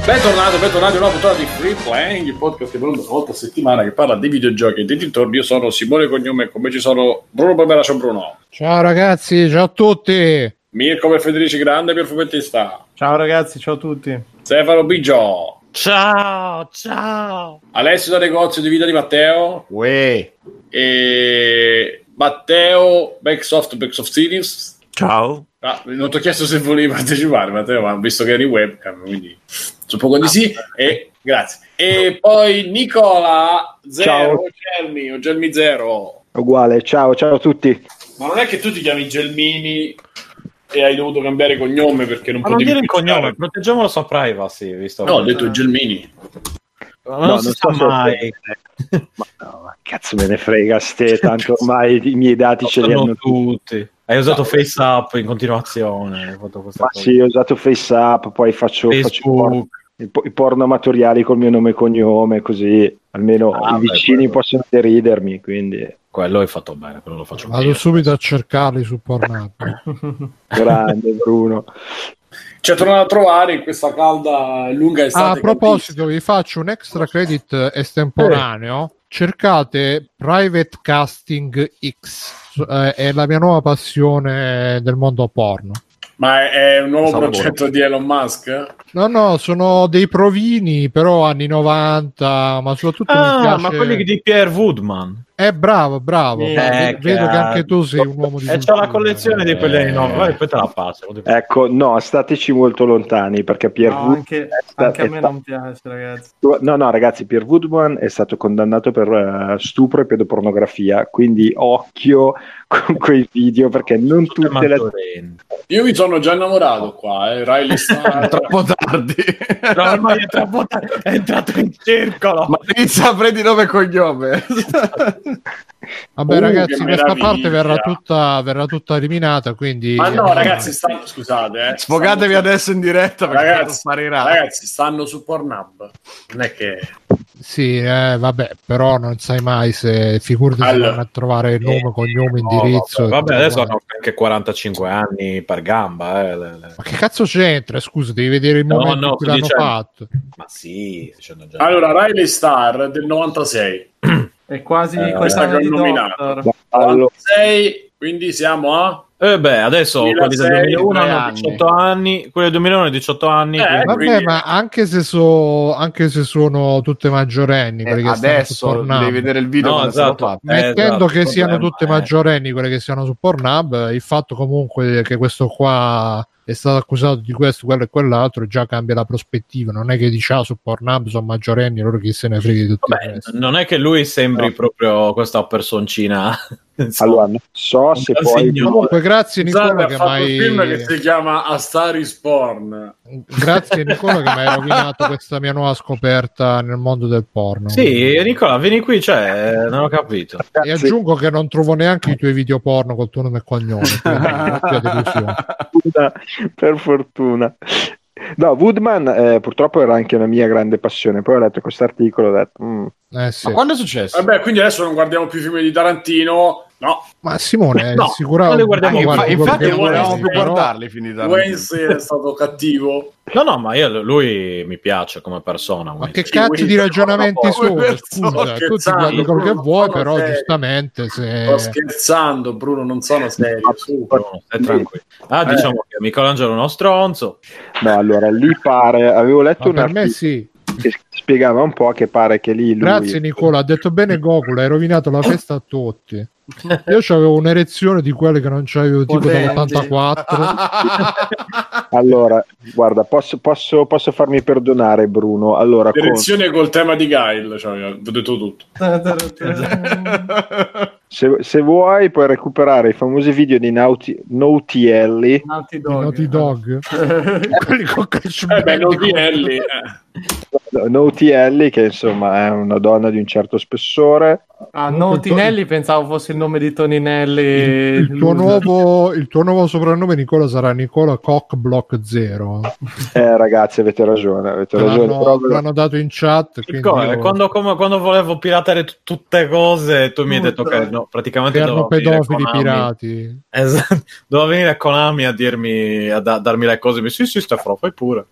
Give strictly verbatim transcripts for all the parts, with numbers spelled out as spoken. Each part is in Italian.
Bentornato, bentornati a una puntata di Free Playing, il podcast che per una volta a settimana che parla di videogiochi e dei dintorni. Io sono Simone Cognome e con me ci sono Bruno Barbera. Ciao Bruno. Ciao ragazzi, ciao a tutti. Mirko per Federici Grande per Fumettista. Ciao ragazzi, ciao a tutti. Stefano Bigio. Ciao, ciao. Alessio da negozio di vita di Matteo. Uè. E Matteo Backsoft Backsoft Series. Ciao. Ah, non ti ho chiesto se volevi partecipare, Matteo, ma visto che eri webcam, quindi suppongo di sì. E grazie. E poi Nicola Zero, Gelmi o Gelmi Zero. Uguale, ciao, ciao a tutti. Ma non è che tu ti chiami Gelmini e hai dovuto cambiare cognome perché non Ma non potevi dire il cognome, proteggiamo la sua privacy, visto. No, ho detto Gelmini. Ma non no, si non sa so mai. Se... ma no, ma cazzo me ne frega ste, tanto ormai i miei dati ce li hanno tutti. Hai usato no, FaceApp in continuazione. Hai fatto questa ma cosa. sì, ho usato FaceApp, poi faccio, faccio porno, i, i porno amatoriali col mio nome e cognome, così almeno ah, i vicini beh, possono deridermi, quindi... Quello hai fatto bene, quello lo faccio Vado io. subito a cercarli su Pornhub. Grande Bruno. Ci è tornato a trovare in questa calda e lunga estate. Ah, a proposito, vi faccio un extra credit estemporaneo. Eh. Cercate Private Casting X, eh, è la mia nuova passione del mondo porno. Ma è, è un nuovo Salvo. progetto di Elon Musk? No, no, sono dei provini, però anni novanta, ma soprattutto ah, mi piace... ma quelli di Pierre Woodman. Eh, bravo, bravo. Eh, vedo che... che anche tu sei un uomo di... E c'ho la collezione eh... di quelli anni novanta, poi te la passo. Ecco, no, stateci molto lontani, perché Pierre no, Woodman... Anche, anche a me sta... non piace, ragazzi. No, no, ragazzi, Pierre Woodman è stato condannato per uh, stupro e pedopornografia, quindi occhio con quei video, perché non tutte, tutte le... Io mi sono già innamorato qua, eh. Riley Star. È troppo tardi. No, ormai è troppo tardi. È entrato in circolo. Ma inizia, prendi nome e cognome. Vabbè, uh, ragazzi, questa parte verrà tutta, verrà tutta eliminata, quindi... Ma no, ragazzi, stanno... scusate, eh. Sfogatevi stanno... adesso in diretta perché ragazzi, sparirà. Ragazzi, stanno su Pornhub. Non è che... Sì, eh, vabbè, però non sai mai se figurati allora, se vanno a trovare il nome, eh, cognome, no, indirizzo. Vabbè, vabbè adesso hanno anche quarantacinque anni per gamba. Eh, le, le... Ma che cazzo c'entra? Scusa, devi vedere il no, momento no, in cui l'hanno dicendo... fatto. Ma sì, dicendo già. Allora, Riley Star del novantasei. È quasi eh, questa che ho nominato. novantasei, quindi siamo a... Eh beh, adesso quelli del duemilauno hanno diciotto anni, quelli del duemilauno hanno diciotto anni. Eh, vabbè, quindi... ma anche se, so, anche se sono tutte maggiorenni, eh, adesso devi vedere il video. No, esatto. Mettendo eh, che esatto, siano problema, tutte eh. maggiorenni quelle che siano su Pornhub, il fatto comunque che questo qua è stato accusato di questo, quello e quell'altro già cambia la prospettiva. Non è che dice ah, su Pornhub sono maggiorenni, loro chi se ne frega di tutti. Vabbè, non è che lui sembri no. proprio questa personcina. Allora, non so se poi signore. Comunque grazie Nicola Zara che ha fatto mai... un film che si chiama A Star is Porn. Grazie Nicola che mi hai rovinato questa mia nuova scoperta nel mondo del porno. Sì, Nicola, vieni qui, cioè, non ho capito. E aggiungo che non trovo neanche i tuoi video porno col tuo nome e cognome. Per fortuna. No, Woodman eh, purtroppo era anche una mia grande passione. Poi ho letto questo articolo e ho detto mm. eh sì. Ma quando è successo? Vabbè, quindi adesso non guardiamo più film di Tarantino. No, ma Simone, no, sicuramente non guardiamo, ah, guarda, infatti non volevamo più però... guardarli finiti. Wayne è stato cattivo. No, no, ma io, lui mi piace come persona. Ma che cazzo di ragionamenti sono? Scusa, tu ti guardi quello che vuoi, però serio. Giustamente se... Sto scherzando, Bruno, non sono serio. Su, Bruno, stai tranquillo. Ah, eh. diciamo che Michelangelo è uno stronzo. No, allora, lì pare... Avevo letto ma un per me sì. Che spiegava un po' che pare che lì lui... Grazie Nicola, ha detto bene Goku, hai rovinato la festa a tutti. Io avevo un'erezione di quelle che non c'avevo tipo dall'ottantaquattro. Allora, guarda, posso, posso, posso farmi perdonare Bruno. Allora, l'erezione con... col tema di Guile, cioè, ho detto tutto. Se, se vuoi puoi recuperare i famosi video di Naughty, Naughty Ellie. Naughty Dog, Naughty Dog. Quelli con eh beh, Naughty Ellie eh. Naughty Ellie, che insomma è una donna di un certo spessore. Ah, Naughty pensavo fosse il nome di Toninelli. Il, il, tuo nuovo, il tuo nuovo soprannome Nicola sarà Nicola Cockblock Zero. Eh ragazzi, avete ragione, avete ragione. L'hanno, proprio... l'hanno dato in chat. Io... Quando, come, quando volevo piratare t- tutte cose, tu mi hai detto che no, praticamente erano pedofili pirati. Esatto. Doveva venire Konami a dirmi, a da- darmi le cose. Mi sì, sì, Stefano, fai pure.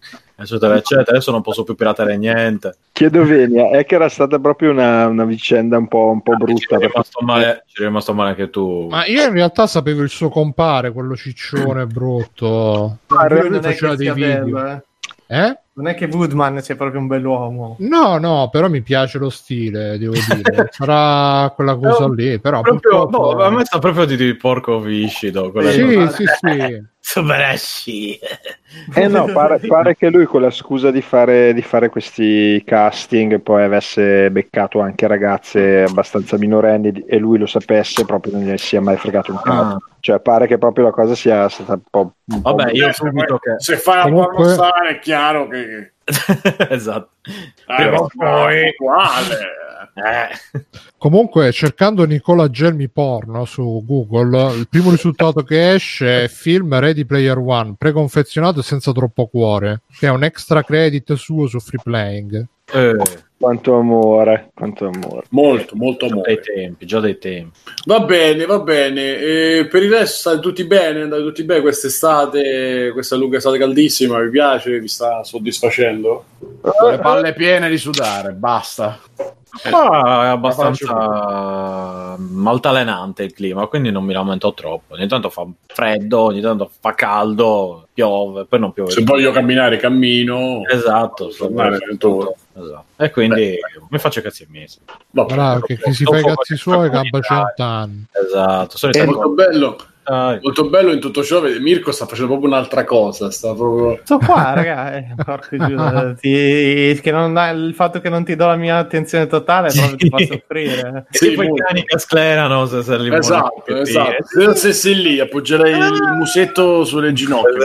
eccetera eccetera. Adesso non posso più piratare niente. Chiedo Venia, è che era stata proprio una, una vicenda un po', un po' brutta. Ci è rimasto male, ci è rimasto male anche tu. Ma io in realtà sapevo il suo compare, quello ciccione brutto. Ah, lui non faceva è che dei video. bello, eh. Eh? Non è che Woodman sia proprio un bell'uomo. No, no, però mi piace lo stile, devo dire. Sarà quella cosa No, lì, però proprio, purtroppo... no, a me sta proprio di, di porco viscido. Sì, sì, sì. Soberesci. Eh no, pare, pare che lui con la scusa di fare, di fare questi casting poi avesse beccato anche ragazze abbastanza minorenni e lui lo sapesse, proprio non gli sia mai fregato un cazzo. Ah. Cioè pare che proprio la cosa sia stata un po'... Un Vabbè, po' io subito che... Se fai la Comunque... pornostar è chiaro che... esatto. Ah, però poi... Uguale. Eh. Comunque, cercando Nicola Gelmi porno su Google, il primo risultato che esce è film Ready Player One, preconfezionato e senza troppo cuore, che è un extra credit suo su Free Playing. Eh. Quanto amore, quanto amore. Molto, molto già amore. Dei tempi, già dei tempi. Va bene, va bene. E per il resto state tutti bene? Andate tutti bene quest'estate? Questa lunga estate caldissima, vi piace? Vi sta soddisfacendo? Ho le palle piene di sudare, basta. Ah, è abbastanza altalenante il clima, quindi non mi lamento troppo. Ogni tanto fa freddo, ogni tanto fa caldo, piove, poi non piove. Se voglio camminare, cammino. Esatto, esatto. E quindi Beh. mi faccio i cazzi miei. Bravo, che chi si fa i cazzi suoi campa cent'anni. Esatto. È molto bello. Ah, molto bello in tutto ciò. Mirko sta facendo proprio un'altra cosa. Sta proprio... Sto qua, ragazzi. Ti... che non ha... Il fatto che non ti do la mia attenzione totale proprio ti fa soffrire. Sì, tipo i cani che sclerano se, se li esatto, esatto. Se non stessi lì appoggerei il musetto sulle ginocchia.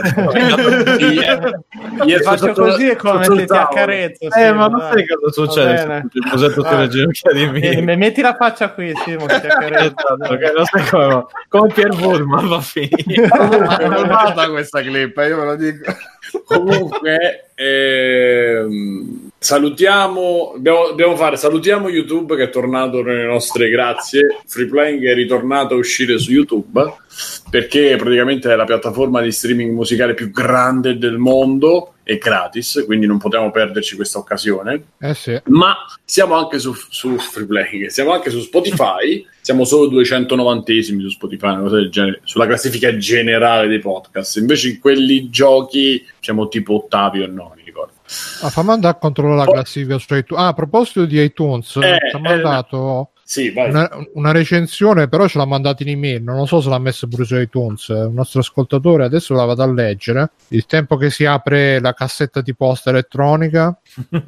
Io faccio così e come ti accarezzo. Eh, ma non sai cosa succede? Il musetto sulle ginocchia di me. Metti la faccia qui, Simo, che ti accarezzo. Non sai come, come Pier Woodman va a finire. È normata questa clip, io ve lo dico. Comunque ehm, salutiamo dobbiamo, dobbiamo fare salutiamo YouTube che è tornato nelle nostre grazie. Free Playing è ritornato a uscire su YouTube perché praticamente è la piattaforma di streaming musicale più grande del mondo, è gratis, quindi non potevamo perderci questa occasione. Eh sì. Ma siamo anche su, su Free Playing, siamo anche su Spotify, siamo solo duecentonovantesimi su Spotify, una cosa del genere, sulla classifica generale dei podcast. Invece in quelli giochi siamo tipo ottavi o no, mi ricordo. Ah, fammi andare a controllare la classifica su iTunes. Ah, a proposito di iTunes, eh, ci ha mandato... Eh, Sì, vai. Una, una recensione, però ce l'ha mandata in email, non lo so se l'ha messa pure su iTunes, un nostro ascoltatore, adesso la vado a leggere. Il tempo che si apre la cassetta di posta elettronica.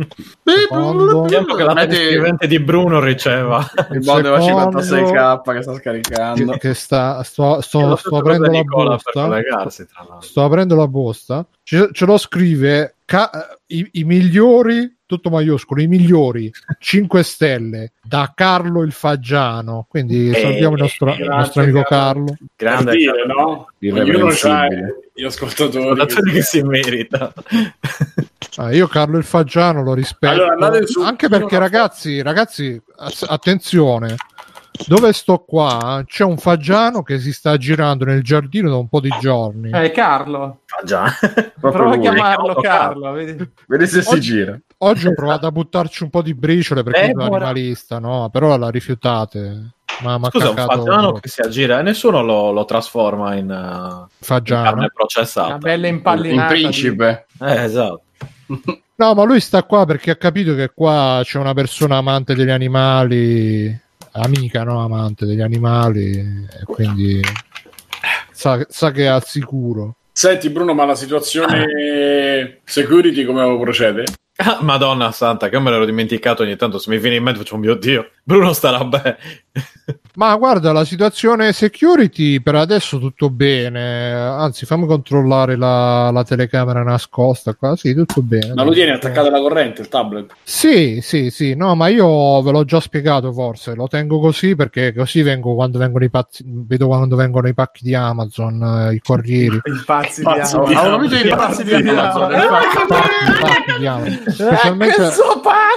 Il tempo che la scrivente di Bruno riceva il modo cinquantasei k che sta scaricando, che, che sta sto, sto, sto aprendo la posta sto aprendo la posta ce, ce lo scrive ca- i, i migliori, tutto maiuscolo, i migliori cinque stelle da Carlo il Faggiano, quindi eh, salutiamo il nostro, il nostro amico Carlo. Grande dire, no? Ognuno c'ha gli ascoltatori che, che si merita. Ah, io Carlo il Faggiano lo rispetto, allora, su, anche perché ragazzi ragazzi attenzione, dove sto qua c'è un Faggiano che si sta girando nel giardino da un po' di giorni. Eh, Carlo Faggiano. Prova a chiamarlo Carlo, Carlo. Vedi. Vedi se si oggi, gira. Oggi ho provato a buttarci un po' di briciole perché eh, sono animalista, no? Però la rifiutate. Ma, ma scusa, un Faggiano che si aggira e nessuno lo, lo trasforma in, uh, Faggiano. in carne processata. Una bella impallinata. In principe. Di... Eh, esatto. No, ma lui sta qua perché ha capito che qua c'è una persona amante degli animali, amica, no? Amante degli animali, e quindi sa, sa che è al sicuro. Senti Bruno, ma la situazione security come procede? Ah, Madonna santa, che me l'ero dimenticato, ogni tanto se mi viene in mente faccio un mio Dio, Bruno starà bene. Ma guarda, la situazione security per adesso tutto bene, anzi fammi controllare la, la telecamera nascosta qua, sì, tutto bene. Ma lo tieni attaccato alla corrente il tablet? Sì, sì, sì, no, ma io ve l'ho già spiegato forse, lo tengo così perché così vengo quando vengono i pazzi, vedo quando vengono i pacchi di Amazon, eh, i corrieri. I pazzi, pazzi di Amazon. Amazon. I pazzi di Amazon. I pacchi di Amazon. Specialmente... Eh, che so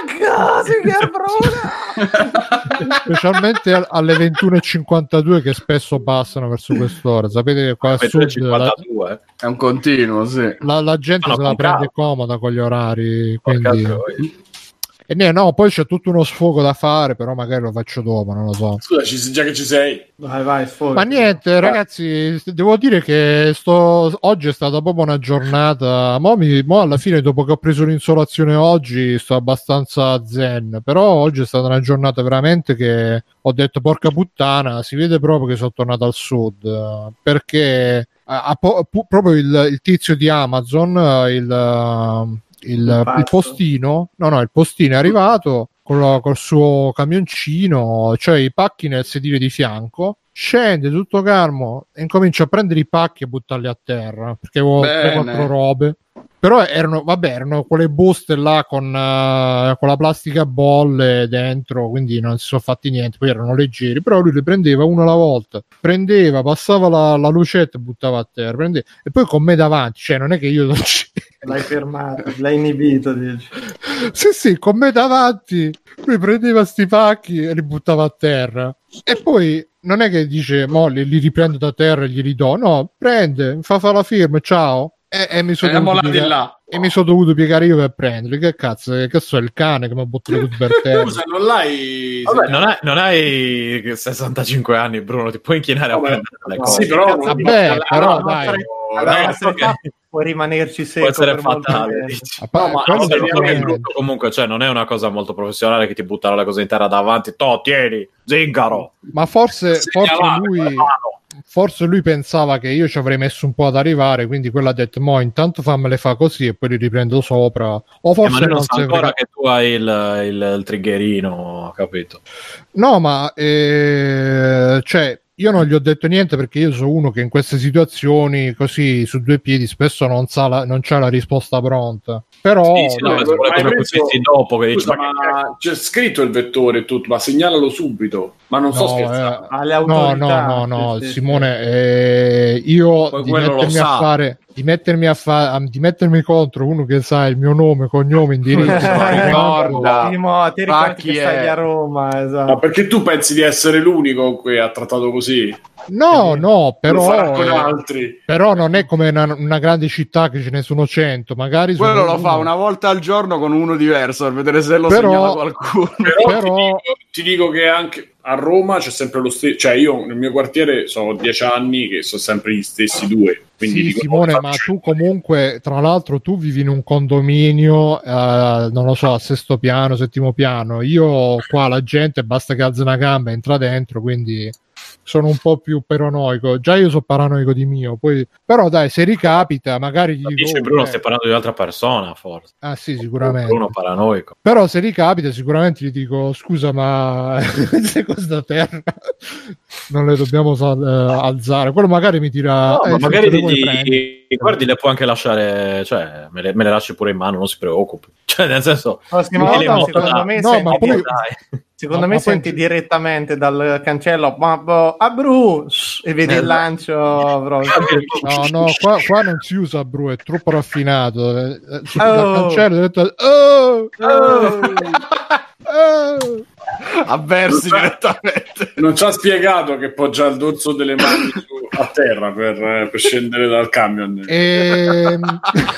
specialmente alle ventuno e cinquantadue che spesso passano verso quest'ora. Sapete che qua al sud cinquantadue la, è un continuo, sì. la, la gente no, se la prende comoda con gli orari, quindi e ne, no, poi c'è tutto uno sfogo da fare, però magari lo faccio dopo, non lo so. Scusa, ci, già che ci sei. Vai, vai, sfogo. Ma niente, ragazzi, devo dire che sto oggi è stata proprio una giornata. Mo, mi, mo alla fine, dopo che ho preso l'insolazione oggi, sto abbastanza zen. Però oggi è stata una giornata veramente che ho detto porca puttana, si vede proprio che sono tornato al sud. Perché a, a, pu, proprio il, il tizio di Amazon, il... Il, il postino, no, no, il postino è arrivato col, col suo camioncino, cioè i pacchi nel sedile di fianco. Scende tutto calmo e incomincia a prendere i pacchi e buttarli a terra perché avevo tre quattro robe. Però erano, vabbè, erano quelle buste là con, uh, con la plastica a bolle dentro, quindi non si sono fatti niente. Poi erano leggeri, però lui le prendeva una alla volta, prendeva, passava la, la lucetta e buttava a terra, prendeva, e poi con me davanti, cioè non è che io l'hai fermato, l'hai inibito, dici. Sì, sì, con me davanti lui prendeva sti pacchi e li buttava a terra. E poi non è che dice mo li, li riprendo da terra e gli ridò, no, prende, mi fa fare la firma, ciao. E, e mi sono dovuto, piega- e mi sono dovuto piegare io per prenderli. Che cazzo, che so, il cane che mi ha buttato tutti per terra. Scusa, non l'hai. Vabbè, non, hai, non hai sessantacinque anni, Bruno, ti puoi inchinare a prendere le cose. Sì, però. Vabbè, però dai. Può rimanerci secco, può essere per fatale. No, ma no, è brutto, comunque, cioè, non è una cosa molto professionale che ti buttano le cose in terra davanti. To, tieni, zingaro. Ma forse, forse lui. Forse lui pensava che io ci avrei messo un po' ad arrivare, quindi quello ha detto mo intanto fammele fa così e poi li riprendo sopra. O forse eh, ma non sa ancora che tu hai il, il, il triggerino, capito? No, ma eh, cioè io non gli ho detto niente perché io sono uno che in queste situazioni così su due piedi spesso non sa la, non c'ha la risposta pronta. Però sì, sì, no, eh, ma come penso, dopo che scusa, dici, ma ma c'è scritto il vettore e tutto, ma segnalalo subito. Ma non sto no, scherzando. Eh, alle autorità, no, no, no, sì, Simone, sì. Eh, io poi di quello mettermi lo a sa. fare di mettermi a fare di mettermi contro uno che sa il mio nome, cognome, indirizzo. Ricorda. Sì, mo, ti ricordi chi che è? stai a Roma, esatto. Ma perché tu pensi di essere l'unico che ha trattato così? No, no, Lo farà però con eh, altri. però non è come una, una grande città che ce ne sono cento, magari Quello sono lo uno. fa una volta al giorno con uno diverso per vedere se lo Però- segnala qualcuno. Però, Però- Ti, dico, ti dico che anche a Roma c'è sempre lo stesso, cioè io nel mio quartiere sono dieci anni che sono sempre gli stessi due. Quindi Sì, dico, Simone, no, ma faccio- tu comunque, tra l'altro, tu vivi in un condominio, eh, non lo so, a sesto piano, settimo piano. Io qua la gente basta che alza una gamba e entra dentro, quindi sono un po' più paranoico. Già io sono paranoico di mio, poi però dai, se ricapita, magari gli Ma dico, dici oh, Bruno, eh. stai parlando di un'altra persona, forse. Ah sì, sicuramente. Bruno paranoico. Però se ricapita, sicuramente gli dico scusa, ma queste cose da terra non le dobbiamo sa- eh, alzare. Quello magari mi dirà No, eh, ma sì, magari te le vuoi gli, prendere? guardi, le puoi anche lasciare, cioè me le, me le lasci pure in mano, non si preoccupi. Cioè, nel senso, Prossima No, volta, no, secondo no, me, no, senti, ma poi- di- secondo ma- me ma poi- senti direttamente dal cancello ma, boh, a Bruce e vedi Eh, il lancio proprio. No, no, qua, qua non si usa bru, è troppo raffinato. Eh, eh, Su, Oh. dal cancello ho detto oh, Oh. oh. Avversi direttamente. Non ci ha spiegato che poggia il dorso delle mani su- a terra per, eh, per scendere dal camion. Ehm,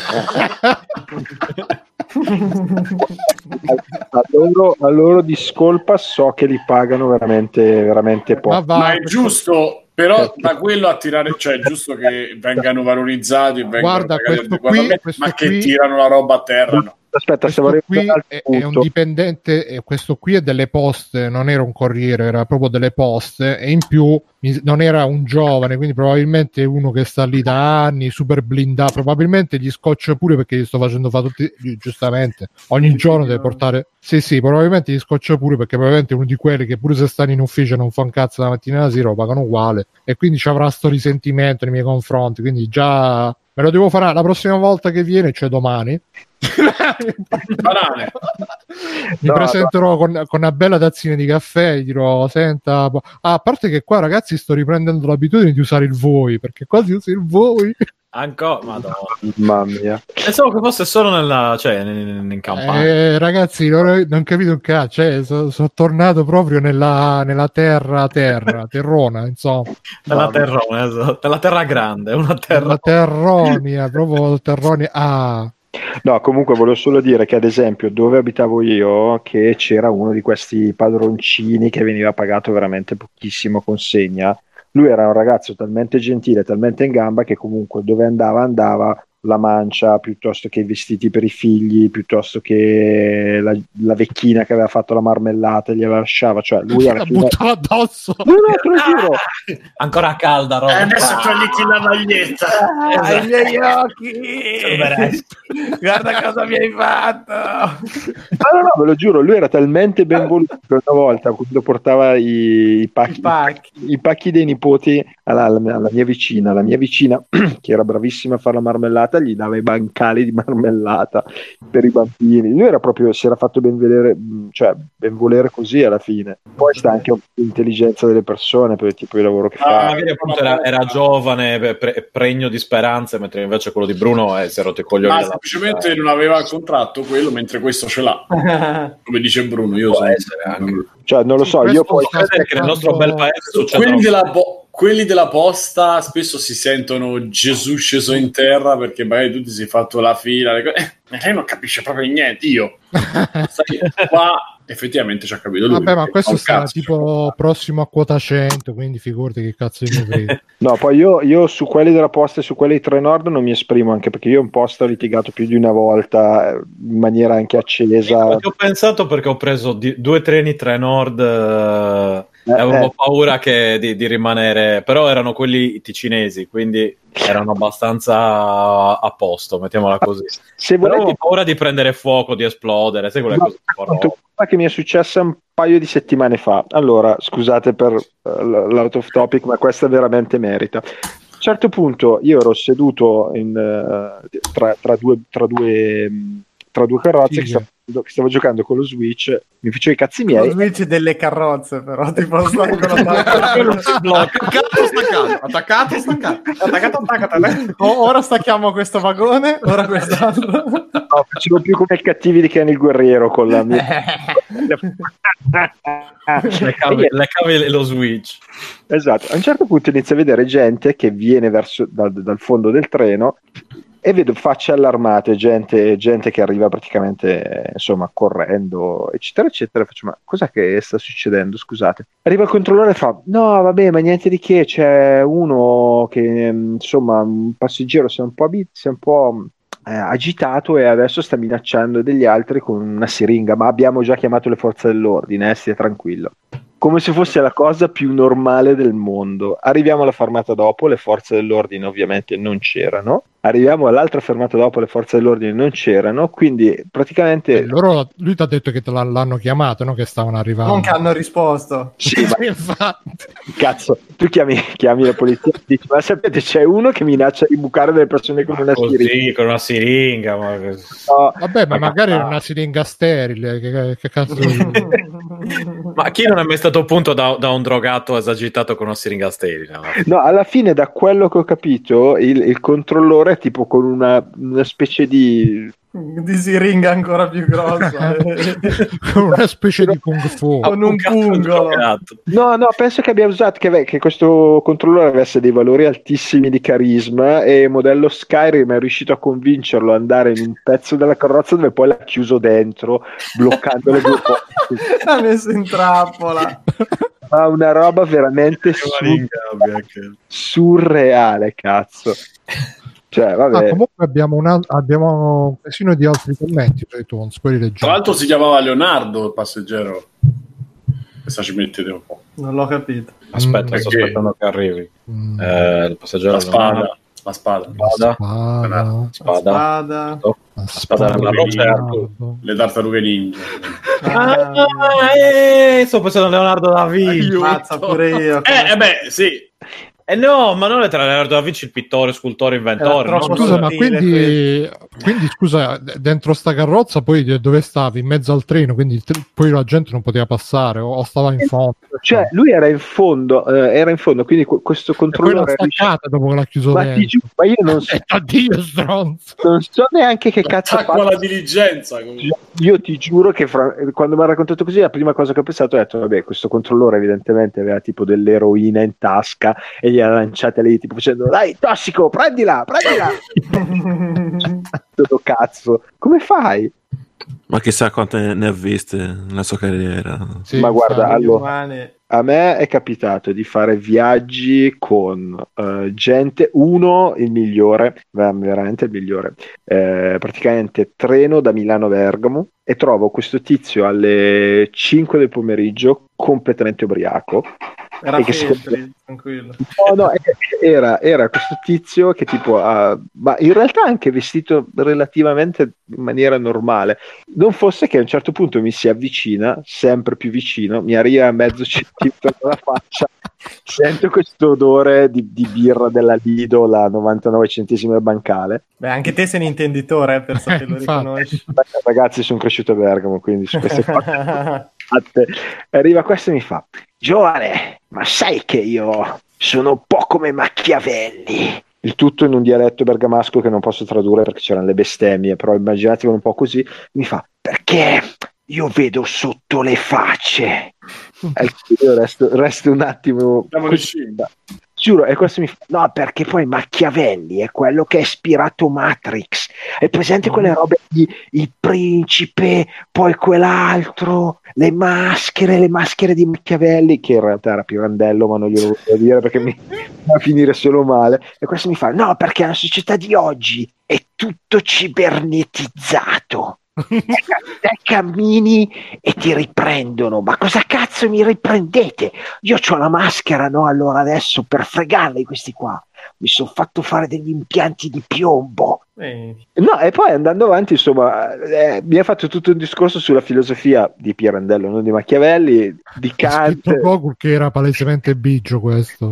A loro, a loro di scolpa so che li pagano veramente, veramente ma poco. va, Ma è giusto, però da quello a tirare, cioè è giusto che vengano valorizzati e vengano Guarda, pagati questo adeguatamente, qui- ma questo che qui- tirano la roba a terra, no. Aspetta, questo stiamo qui arrivando è, al è un punto. dipendente e questo qui è delle poste, non era un corriere, era proprio delle poste e in più mi- non era un giovane, quindi probabilmente è uno che sta lì da anni, super blindato, probabilmente gli scoccia pure perché gli sto facendo fare tutti, giustamente, ogni giorno deve portare, sì sì, probabilmente gli scoccia pure perché probabilmente è uno di quelli che pure se stanno in ufficio non fa un cazzo la mattina alla sera, lo pagano uguale e quindi ci avrà sto risentimento nei miei confronti, quindi già me lo devo fare la prossima volta che viene, cioè domani. Banane. Mi No, presenterò con, con una bella tazzina di caffè e dirò senta ah, a parte che qua ragazzi sto riprendendo l'abitudine di usare il voi perché qua si usa il voi. Ancora, madonna. Mamma mia. Pensavo che fosse solo nella, cioè, in, in campagna. Eh, ragazzi, non ho, non ho capito un cazzo. Cioè, sono so tornato proprio nella, nella terra, terra, terrona, insomma. Nella terrona, esatto. Nella terra grande, una terra. La terronia, proprio terronia. Ah. No, comunque volevo solo dire che ad esempio dove abitavo io che c'era uno di questi padroncini che veniva pagato veramente pochissimo consegna. Lui era un ragazzo talmente gentile, talmente in gamba che comunque dove andava andava la mancia piuttosto che i vestiti per i figli, piuttosto che la, la vecchina che aveva fatto la marmellata e gliela lasciava, cioè lui alla la fine... buttava addosso. No, no, te lo giuro. Ancora calda, roba. Eh, adesso togliti la maglietta. Ah, i miei occhi. Guarda cosa mi hai fatto. No, no, no, ve lo giuro, lui era talmente ben voluto che una volta quando portava i, i, pacchi, I pacchi. i pacchi dei nipoti alla, alla, alla mia vicina, la mia vicina che era bravissima a fare la marmellata, gli dava i bancali di marmellata per i bambini. Lui era proprio, si era fatto ben vedere, cioè ben volere così alla fine. Poi sta anche l'intelligenza delle persone per il tipo di lavoro che Ah, fa. magari appunto era, era giovane, pre- pregno di speranze, mentre invece quello di Bruno eh, si è rotto i coglioni. Ma della- semplicemente non aveva il contratto quello, mentre questo ce l'ha. Come dice Bruno, io Può sono... essere anche. Cioè, non lo so, Questo io poi sta Può vedere che nel nostro bel paese succedono quelli della, po- quelli della posta spesso si sentono Gesù sceso in terra perché magari tu ti sei fatto la fila, le co- eh, lei non capisce proprio niente. Io sai, qua effettivamente ci ha capito lui. Vabbè, ma questo un sarà cazzo, tipo prossimo a quota cento, quindi figurati che cazzo di mi frega. no, poi io, io su quelli della posta e su quelli di Tre Nord non mi esprimo, anche perché io in posta ho litigato più di una volta eh, in maniera anche accesa. Ci ho pensato perché ho preso di- due treni Tre Nord eh, Eh, e avevo eh. paura che di, di rimanere, però erano quelli ticinesi, quindi erano abbastanza a, a posto, mettiamola così. Se Però volete, avevo paura di prendere fuoco, di esplodere, sai quelle ma cose un po' racconto rotte. una che mi è successa un paio di settimane fa. Allora, scusate per uh, l'out of topic, ma questa veramente merita. A un certo punto io ero seduto in, uh, tra, tra due, tra due, mh, tra due carrozze Sì, che stavo, che stavo giocando con lo Switch, mi facevo i cazzi Lo miei. switch delle carrozze, però tipo stacco Quello si blocca. Attaccato, staccato. Attaccato, staccato. attaccato, attaccato. O- ora stacchiamo questo vagone, ora quest'altro. No, facevo più come i cattivi di Ken il Guerriero con la mia... Le cavi, le cavi lo Switch. Esatto, a un certo punto inizio a vedere gente che viene verso dal, dal fondo del treno e vedo facce allarmate, gente, gente che arriva praticamente eh, insomma correndo eccetera eccetera. Faccio, ma cos'è che sta succedendo, scusate? Arriva il controllore e fa no vabbè ma niente di che, c'è uno che insomma un passeggero si è un po', abit- si è un po' eh, agitato e adesso sta minacciando degli altri con una siringa, ma abbiamo già chiamato le forze dell'ordine, eh, stia tranquillo. Come se fosse la cosa più normale del mondo. Arriviamo alla fermata dopo, le forze dell'ordine ovviamente non c'erano. Arriviamo all'altra fermata dopo, le forze dell'ordine non c'erano, quindi praticamente... E loro, lui ti ha detto che te l'han- l'hanno chiamato, no? Che stavano arrivando. Non che hanno risposto. Sì, ma Infatti. cazzo, tu chiami, chiami la polizia e dici, ma sapete c'è uno che minaccia di bucare delle persone con una siringa. Così, con una siringa. Ma... No, Vabbè, ma Ma magari cazzo. era una siringa sterile. Che, che cazzo di... ma chi non è mai stato appunto da, da un drogato esagitato con una siringa sterile? No? no, alla fine da quello che ho capito il, il controllore è tipo con una, una specie di... Di siringa ancora più grossa. con una specie di kung fu. Con un cazzo di pungolo. drogato. No, no, penso che abbia usato che, che questo controllore avesse dei valori altissimi di carisma e modello Skyrim è riuscito a convincerlo ad andare in un pezzo della carrozza dove poi l'ha chiuso dentro, bloccando le due porte. L'ha messo in trappola. Ma una roba veramente Che sur- malingabbia anche. surreale, cazzo. Cioè, Ah, vabbè. comunque abbiamo un, al- abbiamo un casino di altri commenti su iTunes, quelli Tra leggeri. l'altro si chiamava Leonardo il passeggero. Questa ci mettete un po'. Non l'ho capito. Aspetta, Mm, sto perché- aspettando che arrivi. Mm. Eh, il passeggero La non- spada. La spada. Spada. Spada. Spada. Spada. La spada nella roccia e Artù. Le tartarughe ninja. Ah, Ah, eh, sto pensando a Leonardo da Vinci. Mazza pure io. Eh, eh beh, sì. Eh no, ma non è tra Leonardo da Vinci il pittore, scultore, inventore. Era no? troppo Scusa, ma sottile, quindi, Quindi scusa, dentro sta carrozza poi dove stavi? In mezzo al treno, quindi poi la gente non poteva passare o stava in fondo? Cioè lui era in fondo, eh, era in fondo, quindi questo controllore e poi l'ha staccata dopo che l'ha chiuso ma, dentro. giu- ma io non so, addio stronzo, non so neanche che cazzo Attacco alla diligenza comunque. Io ti giuro che fra- quando mi ha raccontato così la prima cosa che ho pensato è detto vabbè, questo controllore evidentemente aveva tipo dell'eroina in tasca e gliela lanciata lì tipo facendo dai tossico prendila prendila tutto cazzo, come fai? Ma chissà quante ne ha viste nella sua carriera. Sì, Ma guarda, sì. allora, a me è capitato di fare viaggi con uh, gente, uno il migliore, veramente il migliore, eh, praticamente treno da Milano a Bergamo e trovo questo tizio alle cinque del pomeriggio completamente ubriaco. Era e che Feltri, secondo... tranquillo. No, no, era, era questo tizio che tipo uh, ma in realtà anche vestito relativamente in maniera normale, non fosse che a un certo punto mi si avvicina sempre più vicino, mi arriva a mezzo centimetro dalla faccia, sento questo odore di, di birra della Lido, la novantanove centesimi al bancale. Beh, anche te sei un intenditore, eh, per saperlo riconosci. Ragazzi, sono cresciuto a Bergamo, quindi su queste cose arriva questo e mi fa: giovane, ma sai che io sono un po' come Machiavelli? Il tutto in un dialetto bergamasco che non posso tradurre perché c'erano le bestemmie, però immaginatevelo un po' così. Mi fa: perché io vedo sotto le facce. E io resto, resto un attimo così, giuro, e questo mi fa: no, perché poi Machiavelli è quello che ha ispirato Matrix, è presente quelle robe di il principe, poi quell'altro, le maschere, le maschere di Machiavelli, che in realtà era Pirandello, ma non glielo volevo dire perché mi va a finire solo male. E questo mi fa: no, perché la società di oggi è tutto cibernetizzato. Te cammini e ti riprendono. Ma cosa cazzo mi riprendete? Io c'ho la maschera, no? Allora adesso per fregarli questi qua mi sono fatto fare degli impianti di piombo. Eh. No, e poi andando avanti, insomma, eh, mi ha fatto tutto un discorso sulla filosofia di Pirandello, non di Machiavelli, di Kant. Poco che era palesemente bigio questo.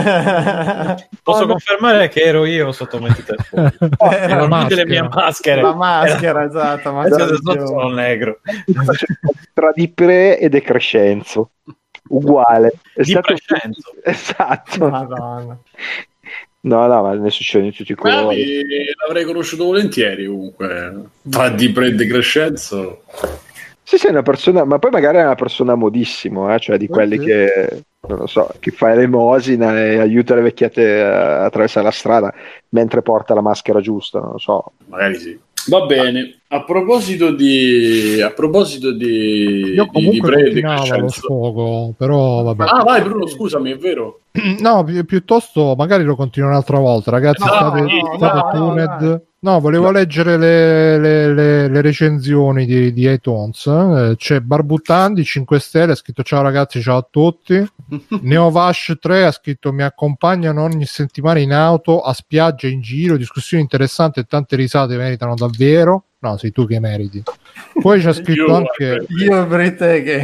Posso confermare che ero io sotto mentite Era una delle mie maschere. La maschera, esatto. Ma sono negro. Tra Di Pre e De Crescenzo. Uguale. È Di stato... Crescenzo. Esatto. Madonna. No, no, ma ne succedono tutti i colori. L'avrei conosciuto volentieri comunque. Tra Di Pre e De Crescenzo. Sì, sei una persona, ma poi magari è una persona modissimo, eh? Cioè di quelli sì. che, non lo so, che fa elemosina e aiuta le vecchiette a attraversare la strada mentre porta la maschera giusta, non lo so. Magari sì. Va bene. A proposito di a proposito di Io comunque di, di Pre e De continuavo lo Crescenzo. sfogo, però vabbè. Ah, vai Bruno, scusami, è vero. No, pi- piuttosto magari lo continuo un'altra volta, ragazzi. No, state, no, state no, tuned. no, No, volevo leggere le, le, le, le recensioni di, di iTunes. Eh, c'è Barbuttandi cinque stelle, ha scritto ciao ragazzi, ciao a tutti. Neovash tre ha scritto mi accompagnano ogni settimana in auto, a spiaggia, in giro, discussioni interessanti e tante risate meritano davvero. No, sei tu che meriti. Poi c'è scritto Io, anche Io Brite che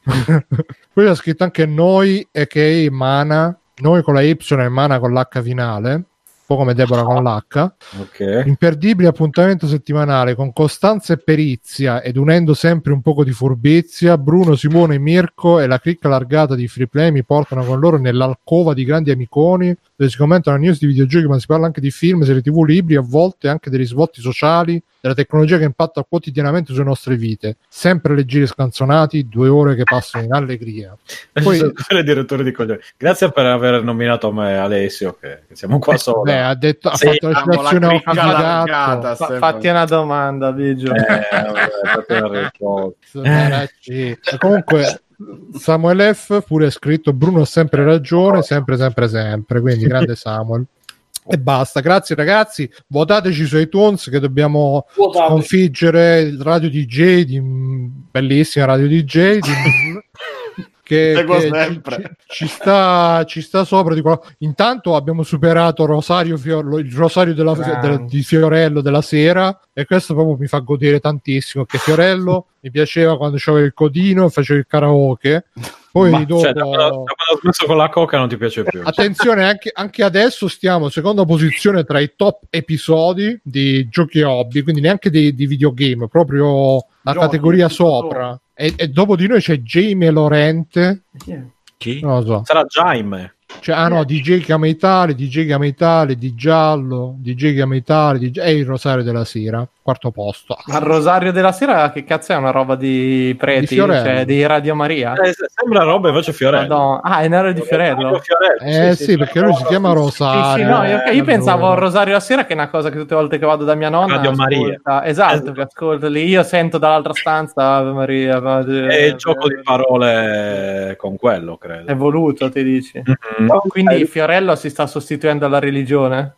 poi c'è scritto anche noi e che Mana, noi con la Y e Mana con l'H finale, un po' come Deborah con l'H. Ok. Imperdibile appuntamento settimanale con costanza e perizia ed unendo sempre un poco di furbizia. Bruno, Simone, Mirko e la cricca allargata di Free Play mi portano con loro nell'alcova di grandi amiconi dove si commentano news di videogiochi, ma si parla anche di film, serie tv, libri, a volte anche dei risvolti sociali, della tecnologia che impatta quotidianamente sulle nostre vite. Sempre leggeri e scanzonati, due ore che passano in allegria. Poi, il direttore di coglioni. Grazie per aver nominato me Alessio, che, che siamo qua solo. beh, ha detto, ha Sì, fatto la citazione cricca obbligato. allargata, Fa- sempre. fatti una domanda, Biggio. Eh, vabbè, fate una risposta. Eh, sì. E comunque Samuel F pure ha scritto Bruno ha sempre ragione, sempre sempre sempre, quindi grande Samuel. E basta, grazie ragazzi, votateci su iTunes che dobbiamo Votate. sconfiggere il radio D J di bellissima radio D J di, che, Seguo che sempre. ci, ci sta ci sta sopra di qua. Intanto abbiamo superato Rosario Fior- il Rosario della, Grande. del- di Fiorello della sera, e questo proprio mi fa godere tantissimo, che Fiorello mi piaceva quando c'aveva il codino e faceva il karaoke, Poi Ma, dopo... cioè, da quando, da quando ho smesso con la coca non ti piace più. Attenzione, anche, anche adesso stiamo seconda posizione tra i top episodi di giochi hobby, quindi neanche di, di videogame, proprio la Giochi, categoria tutto sopra. E, e dopo di noi c'è Jamie Lorente. Chi? Non lo so. Sarà Jaime. Cioè, ah no, D J Chiama Italia, D J Chiama Italia, di Giallo, D J Chiama Italia, D J... e il Rosario della Sera, quarto posto. Ma il Rosario della Sera che cazzo è, una roba di preti, Di Fiorello. cioè di Radio Maria? Eh, sembra roba invece Fiorello. Madonna. Ah, è Nero di Fiorello? Fiorello. Eh sì, perché lui si chiama Rosario. Sì, sì, no, io, io eh, pensavo allora. al Rosario la Sera, che è una cosa che tutte le volte che vado da mia nonna Radio ascolta. Maria. Esatto, Esatto. che ascolta lì. Io sento dall'altra stanza Ave Maria. Madre, È il gioco di parole con quello, credo. È voluto, ti dici? Mm-hmm. Quindi Fiorello si sta sostituendo alla religione?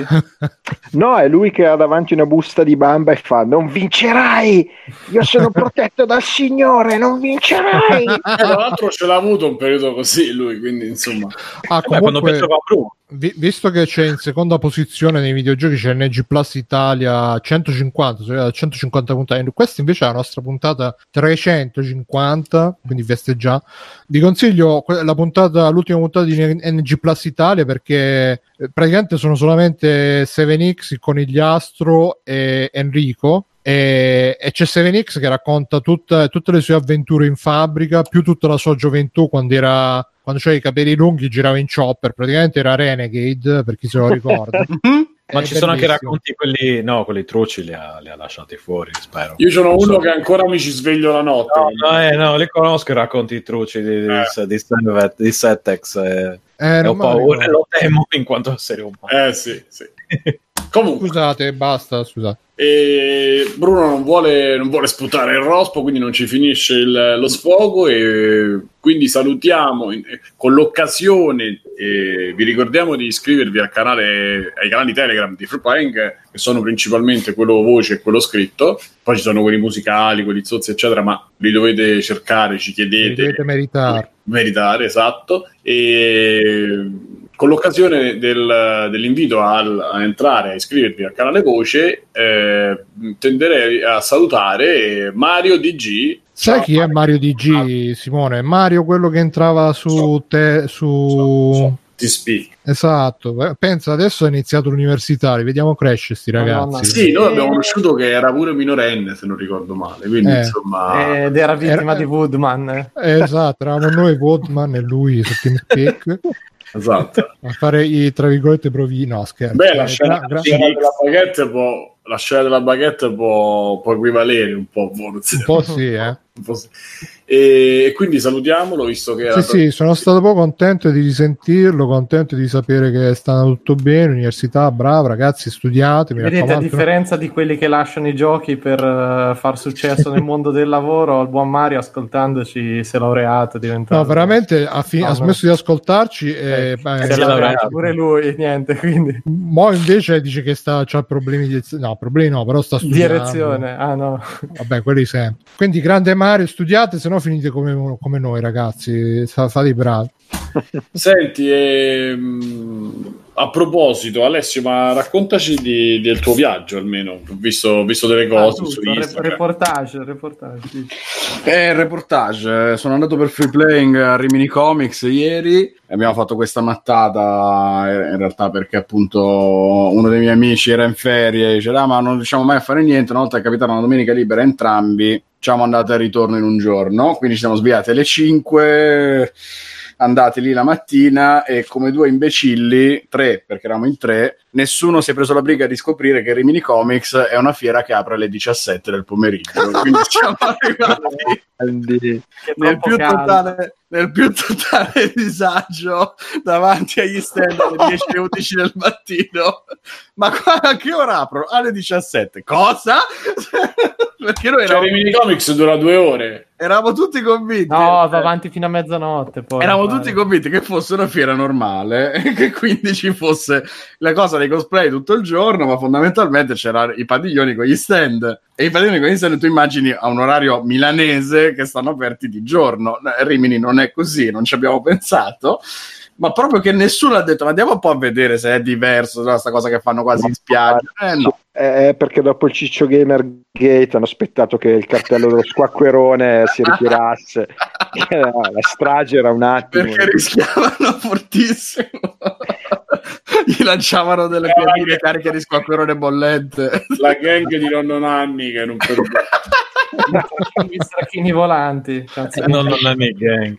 No, è lui che ha davanti una busta di bamba e fa: non vincerai, io sono protetto dal Signore, non vincerai. Eh, tra l'altro ce l'ha avuto un periodo così lui, quindi insomma. Ah, Beh, quando comunque, penso a Bruno. vi- visto che c'è in seconda posizione nei videogiochi c'è N G Plus Italia centocinquanta, cioè centocinquanta puntate, questa invece è la nostra puntata trecentocinquanta, quindi festeggiamo. Vi consiglio que- la puntata, l'ultima puntata di N G Plus Italia, perché eh, praticamente sono solamente seven X, il conigliastro e Enrico. E, e c'è seven X che racconta tutta- tutte le sue avventure in fabbrica, più tutta la sua gioventù quando era, quando c'era i capelli lunghi, girava in chopper, praticamente era Renegade, per chi se lo ricorda. Ma È ci sono anche bellissimo. racconti, quelli no, quelli truci li ha, li ha lasciati fuori, spero. Io ce n'ho Non so. uno che ancora mi ci sveglio la notte. No, no, eh, no, li conosco i racconti truci di, di, Eh. di, Sevet- di Setex. Eh. Eh, E ho non me lo paura, ricordo. lo temo in quanto essere umano. Eh sì, sì. Comunque, Scusate, basta, scusate. e Bruno non vuole, non vuole sputare il rospo, quindi non ci finisce il- lo sfogo, e quindi salutiamo in- con l'occasione. E vi ricordiamo di iscrivervi al canale, ai canali Telegram di Free Playing, che sono principalmente quello voce e quello scritto. Poi ci sono quelli musicali, quelli zozzi eccetera, ma li dovete cercare, ci Li chiedete. dovete meritare. Meritare, esatto. E con l'occasione del- dell'invito al- a entrare a iscrivervi al canale voce, eh, tenderei a salutare Mario D G. Sai Ciao, chi è Mario D G, Simone? Mario, quello che entrava su te, su... Ti spiego. Esatto, eh, pensa, adesso è iniziato l'università, li vediamo crescere sti Madonna. ragazzi. Sì, noi abbiamo conosciuto che era pure minorenne, se non ricordo male, quindi Eh. insomma. Ed era vittima Era- di Woodman. eh. Eh, esatto, eravamo noi, Woodman e lui su TeamSpeak Esatto. a fare i, tra virgolette, provi, no scherzo. Beh, la Eh, scena, gra- gra- la scena della baguette può, la scena della baguette può, può equivalere un po', forse. un po' sì, eh. Un po' sì. E quindi salutiamolo, visto che era Sì, sì, sono stato un po' contento di risentirlo, contento di sapere che sta andando tutto bene, università, bravo ragazzi, studiate, mi Vedete, a raccomando. differenza di quelli che lasciano i giochi per eh, far successo nel mondo del lavoro, il buon Mario ascoltandoci si è laureato, è diventato... No, veramente ha, fi- No, ha no. smesso di ascoltarci e Eh, beh, si è sì, laureato laureato. pure lui, niente, quindi... mo invece dice che sta, c'ha problemi di no, problemi no, però sta studiando. Direzione, ah no. Vabbè, quelli sempre. Quindi grande Mario, studiate, se no finite come, come noi ragazzi, Fa- fate i bravi. Senti, ehm, a proposito, Alessio, ma raccontaci di- del tuo viaggio almeno. Ho visto, ho visto delle Ah, cose tutto, su re- Instagram. reportage, reportage. Sì. Eh, reportage. Sono andato per Free Playing a Rimini Comics ieri e abbiamo fatto questa mattata eh, in realtà perché appunto uno dei miei amici era in ferie e dice ah, ma non riusciamo mai a fare niente. Una volta che è capitata una domenica libera entrambi, ci siamo andati al ritorno in un giorno, quindi ci siamo svegliati alle cinque, andati lì la mattina e come due imbecilli, tre perché eravamo in tre, nessuno si è preso la briga di scoprire che Rimini Comics è una fiera che apre alle diciassette del pomeriggio, quindi siamo arrivati Quindi, Che è nel troppo più, caldo. totale, nel più totale disagio davanti agli stand alle dieci e undici del mattino. Ma qua, a che ora apro? Alle diciassette. Cosa? Perché noi Cioè, eravamo, Rimini Comics dura due ore. eravamo tutti convinti. No, eh, va avanti fino a mezzanotte. Poi, Eravamo pare. tutti convinti che fosse una fiera normale e che quindi ci fosse la cosa dei cosplay tutto il giorno, ma fondamentalmente c'erano i padiglioni con gli stand. E i padiglioni con gli stand tu immagini a un orario milanese che stanno aperti di giorno. Eh, Rimini non è così, non ci abbiamo pensato. Ma proprio che nessuno ha detto ma andiamo un po' a vedere se è diverso da questa cosa che fanno quasi in spiaggia. Eh no. Eh, perché dopo il Ciccio Gamer Gate hanno aspettato che il cartello dello squacquerone si ritirasse. La strage era un attimo. Perché rischiavano fortissimo. Gli lanciavano delle piedine cariche di squacquerone bollente. La gang di nonno Nanni che non perdeva. Gli stracchini volanti. Eh, non, non è mia gang.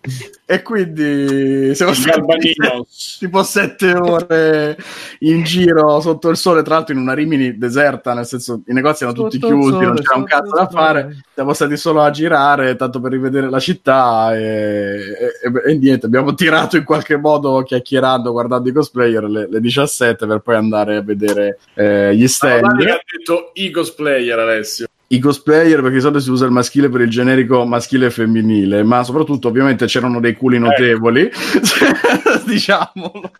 E quindi siamo stati Albaninos. tipo sette ore in giro sotto il sole, tra l'altro in una Rimini deserta, nel senso i negozi erano tutti Sotto il chiusi, sole, non c'era un sotto cazzo il da fare, siamo stati solo a girare tanto per rivedere la città e, e, e niente, abbiamo tirato in qualche modo chiacchierando, guardando i cosplayer le, le diciassette per poi andare a vedere eh, gli stand. Ma ha detto i cosplayer, Alessio. I cosplayer, perché di solito si usa il maschile per il generico maschile e femminile, ma soprattutto ovviamente c'erano dei culi notevoli, ecco. Diciamolo.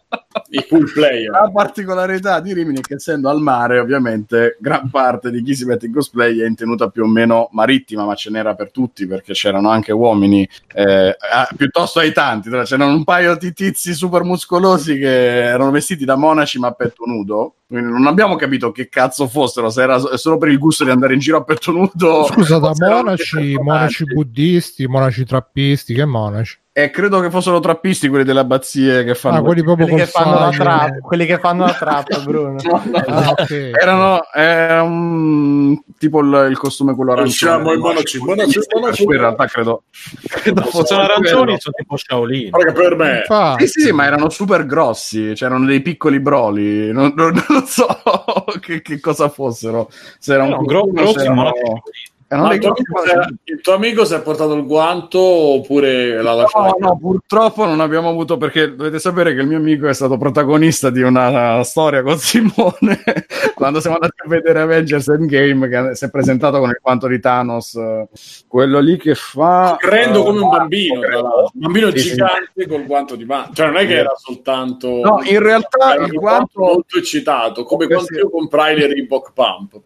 I cool player. La particolarità di Rimini è che essendo al mare, ovviamente, gran parte di chi si mette in cosplay è in tenuta più o meno marittima, ma ce n'era per tutti, perché c'erano anche uomini eh, piuttosto aitanti. C'erano un paio di tizi super muscolosi che erano vestiti da monaci ma a petto nudo. Quindi non abbiamo capito che cazzo fossero, se era solo per il gusto di andare in giro a petto nudo. Scusa, da monaci, monaci buddisti, monaci trappisti, che monaci? E credo che fossero trappisti quelli delle abbazie che fanno, ah, quelli proprio quelli che fanno la trap, eh. quelli che fanno la trap, Bruno. No, no, ah, okay. Erano era un tipo il, il costume quello arancione. Diciamo i monaci, monaci, monaci. In realtà credo, credo fossero arancioni, sono tipo Shaolin. Perché per me sì, sì, sì, ma erano super grossi, c'erano dei piccoli broli, non, non, non so che, che cosa fossero. Se era un no, gro- grossi monaci. Ma il, tuo amico, il tuo amico si è portato il guanto oppure l'ha lasciato? No, no, purtroppo non abbiamo avuto, perché dovete sapere che il mio amico è stato protagonista di una storia con Simone quando siamo andati a vedere Avengers Endgame, che si è presentato con il guanto di Thanos, quello lì che fa rendo come un uh, bambino, tra l'altro. Un bambino sì, gigante sì. Col guanto di mano, cioè non è che era soltanto no, in realtà era il guanto molto eccitato, come quando sì. Io comprai le Reebok Pump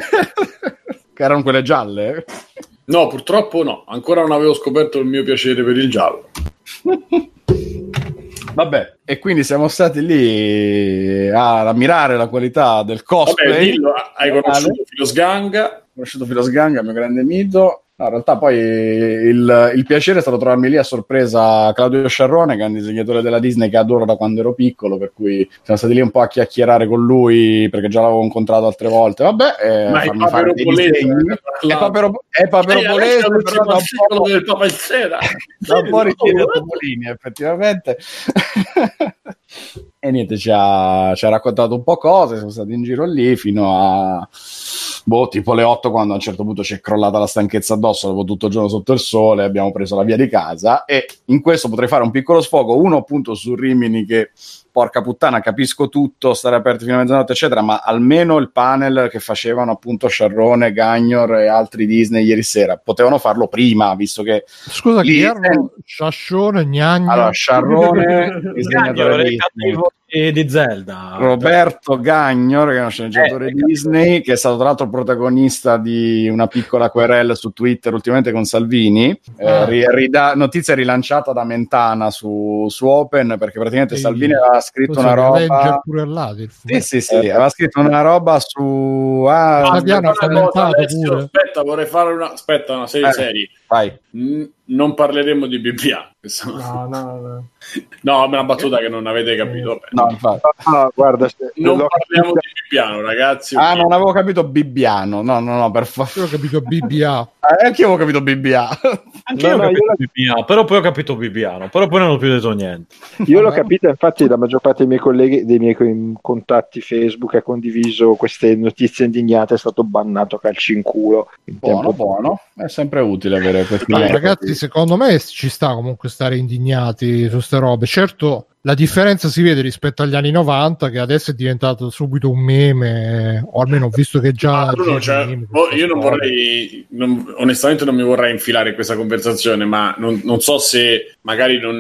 che erano quelle gialle? No, purtroppo no, ancora non avevo scoperto il mio piacere per il giallo. Vabbè, e quindi siamo stati lì a ammirare la qualità del cosplay. Vabbè, dillo, hai conosciuto Filosganga? Ho conosciuto Filosganga, mio grande mito. No, in realtà poi il, il piacere è stato trovarmi lì a sorpresa Claudio Sciarrone, che è un disegnatore della Disney che adoro da quando ero piccolo, per cui siamo stati lì un po' a chiacchierare con lui, perché già l'avevo incontrato altre volte. Vabbè, eh, ma farmi fare dei disegni. È papero, è papero polese, però da un po' del Papa in sera. Da un po' ritiri a Topolini, effettivamente. E niente, ci ha, ci ha raccontato un po' cose, siamo stati in giro lì fino a boh, tipo le otto, quando a un certo punto ci è crollata la stanchezza addosso dopo tutto il giorno sotto il sole, abbiamo preso la via di casa. E in questo potrei fare un piccolo sfogo, uno appunto su Rimini, che porca puttana, capisco tutto, stare aperti fino a mezzanotte eccetera, ma almeno il panel che facevano appunto Sciarrone, Gagnor e altri Disney ieri sera potevano farlo prima, visto che scusa, chi erano? Sciascione, Gnagno, allora Sciarrone disegnatore Disney, di Zelda, Roberto Gagnor, che è uno sceneggiatore eh, Disney, che è stato tra l'altro protagonista di una piccola querela su Twitter ultimamente con Salvini, ah. eh, rida- notizia rilanciata da Mentana su, su Open, perché praticamente e Salvini aveva scritto una roba pure là, del sì sì sì, aveva scritto una roba su ah, no, aspetta, cosa, Alessio, aspetta, vorrei fare una aspetta una serie eh, serie vai. N- non parleremo di B B A. No, no, no. No, è una battuta che non avete capito. No, infatti. Ah, guarda, se, non parliamo capito... di Bibbiano, ragazzi. Ah, non avevo capito Bibbiano. No, no, no, per favore. Io ho capito B B A. Eh, anche io avevo capito B B A. Anche no, io ho no, capito io B B A, però poi ho capito Bibbiano, però poi non ho più detto niente. Io l'ho capito, infatti la maggior parte dei miei colleghi, dei miei contatti Facebook ha condiviso queste notizie indignate, è stato bannato a calci in culo. In buono, tempo buono. È sempre utile avere questi ma ragazzi, secondo me ci sta comunque stare indignati su ste robe. Certo, la differenza si vede rispetto agli anni novanta, che adesso è diventato subito un meme, o almeno ho visto che già no, cioè, meme, oh, io non vorrei non, onestamente non mi vorrei infilare in questa conversazione, ma non, non so se magari non,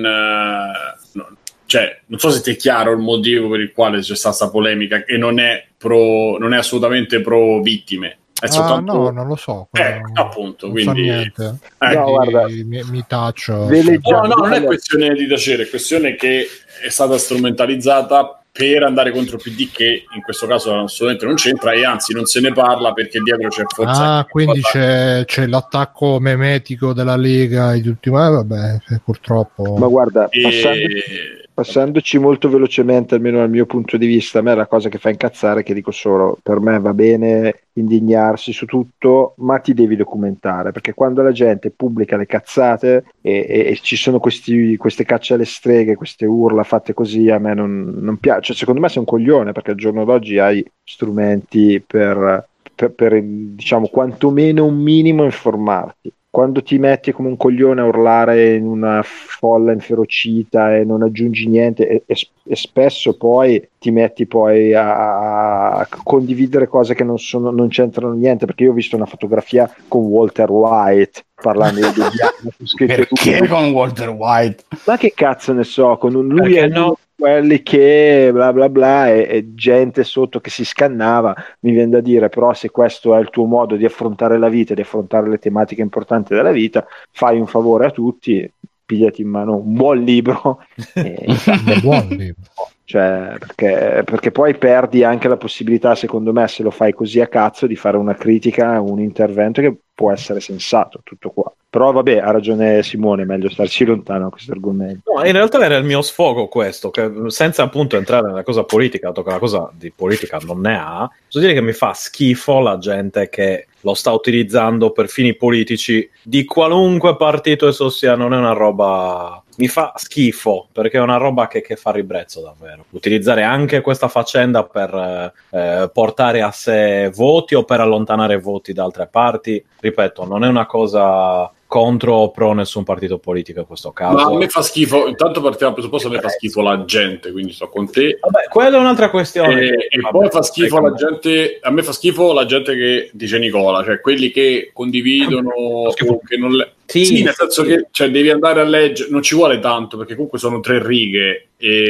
uh, no, cioè non so se ti è chiaro il motivo per il quale c'è stata questa polemica, e non è pro non è assolutamente pro vittime. È soltanto... Ah, no, non lo so. Eh, appunto, non quindi so niente. Eh, no, guarda, mi, mi taccio. No, no, non è questione di tacere, è questione che è stata strumentalizzata per andare contro il P D, che in questo caso assolutamente non c'entra, e anzi non se ne parla perché dietro c'è forza. Ah, quindi c'è, c'è l'attacco memetico della Lega di tutti, ma vabbè, purtroppo. Ma guarda, E... passando, passandoci molto velocemente, almeno dal mio punto di vista, a me la cosa che fa incazzare, che dico solo, per me va bene indignarsi su tutto, ma ti devi documentare, perché quando la gente pubblica le cazzate e, e, e ci sono questi, queste cacce alle streghe, queste urla fatte così, a me non, non piace. Cioè, secondo me sei un coglione, perché al giorno d'oggi hai strumenti per, per, per diciamo quantomeno un minimo informarti. Quando ti metti come un coglione a urlare in una folla inferocita e non aggiungi niente, e, e, e spesso poi ti metti poi a, a condividere cose che non, sono, non c'entrano niente, perché io ho visto una fotografia con Walter White parlando di perché tutto. Con Walter White? Ma che cazzo ne so, con un, lui è no? quelli che bla bla bla e, e gente sotto che si scannava. Mi viene da dire, però, se questo è il tuo modo di affrontare la vita, di affrontare le tematiche importanti della vita, fai un favore a tutti, pigliati in mano un buon libro e... un buon libro, cioè, perché, perché poi perdi anche la possibilità, secondo me, se lo fai così a cazzo, di fare una critica, un intervento che può essere sensato, tutto qua. Però vabbè, ha ragione Simone, è meglio starci lontano da questo argomento. No, in realtà era il mio sfogo questo, che senza appunto entrare nella cosa politica, dato che la cosa di politica non ne ha, posso dire che mi fa schifo la gente che lo sta utilizzando per fini politici di qualunque partito esso sia. Non è una roba... mi fa schifo, perché è una roba che, che fa ribrezzo davvero. Utilizzare anche questa faccenda per eh, portare a sé voti o per allontanare voti da altre parti, ripeto, non è una cosa contro o pro nessun partito politico in questo caso. Ma a me fa schifo, intanto partiamo dal presupposto, a me fa schifo la gente, quindi sto con te. Vabbè, quella è un'altra questione. E, che, e vabbè, poi fa schifo la gente, a me fa schifo la gente che dice Nicola, cioè quelli che condividono o che non le... Sì, sì, nel senso che cioè, devi andare a leggere, non ci vuole tanto, perché comunque sono tre righe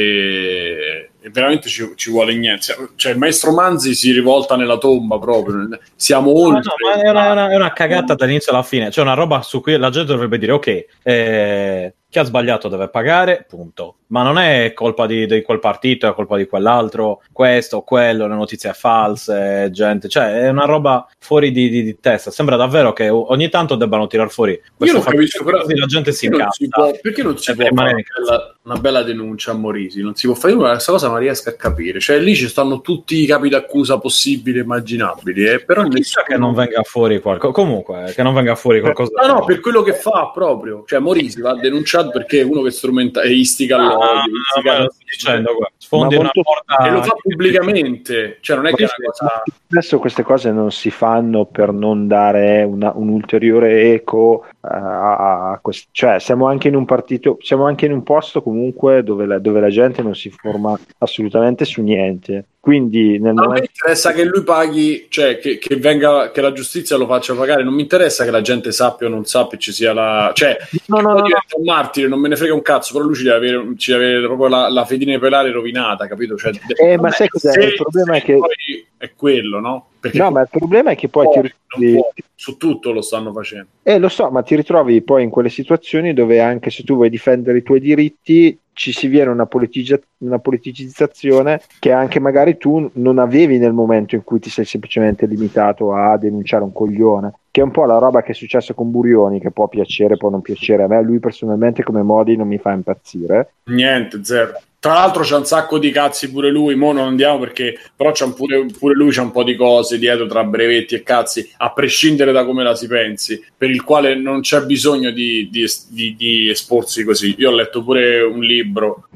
e, e veramente ci, ci vuole niente. Cioè, il maestro Manzi si rivolta nella tomba proprio. Siamo oltre. No, no, ma è, una, è, una, è una cagata dall'inizio alla fine. C'è una roba su cui la gente dovrebbe dire: ok, eh, chi ha sbagliato deve pagare, punto. Ma non è colpa di, di quel partito, è colpa di quell'altro, questo, quello, le notizie false, gente. Cioè, è una roba fuori di, di, di testa. Sembra davvero che ogni tanto debbano tirar fuori. Io non capisco, però la gente si incazza. Può, perché non si può fare una bella, una bella denuncia a Morisi? Non si può fare questa cosa, non riesco a capire. Cioè, lì ci stanno tutti i capi d'accusa possibili e immaginabili, eh? Però chissà che non venga fuori qualcosa. Comunque, che non venga fuori qualcosa. No, no, per quello che fa proprio. Cioè, Morisi va denunciato perché è uno che strumenta e istiga all'odio. Ah, no, dicendo, sfondi una porta e lo fa pubblicamente. Cioè, non è ma che è una cosa. Adesso queste cose non si fanno per non dare una, un ulteriore eco a, a quest... cioè siamo anche in un partito, siamo anche in un posto comunque dove la, dove la gente non si forma assolutamente su niente. Quindi nel a momento... me interessa che lui paghi, cioè che, che venga, che la giustizia lo faccia pagare. Non mi interessa che la gente sappia o non sappia, ci sia la, cioè no, no, no, no. un martire, non me ne frega un cazzo, però lui ci deve avere, ci deve avere proprio la, la fedina pelare rovinata, capito? Cioè, eh, ma sai cos'è? Il problema è che poi è quello, no? Perché no, ma il problema è che poi ti ritrovi... su tutto lo stanno facendo. Eh, lo so, ma ti ritrovi poi in quelle situazioni dove anche se tu vuoi difendere i tuoi diritti ci si viene una, politica, una politicizzazione che anche magari tu non avevi nel momento in cui ti sei semplicemente limitato a denunciare un coglione, che è un po' la roba che è successa con Burioni, che può piacere, può non piacere. A me lui personalmente come modi non mi fa impazzire. Niente, zero. Tra l'altro c'ha un sacco di cazzi pure lui, mo non andiamo perché però c'ha pure, pure lui c'ha un po' di cose dietro tra brevetti e cazzi, a prescindere da come la si pensi, per il quale non c'è bisogno di, di, di, di esporsi così. Io ho letto pure un libro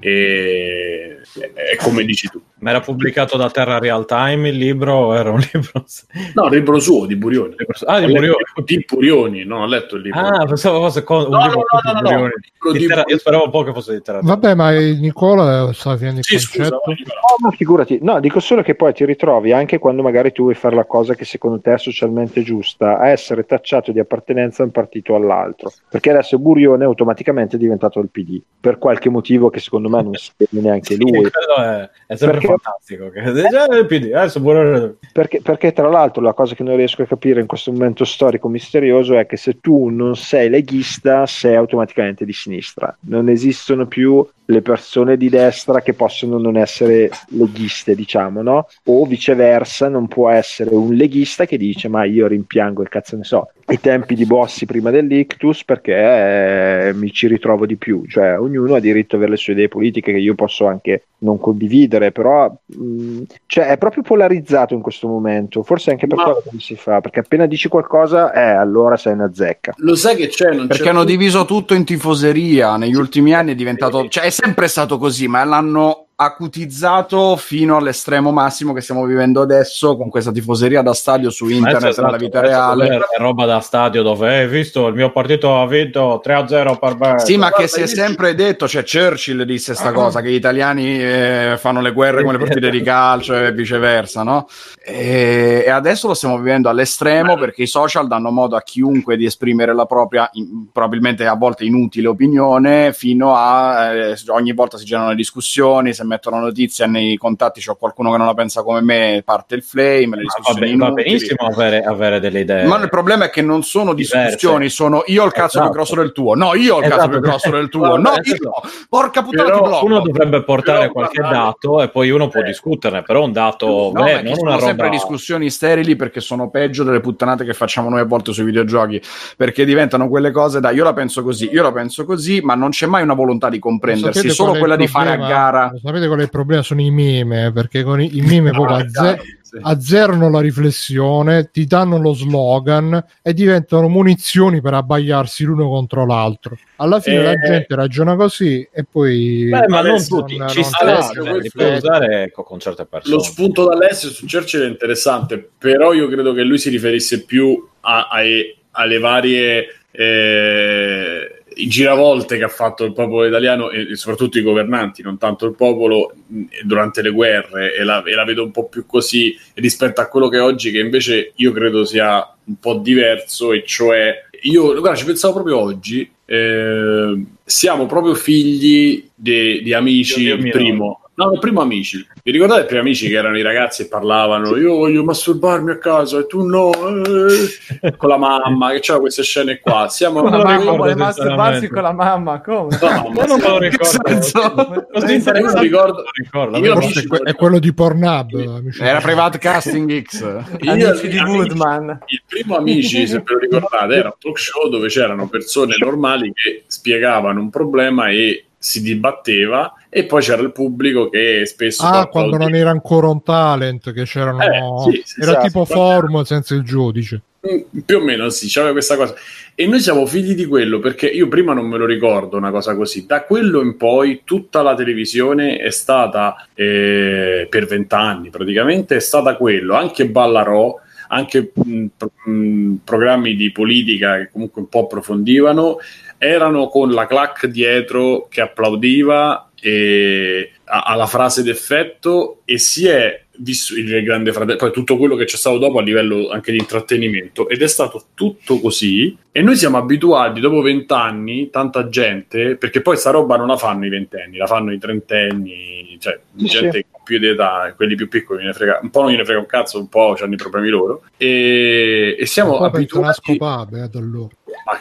e è come dici tu. Ma era pubblicato da Terra Real Time il libro o era un libro? No, il libro suo, di Burioni. Ah, di Burioni. Di Burioni, non ho letto il libro. Ah, pensavo fosse con... un no, libro no, no, no, no, no. Di Terra... Io speravo un po' che fosse di Terra Real. Vabbè, ma Nicola sta finendo il sì, concetto. Scusa, no, ma figurati. No, dico solo che poi ti ritrovi anche quando magari tu vuoi fare la cosa che secondo te è socialmente giusta, a essere tacciato di appartenenza a un partito o all'altro. Perché adesso Burioni automaticamente è diventato il P D, per qualche motivo che secondo me non spiega neanche sì, lui. È, è sempre perché... fantastico. Che... il P D, adesso Burioni... perché, perché tra l'altro la cosa che non riesco a capire in questo momento storico misterioso è che se tu non sei leghista sei automaticamente di sinistra. Non esistono più le persone di destra che possono non essere leghiste, diciamo, no? O viceversa, non può essere un leghista che dice ma io rimpiango il cazzo ne so i tempi di Bossi prima dell'ictus perché eh, mi ci ritrovo di più, cioè ognuno ha diritto ad avere le sue idee politiche che io posso anche non condividere, però mh, cioè è proprio polarizzato in questo momento, forse anche per ma... quello che si fa, perché appena dici qualcosa eh allora sei una zecca. Lo sai che c'è? Non perché c'è hanno più... diviso tutto in tifoseria, negli ultimi anni è diventato, cioè è sempre stato così, ma l'hanno acutizzato fino all'estremo massimo che stiamo vivendo adesso con questa tifoseria da stadio su internet esatto, nella vita reale. È roba da stadio dove hai visto il mio partito ha vinto tre a zero per me. Sì, ma che si è sempre detto, cioè Churchill disse sta cosa, che gli italiani eh, fanno le guerre come le partite di calcio e viceversa, no? E, e adesso lo stiamo vivendo all'estremo perché i social danno modo a chiunque di esprimere la propria, in, probabilmente a volte inutile opinione, fino a eh, ogni volta si generano discussioni, se mettono notizia nei contatti c'ho qualcuno che non la pensa come me, parte il flame, le discussioni va, va benissimo avere, avere delle idee, ma il problema è che non sono discussioni, diverse. Sono io ho il cazzo esatto. più grosso del tuo, no io ho il esatto. cazzo più grosso del tuo, no io no. Porca puttana ti blocco. Uno dovrebbe portare però, qualche guardate. dato e poi uno può eh. discuterne, però un dato no, beh, non una sono roba... sempre discussioni sterili perché sono peggio delle puttanate che facciamo noi a volte sui videogiochi, perché diventano quelle cose da io la penso così, io la penso così, ma non c'è mai una volontà di comprendersi, solo quella di fare a gara. Sapete qual è il problema? Sono i meme, perché con i, i meme proprio a, ze- azzerano la riflessione, ti danno lo slogan e diventano munizioni per abbagliarsi l'uno contro l'altro. Alla fine eh, la gente ragiona così e poi beh, ma non tutti non, ci non sta, cioè, li puoi usare ecco, con certe persone. Lo spunto dall'Alessio su Churchill è interessante, però io credo che lui si riferisse più a, a, alle varie eh, i giravolte che ha fatto il popolo italiano e, e soprattutto i governanti, non tanto il popolo, durante le guerre, e la, e la vedo un po' più così rispetto a quello che è oggi, che invece io credo sia un po' diverso, e cioè io guarda, ci pensavo proprio oggi, eh, siamo proprio figli de, di amici, io, io il primo no, il primo amici, vi ricordate i primi amici che erano i ragazzi e parlavano io voglio masturbarmi a casa e tu no, eh, con la mamma, che c'erano queste scene qua, siamo con la mamma vuole masturbarsi con la mamma, come? No, ma non me lo ricordo così, non lo ricordo, io amici, è, que- è quello di Pornhub, era Private Casting X, amici di Woodman. Il primo Amici, se ve lo ricordate, era un talk show dove c'erano persone normali che spiegavano un problema e si dibatteva, e poi c'era il pubblico che spesso ah quando non era ancora un talent, che c'erano eh, sì, sì, era sì, tipo forum senza il giudice, mm, più o meno sì, c'aveva questa cosa, e noi siamo figli di quello, perché io prima non me lo ricordo una cosa così. Da quello in poi tutta la televisione è stata eh, per vent'anni praticamente è stata quello, anche Ballarò, anche mh, mh, programmi di politica che comunque un po' approfondivano, erano con la clac dietro che applaudiva e, a, alla frase d'effetto, e si è visto il Grande Fratello, poi tutto quello che c'è stato dopo a livello anche di intrattenimento, ed è stato tutto così, e noi siamo abituati dopo vent'anni, tanta gente, perché poi sta roba non la fanno i ventenni, la fanno i trentenni, cioè sì, gente sì. più di età, quelli più piccoli ne frega, un po' non gliene frega un cazzo, un po' hanno i problemi loro, e, e siamo abituati scopare, eh, da loro.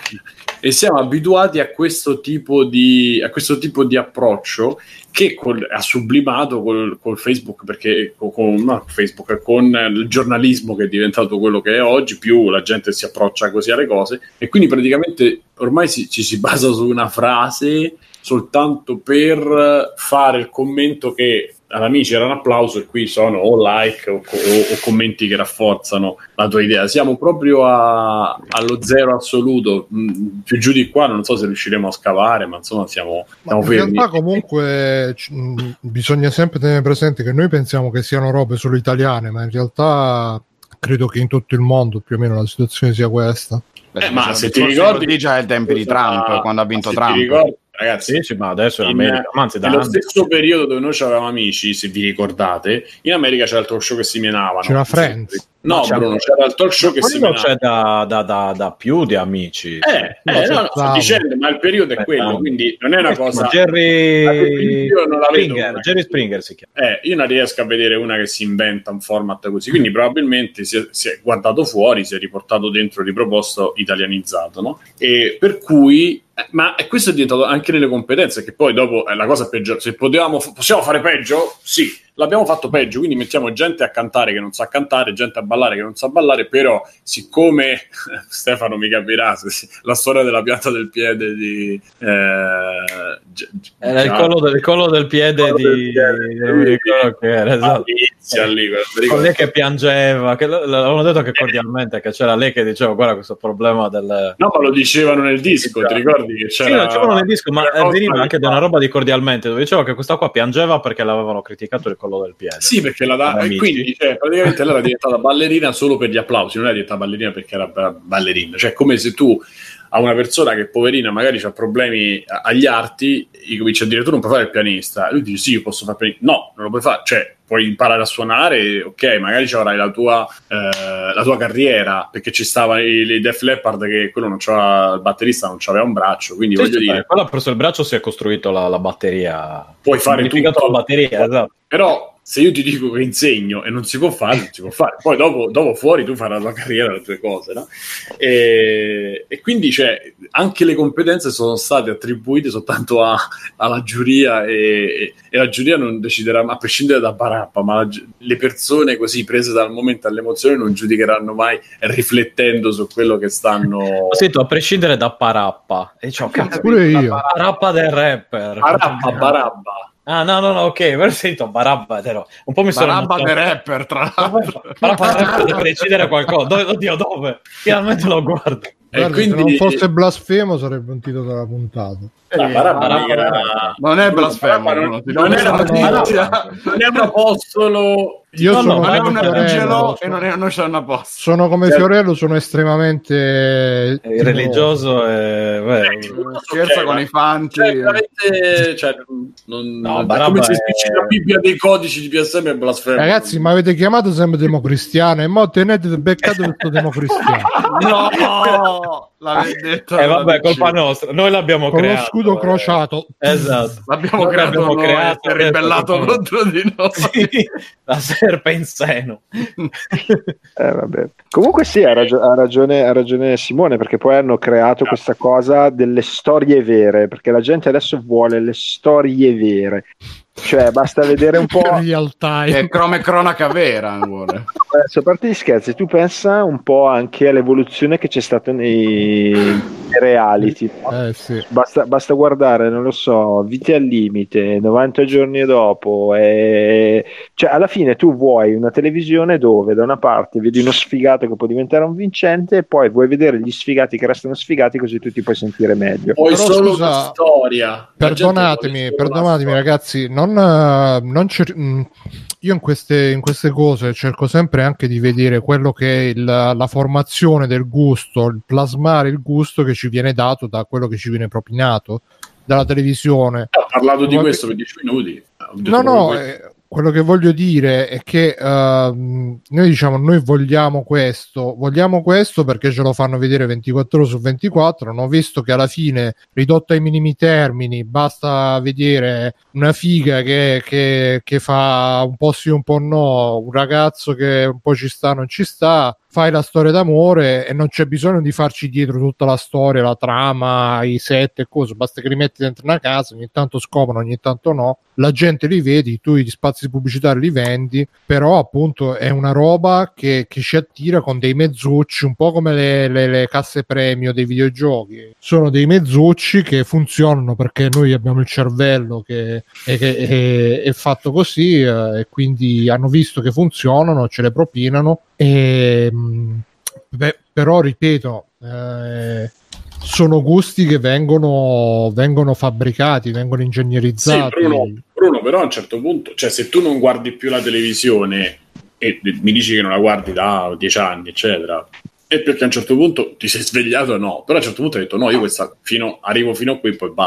e siamo abituati a questo tipo di a questo tipo di approccio che col, ha sublimato col, col Facebook, perché con, no, Facebook con il giornalismo che è diventato quello che è oggi, più la gente si approccia così alle cose, e quindi praticamente ormai si, ci si basa su una frase soltanto per fare il commento che all'Amici era un applauso, e qui sono o like o, o, o commenti che rafforzano la tua idea. Siamo proprio a, allo zero assoluto, mm, più giù di qua non so se riusciremo a scavare, ma insomma siamo, siamo ma fermi. In realtà comunque c- bisogna sempre tenere presente che noi pensiamo che siano robe solo italiane, ma in realtà credo che in tutto il mondo più o meno la situazione sia questa. Eh, ma se ti ricordi già il tempo di Trump, quando ha vinto Trump, ricordi, ragazzi, sì, sì, ma adesso in, in America, ma anzi, nello anni. stesso periodo dove noi avevamo Amici, se vi ricordate, in America c'era il talk show che si menavano. C'era Friends. No, c'era, Bruno, c'era il talk show che si menava. C'è da, da, da, da più di Amici. Eh, no, eh no, no, sto dicendo, ma il periodo è quello, quindi non è una cosa. Ma Jerry io non la vedo Springer, Jerry Springer si chiama. Eh, io non riesco a vedere una che si inventa un format così, quindi probabilmente si è, si è guardato fuori, si è riportato dentro, riproposto, italianizzato, no? E per cui Eh, ma questo è diventato anche nelle competenze, che poi dopo è la cosa peggiore. Se potevamo, possiamo fare peggio? Sì, l'abbiamo fatto peggio, quindi mettiamo gente a cantare che non sa cantare, gente a ballare che non sa ballare, però siccome Stefano mi capirà se, la storia della pianta del piede di eh, gi- era il collo del, il collo del piede collo di, del piede, di non mi ricordo che era, esatto. Inizia lì, con lei che piangeva, che l'avevano detto che cordialmente che c'era lei che diceva guarda questo problema del... No, ma lo dicevano nel disco, ti ricordi che c'era? Sì, lo dicevano nel disco, ma cosa veniva anche di da una roba di cordialmente, dove diceva che questa qua piangeva perché l'avevano criticato il collo del piede. Sì, perché la da... e quindi cioè, praticamente lei era diventata ballerina solo per gli applausi, non era diventata ballerina perché era ballerina, cioè come se tu a una persona che poverina magari ha problemi agli arti gli cominci a dire tu non puoi fare il pianista, e lui dice sì, io posso fare il pianista. No, non lo puoi fare, cioè puoi imparare a suonare, ok, magari ci avrai la tua eh, la tua carriera, perché ci stava il Def Leppard che quello non c'aveva, il batterista non c'aveva un braccio, quindi sì, voglio sì, dire, quello ha preso il braccio, si è costruito la, la batteria, puoi fare tutto, la batteria, esatto. Però se io ti dico che insegno e non si può fare, non si può fare. Poi dopo, dopo fuori tu farai la tua carriera, le tue cose, no? E, e quindi cioè, anche le competenze sono state attribuite soltanto a, alla giuria e, e la giuria non deciderà, a prescindere da Barappa, ma la, le persone così prese dal momento all'emozione non giudicheranno mai riflettendo su quello che stanno... Ho sentito, a prescindere da Parappa. E ciò, cazzo, pure io. Parappa del rapper. Barappa, Barabba. Ah, no, no, no, ok, però sento Barabba, ero un po' mi sono... Barabba del rapper, tra l'altro. Barabba del rapper deve decidere qualcosa. Dove, oddio, dove? Finalmente lo guardo. Guarda, E quindi... se non fosse blasfemo sarebbe un titolo della puntata. Ah, Barabba Barabba era... Non è blasfemo, Barabba non, non, non, era non, notizia, non è un apostolo. Io No, sono no, non è come un Fiorello, angelo e sono- non, è, non c'è una posta. sono come Certo. Fiorello, sono estremamente È religioso e... beh, Scherza Ok, con ma- i fanti. Cioè, veramente, cioè, non, No, non- è Barabba come se è- spicci la Bibbia dei codici di P S M e blasfemo. Ragazzi, mi avete chiamato sempre democristiano e mo tenete beccato questo democristiano No, l'avevi detto. eh, vabbè, colpa nostra. Noi l'abbiamo con creato. lo scudo eh. crociato. Esatto. L'abbiamo Noi creato l'abbiamo noi, creato, si è ribellato adesso- contro di noi. Sì, la serpe in seno. Eh, vabbè. Comunque sì, ha, ragio- ha ragione, ha ragione Simone, perché poi hanno creato questa cosa delle storie vere, perché la gente adesso vuole le storie vere, cioè basta vedere un po'. Real time. È crome cronaca vera, vuole. Adesso, a parte gli scherzi, tu pensa un po' anche all'evoluzione che c'è stata nei, nei reality, no? Eh sì. Basta, basta guardare, non lo so, Vite al limite, novanta giorni dopo, e... cioè alla fine tu vuoi una televisione dove da una parte vedi uno sfigato che può diventare un vincente e poi vuoi vedere gli sfigati che restano sfigati, così tu ti puoi sentire meglio. Poi Però, solo scusa, una storia. La Perdonatemi, gente vuole solo perdonatemi la ragazzi, non, eh, non cer- mh, io in queste, in queste cose cerco sempre anche di vedere quello che è il- la formazione del gusto, il plasmare il gusto che ci viene dato da quello che ci viene propinato dalla televisione. storia. Ho parlato di Come- questo per dieci minuti. Ho detto No, no, proprio questo. eh, quello che voglio dire è che ehm, noi diciamo noi vogliamo questo, vogliamo questo perché ce lo fanno vedere ventiquattro ore su ventiquattro. Hanno visto che alla fine, ridotto ai minimi termini, basta vedere una figa che, che, che fa un po' sì un po' no, un ragazzo che un po' ci sta non ci sta, fai la storia d'amore e non c'è bisogno di farci dietro tutta la storia, la trama, i set e cose, basta che li metti dentro una casa, ogni tanto scoprono, ogni tanto no, la gente li vedi, tu gli spazi pubblicitari li vendi, però appunto è una roba che, che ci attira con dei mezzucci, un po' come le, le, le casse premio dei videogiochi, sono dei mezzucci che funzionano perché noi abbiamo il cervello che è, che è, è fatto così, eh, e quindi hanno visto che funzionano, ce le propinano. E, mh, beh, però ripeto, eh, sono gusti che vengono, vengono fabbricati, vengono Sì, ingegnerizzati. Bruno, Bruno, però a un certo punto, cioè se tu non guardi più la televisione e mi dici che non la guardi da dieci anni, eccetera, è perché a un certo punto ti sei svegliato, no, però a un certo punto hai detto no, io questa fino, arrivo fino a qui e poi basta.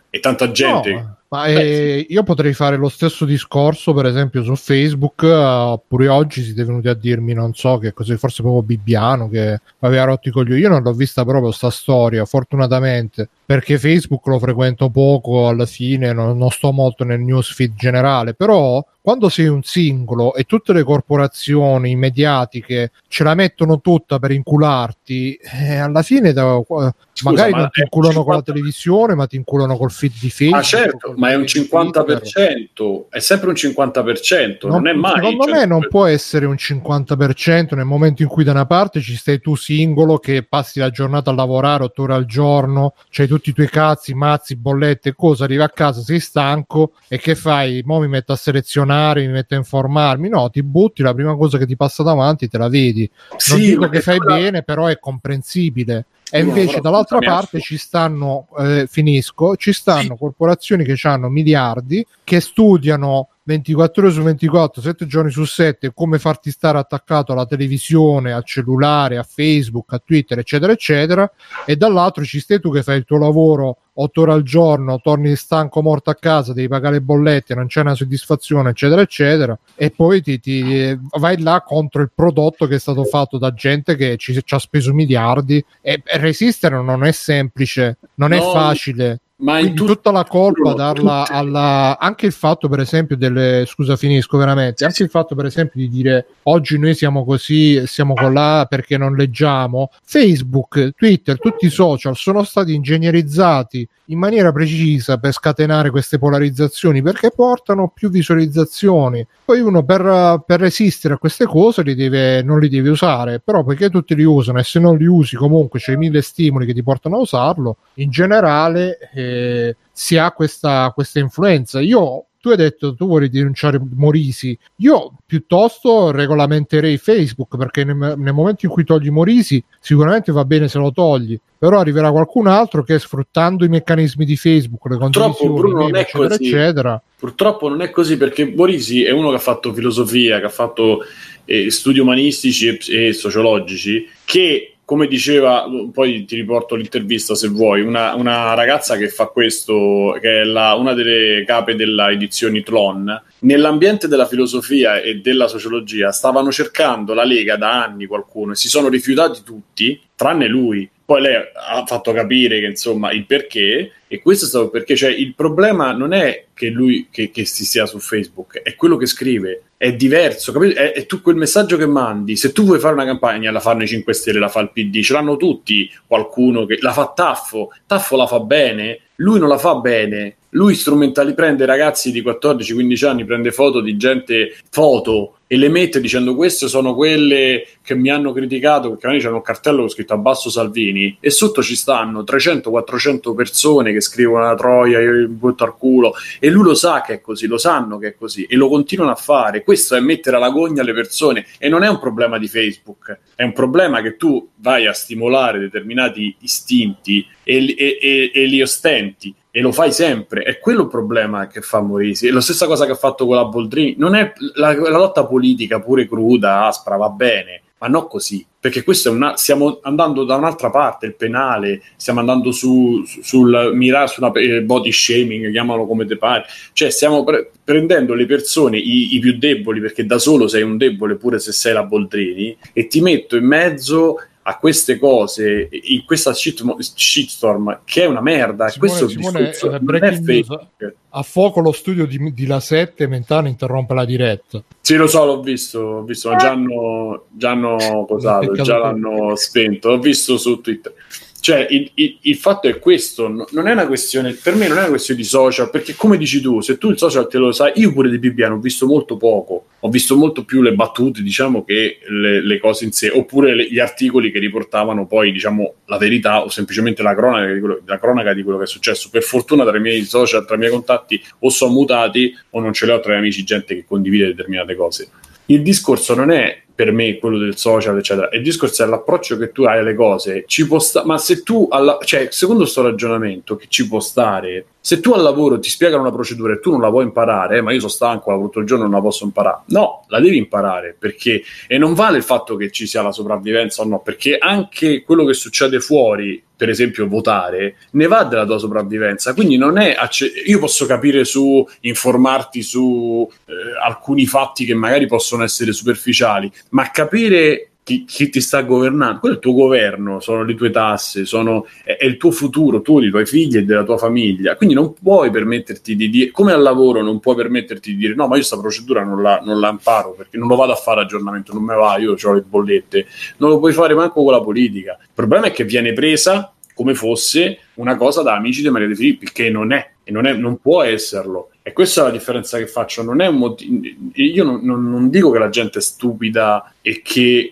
e tanta gente... No. Ma eh, io potrei fare lo stesso discorso, per esempio, su Facebook. Uh, pure oggi siete venuti a dirmi, non so che così, forse proprio Bibbiano che aveva rotto i coglioni. Io non l'ho vista proprio sta storia, fortunatamente, perché Facebook lo frequento poco alla fine, non, non sto molto nel newsfeed generale, però quando sei un singolo e tutte le corporazioni mediatiche ce la mettono tutta per incularti, eh, alla fine da, Scusa, magari non ti inculano cinquanta... con la televisione, ma ti inculano col feed di Facebook. Ah certo, ma è un cinquanta per cento, è sempre un cinquanta per cento, non, non è mai. Secondo cento per cento. Me non può essere un cinquanta per cento nel momento in cui da una parte ci stai tu singolo che passi la giornata a lavorare otto ore al giorno, c'hai tutti i tuoi cazzi, mazzi, bollette, cosa, arrivi a casa, sei stanco e che fai? Mo mi metto a selezionare, mi metto a informarmi, no, ti butti, la prima cosa che ti passa davanti te la vedi. Non sì, dico che fai quella... bene, però è comprensibile. E invece dall'altra parte ci stanno, eh, finisco, ci stanno sì. corporazioni che hanno miliardi, che studiano ventiquattro ore su ventiquattro, sette giorni su sette, come farti stare attaccato alla televisione, al cellulare, a Facebook, a Twitter, eccetera, eccetera, e dall'altro ci stai tu che fai il tuo lavoro otto ore al giorno, torni stanco morto a casa, devi pagare le bollette, non c'è una soddisfazione, eccetera, eccetera, e poi ti, ti vai là contro il prodotto che è stato fatto da gente che ci, ci ha speso miliardi, e, e resistere non è semplice, non no. è facile. Ma in tut- tutta la colpa darla tutte. alla anche il fatto per esempio delle scusa finisco veramente anche il fatto per esempio di dire oggi noi siamo così siamo con là perché non leggiamo. Facebook, Twitter, tutti i social sono stati ingegnerizzati in maniera precisa per scatenare queste polarizzazioni, perché portano più visualizzazioni. Poi uno per, per resistere a queste cose li deve, non li deve usare, però poiché tutti li usano e se non li usi comunque c'è mille stimoli che ti portano a usarlo, in generale eh, si ha questa, questa influenza. Io tu hai detto tu vuoi denunciare Morisi, io piuttosto regolamenterei Facebook, perché nel, nel momento in cui togli Morisi sicuramente va bene se lo togli, però arriverà qualcun altro che sfruttando i meccanismi di Facebook, le condivisioni, Bruno, meme, eccetera eccetera. Purtroppo non è così, perché Morisi è uno che ha fatto filosofia, che ha fatto eh, studi umanistici e, e sociologici, che come diceva, poi ti riporto l'intervista se vuoi, una, una ragazza che fa questo, che è la, una delle cape della edizione Tlon, nell'ambiente della filosofia e della sociologia stavano cercando la Lega da anni qualcuno e si sono rifiutati tutti, tranne lui. Poi lei ha fatto capire che insomma il perché, e questo è stato perché, cioè il problema non è che lui che, che si sia su Facebook, è quello che scrive, è diverso, capito? È, è tu quel messaggio che mandi. Se tu vuoi fare una campagna, la fanno i cinque Stelle, la fa il P D, ce l'hanno tutti qualcuno che la fa. Taffo, Taffo la fa bene, lui non la fa bene. Lui strumentali, prende ragazzi di quattordici quindici anni, prende foto di gente, foto, e le mette dicendo queste sono quelle che mi hanno criticato, perché magari c'è un cartello con scritto abbasso Salvini, e sotto ci stanno trecento quattrocento persone che scrivono la troia, io mi butto al culo, e lui lo sa che è così, lo sanno che è così, e lo continuano a fare. Questo è mettere alla gogna le persone, e non è un problema di Facebook, è un problema che tu vai a stimolare determinati istinti e, e, e, e li ostenti, e lo fai sempre. È quello il problema che fa Morisi. È la stessa cosa che ha fatto con la Boldrini. Non è la, la lotta politica pure cruda, aspra, va bene, ma non così, perché questo è una, stiamo andando da un'altra parte, il penale, stiamo andando su, su sul mirare su una eh, body shaming, chiamalo come te pare, cioè stiamo pre- prendendo le persone, i, i più deboli, perché da solo sei un debole pure se sei la Boldrini, e ti metto in mezzo a queste cose, in questa shitstorm che è una merda. Simone, questo Simone, eh, non è fake. A fuoco lo studio di, di La sette, Mentana interrompe la diretta. Sì, lo so, l'ho visto, l'ho visto, già hanno, già hanno posato, già l'hanno spento, l'ho visto su Twitter. Cioè, il, il, il fatto è questo, non è una questione, per me non è una questione di social, perché come dici tu, se tu il social te lo sai, io pure di Bibbiano ho visto molto poco, ho visto molto più le battute, diciamo, che le, le cose in sé, oppure le, gli articoli che riportavano poi, diciamo, la verità o semplicemente la cronaca di quello, la cronaca di quello che è successo. Per fortuna tra i miei social, tra i miei contatti, o sono mutati o non ce l'ho tra i miei amici, gente che condivide determinate cose. Il discorso non è per me quello del social, eccetera. Il discorso è l'approccio che tu hai alle cose. Ci può sta- ma se tu, alla- cioè, secondo sto ragionamento, che ci può stare, se tu al lavoro ti spiegano una procedura e tu non la vuoi imparare, eh, ma io sono stanco, lavoro tutto il giorno, non la posso imparare. No, la devi imparare, perché, e non vale il fatto che ci sia la sopravvivenza o no, perché anche quello che succede fuori per esempio votare, ne va della tua sopravvivenza, quindi non è acce- io posso capire su informarti su eh, alcuni fatti che magari possono essere superficiali, ma capire chi, chi ti sta governando, quello è il tuo governo, sono le tue tasse, sono, è, è il tuo futuro, tu, dei tuoi figli e della tua famiglia, quindi non puoi permetterti di dire, come al lavoro non puoi permetterti di dire no, ma io questa procedura non la, non la imparo perché non lo vado a fare aggiornamento, non me va, io ho le bollette, non lo puoi fare manco con la politica. Il problema è che viene presa come fosse una cosa da amici di Maria De Filippi, che non è, e non, è, non può esserlo. E questa è la differenza che faccio. Non è un motivo, io non, non, non dico che la gente è stupida e che,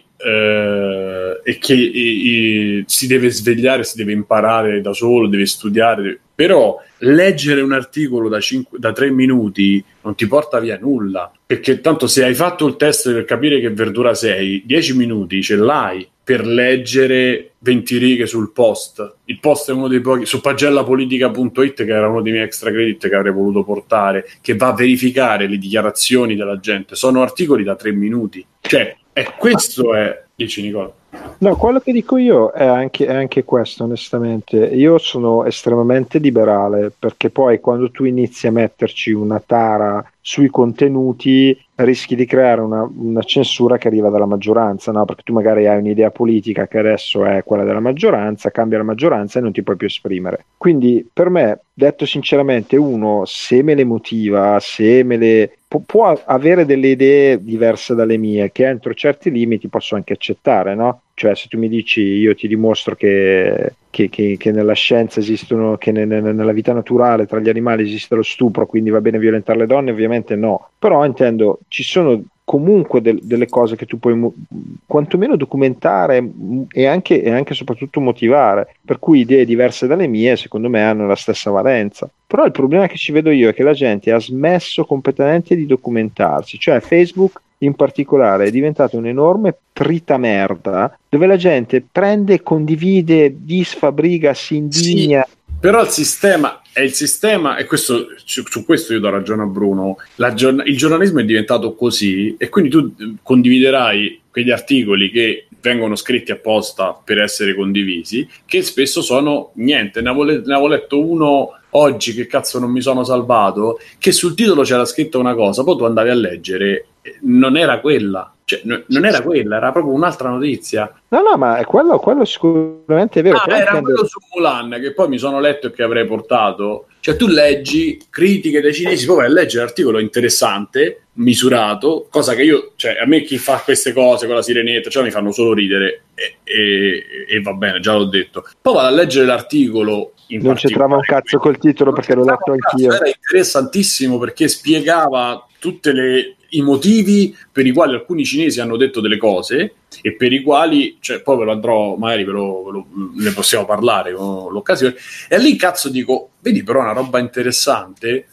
eh, e che e, e, si deve svegliare, si deve imparare da solo, deve studiare, però leggere un articolo da, cinque, da tre minuti non ti porta via nulla, perché tanto se hai fatto il test per capire che verdura sei, dieci minuti ce l'hai per leggere venti righe sul post. Il post è uno dei pochi, su pagellapolitica punto it, che era uno dei miei extra credit che avrei voluto portare, che va a verificare le dichiarazioni della gente, sono articoli da tre minuti, cioè è questo è, dici Nicola. No, quello che dico io è anche, è anche questo, onestamente. Io sono estremamente liberale, perché poi quando tu inizi a metterci una tara sui contenuti rischi di creare una, una censura che arriva dalla maggioranza, no? Perché tu magari hai un'idea politica che adesso è quella della maggioranza, cambia la maggioranza e non ti puoi più esprimere. Quindi per me, detto sinceramente, uno se me le motiva, se me le pu- può avere delle idee diverse dalle mie, che entro certi limiti posso anche accettare, no? Cioè se tu mi dici io ti dimostro che, che, che, che nella scienza esistono, che ne, ne, nella vita naturale tra gli animali esiste lo stupro, quindi va bene violentare le donne, ovviamente no, però intendo ci sono comunque del, delle cose che tu puoi mo- quantomeno documentare m- e anche e anche soprattutto motivare, per cui idee diverse dalle mie secondo me hanno la stessa valenza. Però il problema che ci vedo io è che la gente ha smesso completamente di documentarsi, cioè Facebook in particolare è diventato un enorme tritamerda dove la gente prende, condivide, disfabriga, si indigna. Sì, però il sistema è il sistema, e questo, su, su questo io do ragione a Bruno, la, il giornalismo è diventato così, e quindi tu condividerai quegli articoli che vengono scritti apposta per essere condivisi, che spesso sono niente. Ne avevo, ne avevo letto uno oggi, che cazzo non mi sono salvato, che sul titolo c'era scritto una cosa, poi tu andavi a leggere, non era quella, cioè no, non era quella, era proprio un'altra notizia. No, no, ma è quello, quello sicuramente è vero. Ah, era quello su Mulan, che poi mi sono letto e che avrei portato. Cioè tu leggi critiche dei cinesi, poi vai a leggere l'articolo interessante, misurato, cosa che io, cioè a me chi fa queste cose con la sirenetta, cioè mi fanno solo ridere e, e, e va bene, già l'ho detto. Poi vado a leggere l'articolo. Non c'entrava un cazzo col titolo, perché l'ho letto anch'io. Era interessantissimo perché spiegava tutte le i motivi per i quali alcuni cinesi hanno detto delle cose e per i quali, cioè poi ve lo andrò, magari ve lo, ve lo, ne possiamo parlare con l'occasione, e lì cazzo dico, vedi però una roba interessante,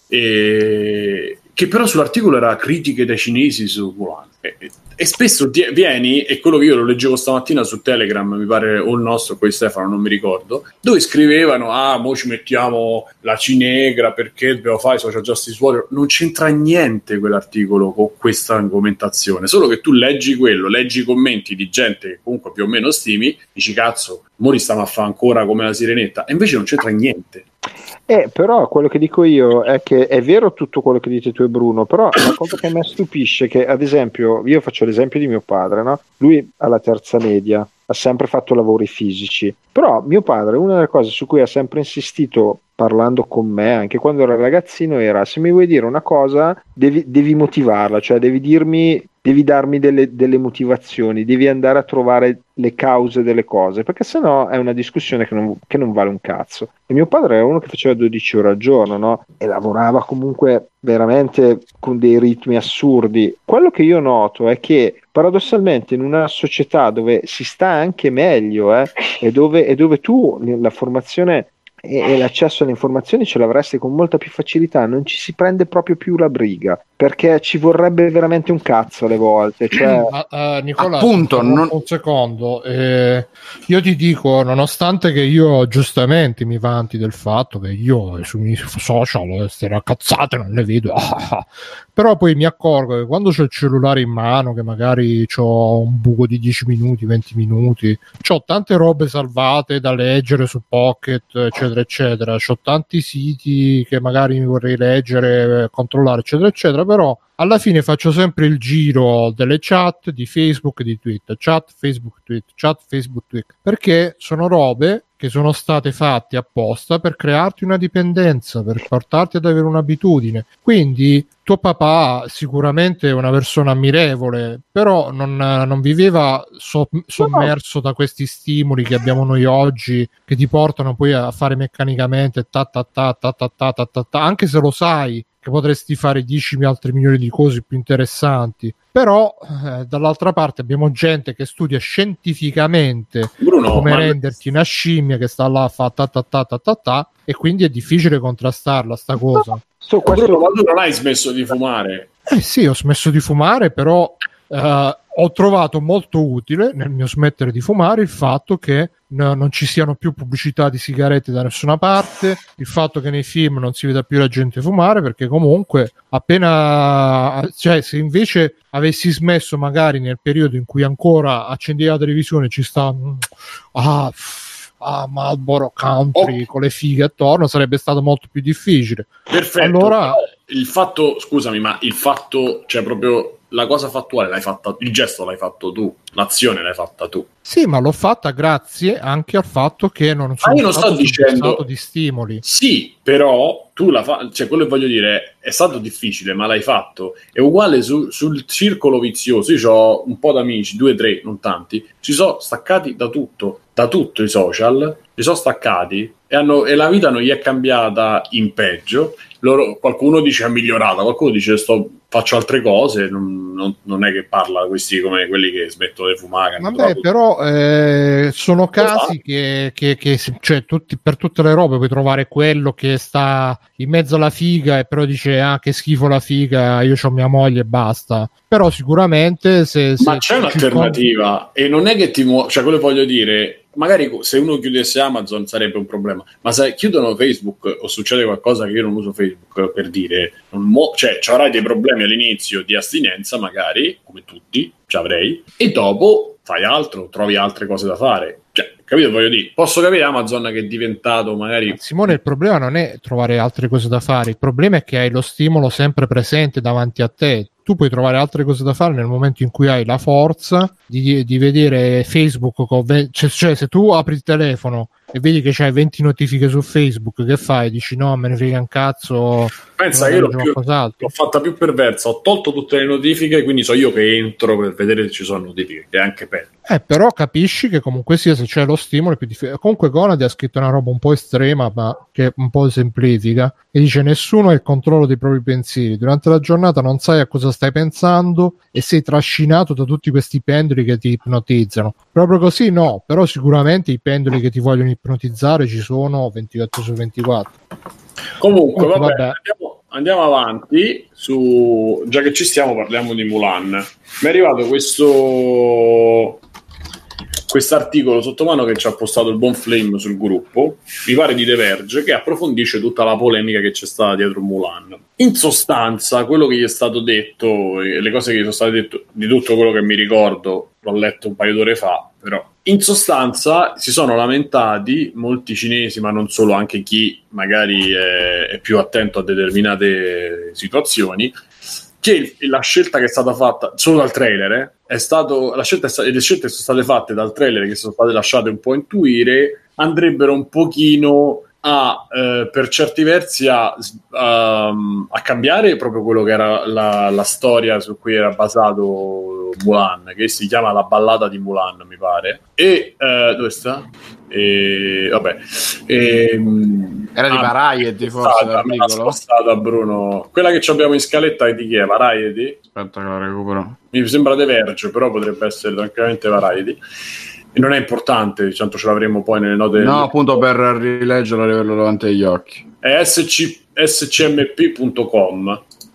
e che però sull'articolo era critiche dai cinesi su Wuhan, e, e spesso ti, vieni, e quello che io lo leggevo stamattina su Telegram, mi pare, o il nostro, poi Stefano, non mi ricordo, dove scrivevano, ah, mo ci mettiamo la cinegra perché dobbiamo fare social justice warrior. Non c'entra niente quell'articolo con questa argomentazione, solo che tu leggi quello, leggi i commenti di gente che comunque più o meno stimi, dici cazzo, mo li stiamo a fare ancora come la sirenetta, e invece non c'entra niente. Eh, però quello che dico io è che è vero tutto quello che dite tu e Bruno, però la cosa che mi stupisce è che, ad esempio, io faccio l'esempio di mio padre, no? Lui alla terza media ha sempre fatto lavori fisici, però mio padre, una delle cose su cui ha sempre insistito parlando con me anche quando ero ragazzino era: se mi vuoi dire una cosa devi, devi motivarla, cioè devi dirmi, devi darmi delle, delle motivazioni, devi andare a trovare le cause delle cose, perché sennò è una discussione che non, che non vale un cazzo. E mio padre era uno che faceva dodici ore al giorno, no? E lavorava comunque veramente con dei ritmi assurdi. Quello che io noto è che paradossalmente in una società dove si sta anche meglio eh, e, dove, e dove tu la formazione e, e l'accesso alle informazioni ce l'avresti con molta più facilità, non ci si prende proprio più la briga, perché ci vorrebbe veramente un cazzo alle volte. Cioè... Ma, uh, Nicola, appunto, non... un secondo, eh, io ti dico, nonostante che io giustamente mi vanti del fatto che io sui miei social queste raccazzate non le vedo, però poi mi accorgo che quando c'ho il cellulare in mano, che magari c'ho un buco di dieci minuti, venti minuti, c'ho tante robe salvate da leggere su Pocket, eccetera eccetera, c'ho tanti siti che magari mi vorrei leggere, controllare, eccetera eccetera, però alla fine faccio sempre il giro delle chat di Facebook e di Twitter, chat Facebook Twitter, chat Facebook Twitter, perché sono robe che sono state fatte apposta per crearti una dipendenza, per portarti ad avere un'abitudine. Quindi tuo papà sicuramente è una persona ammirevole, però non, non viveva so, sommerso da questi stimoli che abbiamo noi oggi, che ti portano poi a fare meccanicamente ta ta ta ta ta ta ta ta, ta, anche se lo sai che potresti fare dieci altri milioni di cose più interessanti. Però eh, dall'altra parte abbiamo gente che studia scientificamente Bruno, come ma... renderti una scimmia che sta là a fa ta ta ta ta ta ta, e quindi è difficile contrastarla sta cosa. So, questo... Bruno, ma tu non hai smesso di fumare? Eh sì, ho smesso di fumare, però eh, ho trovato molto utile nel mio smettere di fumare il fatto che no, non ci siano più pubblicità di sigarette da nessuna parte, il fatto che nei film non si veda più la gente fumare, perché comunque appena, cioè se invece avessi smesso magari nel periodo in cui ancora accendevi la televisione ci sta ah, ah Marlboro Country oh. con le fighe attorno, sarebbe stato molto più difficile. Perfetto. Allora il fatto, scusami, ma il fatto, cioè proprio la cosa fattuale l'hai fatta, il gesto l'hai fatto tu, l'azione l'hai fatta tu. Sì, ma l'ho fatta grazie anche al fatto che non sono ah, io non stato sto dicendo di stimoli. Sì, però tu la fa, cioè quello che voglio dire è stato difficile, ma l'hai fatto. È uguale su, sul circolo vizioso. Io ho un po' d'amici, due, tre, non tanti, ci sono staccati da tutto, da tutto i social, ci sono staccati e, hanno, e la vita non gli è cambiata in peggio. Loro, qualcuno dice è migliorata, qualcuno dice sto, faccio altre cose, non, non, non è che parla questi come quelli che smettono di fumare. Vabbè, però eh, sono casi che, che, che cioè, tutti, per tutte le robe puoi trovare quello che sta in mezzo alla figa e però dice ah che schifo la figa, io ho mia moglie e basta. Però sicuramente se, se ma c'è un'alternativa e non è che ti muovi, cioè quello che voglio dire, magari se uno chiudesse Amazon sarebbe un problema, ma se chiudono Facebook o succede qualcosa che io non uso Facebook per dire, non mo- cioè ci avrai dei problemi all'inizio di astinenza magari, come tutti ci avrei, e dopo fai altro, trovi altre cose da fare. Cioè, capito? Voglio dire, posso capire Amazon che è diventato magari... Simone, il problema non è trovare altre cose da fare, il problema è che hai lo stimolo sempre presente davanti a te. Tu puoi trovare altre cose da fare nel momento in cui hai la forza di, di vedere Facebook con ve- cioè, cioè se tu apri il telefono e vedi che c'hai venti notifiche su Facebook, che fai? Dici no, me ne frega un cazzo. Pensa che io l'ho, più, l'ho fatta più perversa, ho tolto tutte le notifiche, quindi so io che entro per vedere se ci sono notifiche, che è anche peggio. Eh, però capisci che comunque sia, se c'è lo stimolo è più difficile. Comunque Conad ha scritto una roba un po' estrema, ma che un po' semplifica, e dice nessuno ha il controllo dei propri pensieri, durante la giornata non sai a cosa stai pensando e sei trascinato da tutti questi pendoli che ti ipnotizzano. Proprio così no, però sicuramente i pendoli che ti vogliono ipnotizzare ci sono ventiquattro su ventiquattro. Comunque, vabbè, vabbè. Andiamo, andiamo avanti su, già che ci stiamo parliamo di Mulan. Mi è arrivato questo quest'articolo sotto mano che ci ha postato il buon Flame sul gruppo, mi pare di The Verge, che approfondisce tutta la polemica che c'è stata dietro Mulan. In sostanza, quello che gli è stato detto, le cose che gli sono state dette, di tutto quello che mi ricordo, l'ho letto un paio d'ore fa, però in sostanza si sono lamentati molti cinesi, ma non solo, anche chi magari è, è più attento a determinate situazioni, che la scelta che è stata fatta solo dal trailer eh, è stato la scelta è, le scelte che sono state fatte dal trailer, che sono state lasciate un po' intuire, andrebbero un pochino a eh, per certi versi a, a, a cambiare proprio quello che era la, la storia su cui era basato Mulan, che si chiama La ballata di Mulan, mi pare. E eh, dove sta? E, vabbè, e, era di Variety, forse l'articolo. Spostata, Bruno. Quella che abbiamo in scaletta di chi è? Variety? Aspetta che la recupero. Mi sembra The Verge, però potrebbe essere tranquillamente Variety. E non è importante, tanto ce l'avremo poi nelle note. No, appunto per rileggerlo e averlo davanti agli occhi. È S C M P punto com.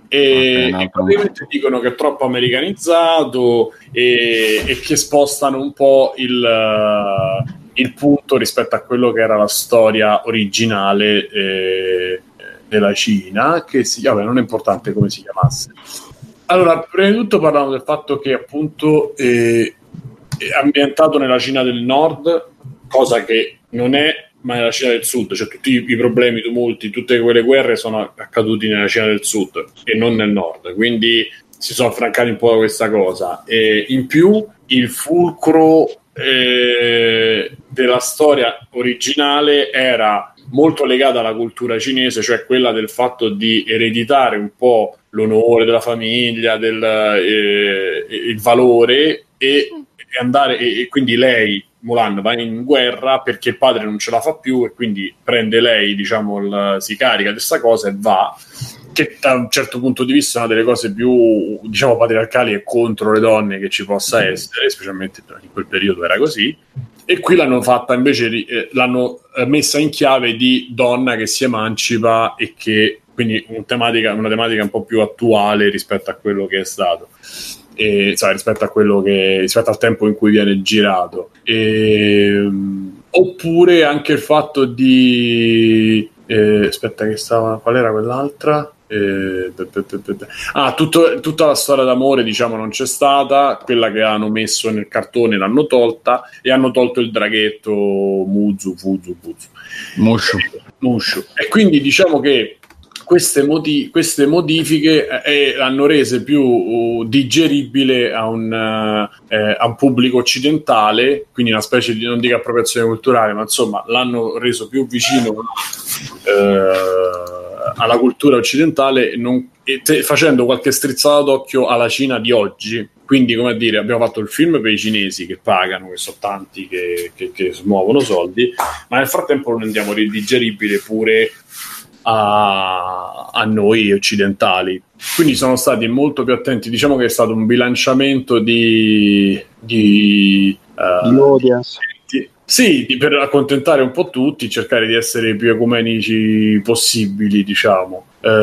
e, okay, e praticamente dicono che è troppo americanizzato e, e che spostano un po' il, il punto rispetto a quello che era la storia originale eh, della Cina, che si vabbè, non è importante come si chiamasse. Allora, prima di tutto parlano del fatto che appunto eh, è ambientato nella Cina del Nord, cosa che non è ma nella Cina del Sud, cioè tutti i, i problemi, i tumulti, tutte quelle guerre sono accaduti nella Cina del Sud e non nel Nord, quindi si sono affrancati un po' da questa cosa. E in più il fulcro eh, della storia originale era molto legata alla cultura cinese, cioè quella del fatto di ereditare un po' l'onore della famiglia, del, eh, il valore e, e andare e, e quindi lei Mulan va in guerra perché il padre non ce la fa più e quindi prende lei, diciamo, il, si carica di questa cosa e va, che da un certo punto di vista è una delle cose più, diciamo, patriarcali e contro le donne che ci possa essere, specialmente in quel periodo era così. E qui l'hanno fatta invece, eh, l'hanno messa in chiave di donna che si emancipa e che quindi un tematica, una tematica un po' più attuale rispetto a quello che è stato. E, sai, rispetto a quello che rispetto al tempo in cui viene girato e, oppure anche il fatto di eh, aspetta che stava qual era quell'altra eh, be, be, be, be. ah tutto, tutta la storia d'amore diciamo non c'è stata, quella che hanno messo nel cartone l'hanno tolta e hanno tolto il draghetto Muzu Fuzu Fuzu Mushu. Mushu e quindi diciamo che Queste, modi- queste modifiche eh, l'hanno rese più uh, digeribile a un, uh, eh, a un pubblico occidentale, quindi una specie di, non dico appropriazione culturale, ma insomma l'hanno reso più vicino uh, alla cultura occidentale non, e te, facendo qualche strizzata d'occhio alla Cina di oggi. Quindi, come a dire, abbiamo fatto il film per i cinesi che pagano, che sono tanti che, che, che smuovono soldi, ma nel frattempo lo rendiamo digeribile pure A, a noi occidentali, quindi sono stati molto più attenti. Diciamo che è stato un bilanciamento di di, uh, di audience, di, sì, di, per accontentare un po' tutti, cercare di essere i più ecumenici possibili, diciamo.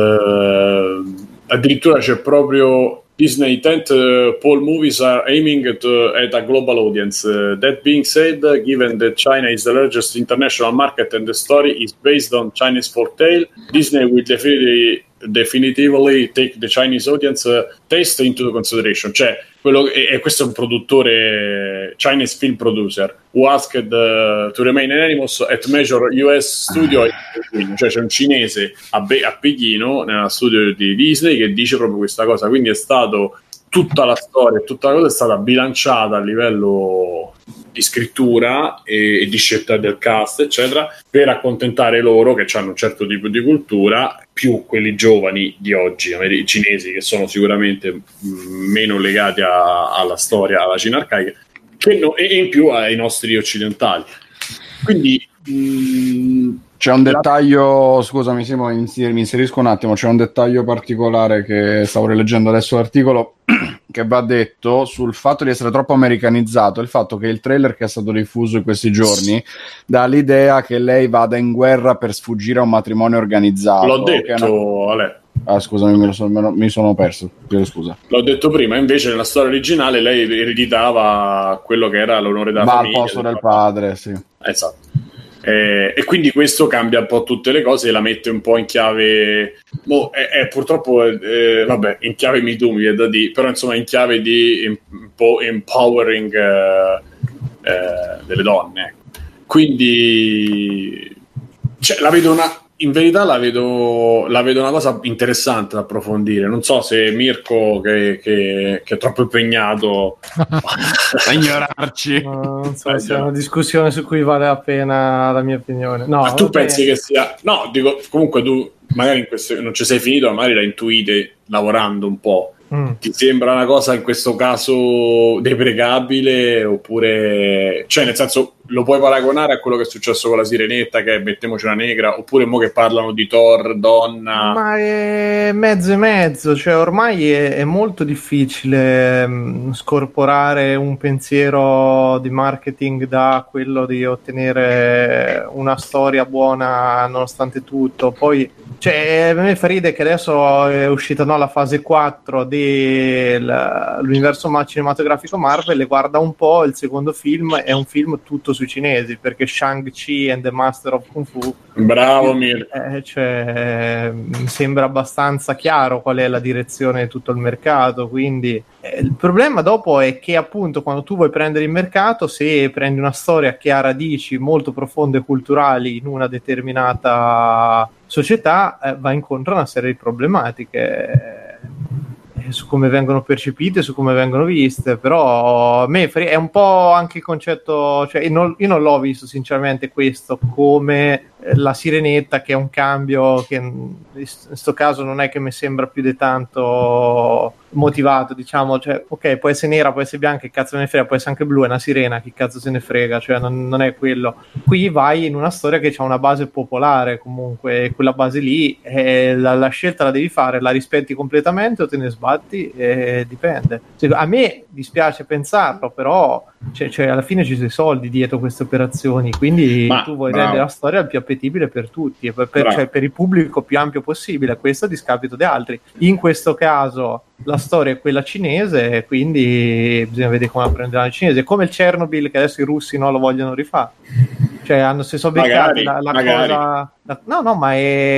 Uh, addirittura c'è proprio Disney tent uh, Paul movies are aiming at, uh, at a global audience. Uh, that being said, uh, given that China is the largest international market and the story is based on Chinese folktale, Disney will definitely, definitively take the Chinese audience uh, taste into consideration. Cioè, quello, e, e questo è un produttore, Chinese film producer, who asked uh, to remain anonymous at major U S studio. Cioè c'è un cinese a, Be- a Pechino, nella studio di Disney, che dice proprio questa cosa. Quindi è stato, tutta la storia, tutta la cosa è stata bilanciata a livello di scrittura e, e di scelta del cast, eccetera, per accontentare loro che hanno un certo tipo di cultura, più quelli giovani di oggi, i cinesi, che sono sicuramente mh, meno legati a, alla storia, alla Cina arcaica, che no, e in più ai nostri occidentali. Quindi mh, c'è un dettaglio, scusami Simo, mi inserisco un attimo, c'è un dettaglio particolare che stavo rileggendo adesso l'articolo che va detto sul fatto di essere troppo americanizzato, il fatto che il trailer che è stato diffuso in questi giorni dà l'idea che lei vada in guerra per sfuggire a un matrimonio organizzato. L'ho detto, una... Ale. Ah, scusami, me lo so, me lo, mi sono perso. Chiedo scusa. L'ho detto prima, invece nella storia originale lei ereditava quello che era l'onore della va famiglia. Va al posto del, del padre, sì. Esatto. Eh, e quindi questo cambia un po' tutte le cose e la mette un po' in chiave boh, è, è purtroppo eh, vabbè, in chiave Me Too mi viene da dire, però insomma in chiave di un po' empowering eh, eh, delle donne, quindi cioè, la vedo una in verità la vedo, la vedo una cosa interessante da approfondire. Non so se Mirko, che, che, che è troppo impegnato a ignorarci, no, non so se è una discussione su cui vale la pena la mia opinione. No, ma tu vabbè. pensi che sia no, dico, comunque tu magari in questo, non ci sei finito, magari la intuite lavorando un po'. Mm. Ti sembra una cosa in questo caso deprecabile oppure, cioè nel senso, lo puoi paragonare a quello che è successo con la Sirenetta, che è mettiamoci una negra, oppure mo che parlano di Thor donna? Ma è mezzo e mezzo, cioè ormai è, è molto difficile mh, scorporare un pensiero di marketing da quello di ottenere una storia buona nonostante tutto. Poi Cioè, a me fa ridere che adesso è uscita no, la fase quattro dell'universo cinematografico Marvel e guarda un po', il secondo film è un film tutto sui cinesi, perché Shang-Chi and the Master of Kung Fu. Bravo Mir. Eh, cioè, mi sembra abbastanza chiaro qual è la direzione di tutto il mercato, quindi eh, il problema dopo è che appunto quando tu vuoi prendere il mercato, se prendi una storia che ha radici molto profonde e culturali in una determinata società, eh, va incontro a una serie di problematiche eh, su come vengono percepite, su come vengono viste. Però a me è un po' anche il concetto, cioè io non, io non l'ho visto sinceramente questo come la Sirenetta, che è un cambio che in questo caso non è che mi sembra più di tanto motivato, diciamo, cioè ok, può essere nera, può essere bianca, che cazzo ne frega, può essere anche blu, è una sirena, che cazzo se ne frega, cioè non, non è quello. Qui vai in una storia che ha una base popolare, comunque quella base lì eh, la, la scelta la devi fare, la rispetti completamente o te ne sbatti, eh, dipende. Cioè, a me dispiace pensarlo, però cioè, cioè, alla fine ci sono i soldi dietro queste operazioni, quindi ma, tu vuoi bravo. rendere la storia il più appetibile per tutti, per, per, cioè, per il pubblico più ampio possibile, questo a discapito di altri. In questo caso la storia è quella cinese, quindi bisogna vedere come la prenderanno i cinesi. È come il Chernobyl, che adesso i russi non lo vogliono rifare, cioè hanno se sono beccati la, la cosa la, no no ma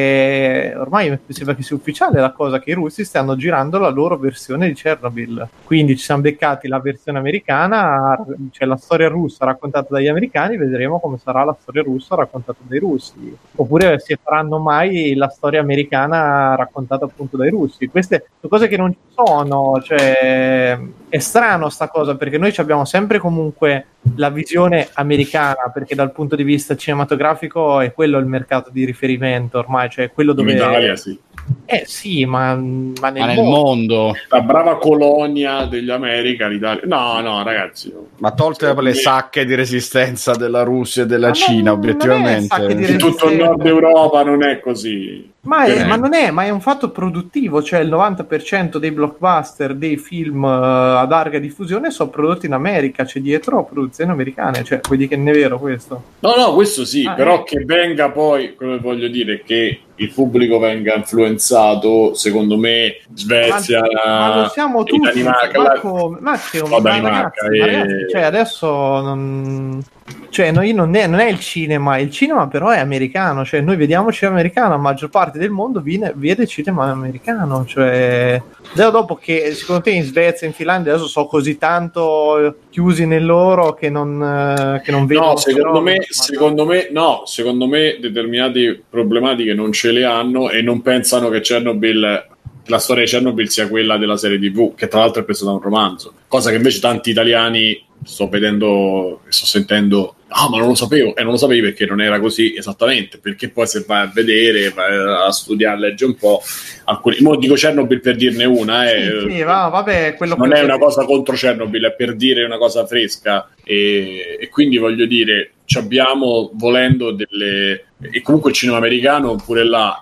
è ormai mi sembra che sia ufficiale la cosa, che i russi stanno girando la loro versione di Chernobyl, quindi ci siamo beccati la versione americana, cioè la storia russa raccontata dagli americani, vedremo come sarà la storia russa raccontata dai russi, oppure se faranno mai la storia americana raccontata appunto dai russi. Queste sono cose che non ci sono, cioè è strano sta cosa, perché noi abbiamo sempre comunque la visione americana, perché dal punto di vista cinematografico è quello il mercato di riferimento ormai, cioè quello dove in Italia sì. Eh sì, ma, ma nel, ma nel mondo. mondo la brava colonia degli America, l'Italia. No, no, ragazzi. Ma tolte le sacche di resistenza della Russia e della ma Cina, non, obiettivamente. Non in tutto il nord Europa non è così. Ma, è, ma non è, ma è un fatto produttivo, cioè il novanta per cento dei blockbuster, dei film uh, ad larga diffusione sono prodotti in America, c'è dietro produzioni americane, cioè vuoi dire che non è vero questo? No, no, questo sì, ah, però eh. che venga poi, come voglio dire, che il pubblico venga influenzato, secondo me, Svezia, ma, ma lo siamo tutti, Danimarca, ma la... come, ma c'è no, Danimarca, ragazzi, e... ragazzi, cioè adesso non... Cioè, noi non è, non è il cinema, il cinema però è americano, cioè noi vediamo cinema americano, la maggior parte del mondo viene, vede cinema americano, cioè dopo che secondo te in Svezia, in Finlandia adesso sono così tanto chiusi nel loro che non, che non vedono. No, secondo me, secondo me, no, secondo me determinate problematiche non ce le hanno e non pensano che Chernobyl, la storia di Chernobyl sia quella della serie tivù, che tra l'altro è presa da un romanzo, cosa che invece tanti italiani sto vedendo e sto sentendo ah ma non lo sapevo e eh, non lo sapevi perché non era così esattamente, perché poi se vai a vedere, vai a studiare, legge un po' alcuni, mo dico Chernobyl per dirne una eh, sì, sì, va, vabbè, quello non è una cosa contro Chernobyl, è per dire una cosa fresca e, e quindi voglio dire ci abbiamo volendo delle e comunque il cinema americano pure là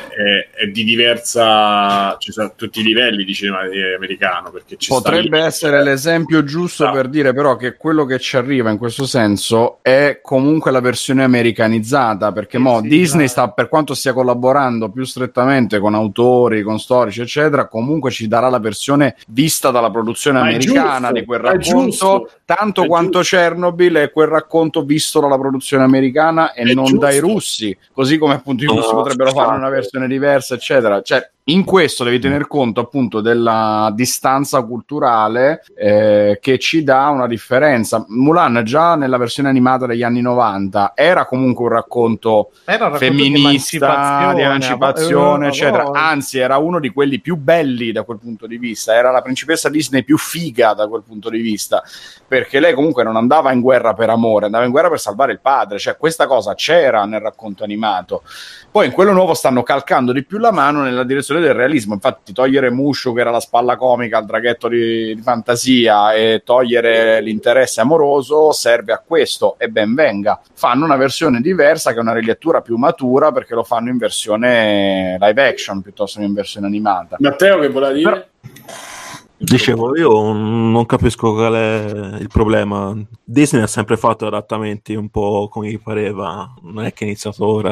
È, è di diversa, ci sono tutti i livelli di cinema americano, perché ci potrebbe sta essere l'esempio giusto ah. per dire però che quello che ci arriva in questo senso è comunque la versione americanizzata, perché sì, mo sì, Disney no. sta, per quanto stia collaborando più strettamente con autori, con storici eccetera, comunque ci darà la versione vista dalla produzione ma americana di quel racconto, tanto è quanto giusto. Chernobyl è quel racconto visto dalla produzione americana e è non giusto. Dai russi, così come appunto i russi no, potrebbero fare una versione diversa eccetera, cioè in questo devi tener conto appunto della distanza culturale eh, che ci dà una differenza. Mulan già nella versione animata degli anni novanta era comunque un racconto, era un racconto femminista, di emancipazione eccetera, anzi era uno di quelli più belli da quel punto di vista, era la principessa Disney più figa da quel punto di vista, perché lei comunque non andava in guerra per amore, andava in guerra per salvare il padre, cioè questa cosa c'era nel racconto animato. Poi in quello nuovo stanno calcando di più la mano nella direzione del realismo, infatti togliere Mushu che era la spalla comica al draghetto di, di fantasia e togliere l'interesse amoroso serve a questo e ben venga. Fanno una versione diversa che è una rilettura più matura perché lo fanno in versione live action piuttosto che in versione animata. Matteo che voleva dire? Però... Dicevo, io non capisco qual è il problema. Disney ha sempre fatto adattamenti un po' come gli pareva, non è che è iniziato ora.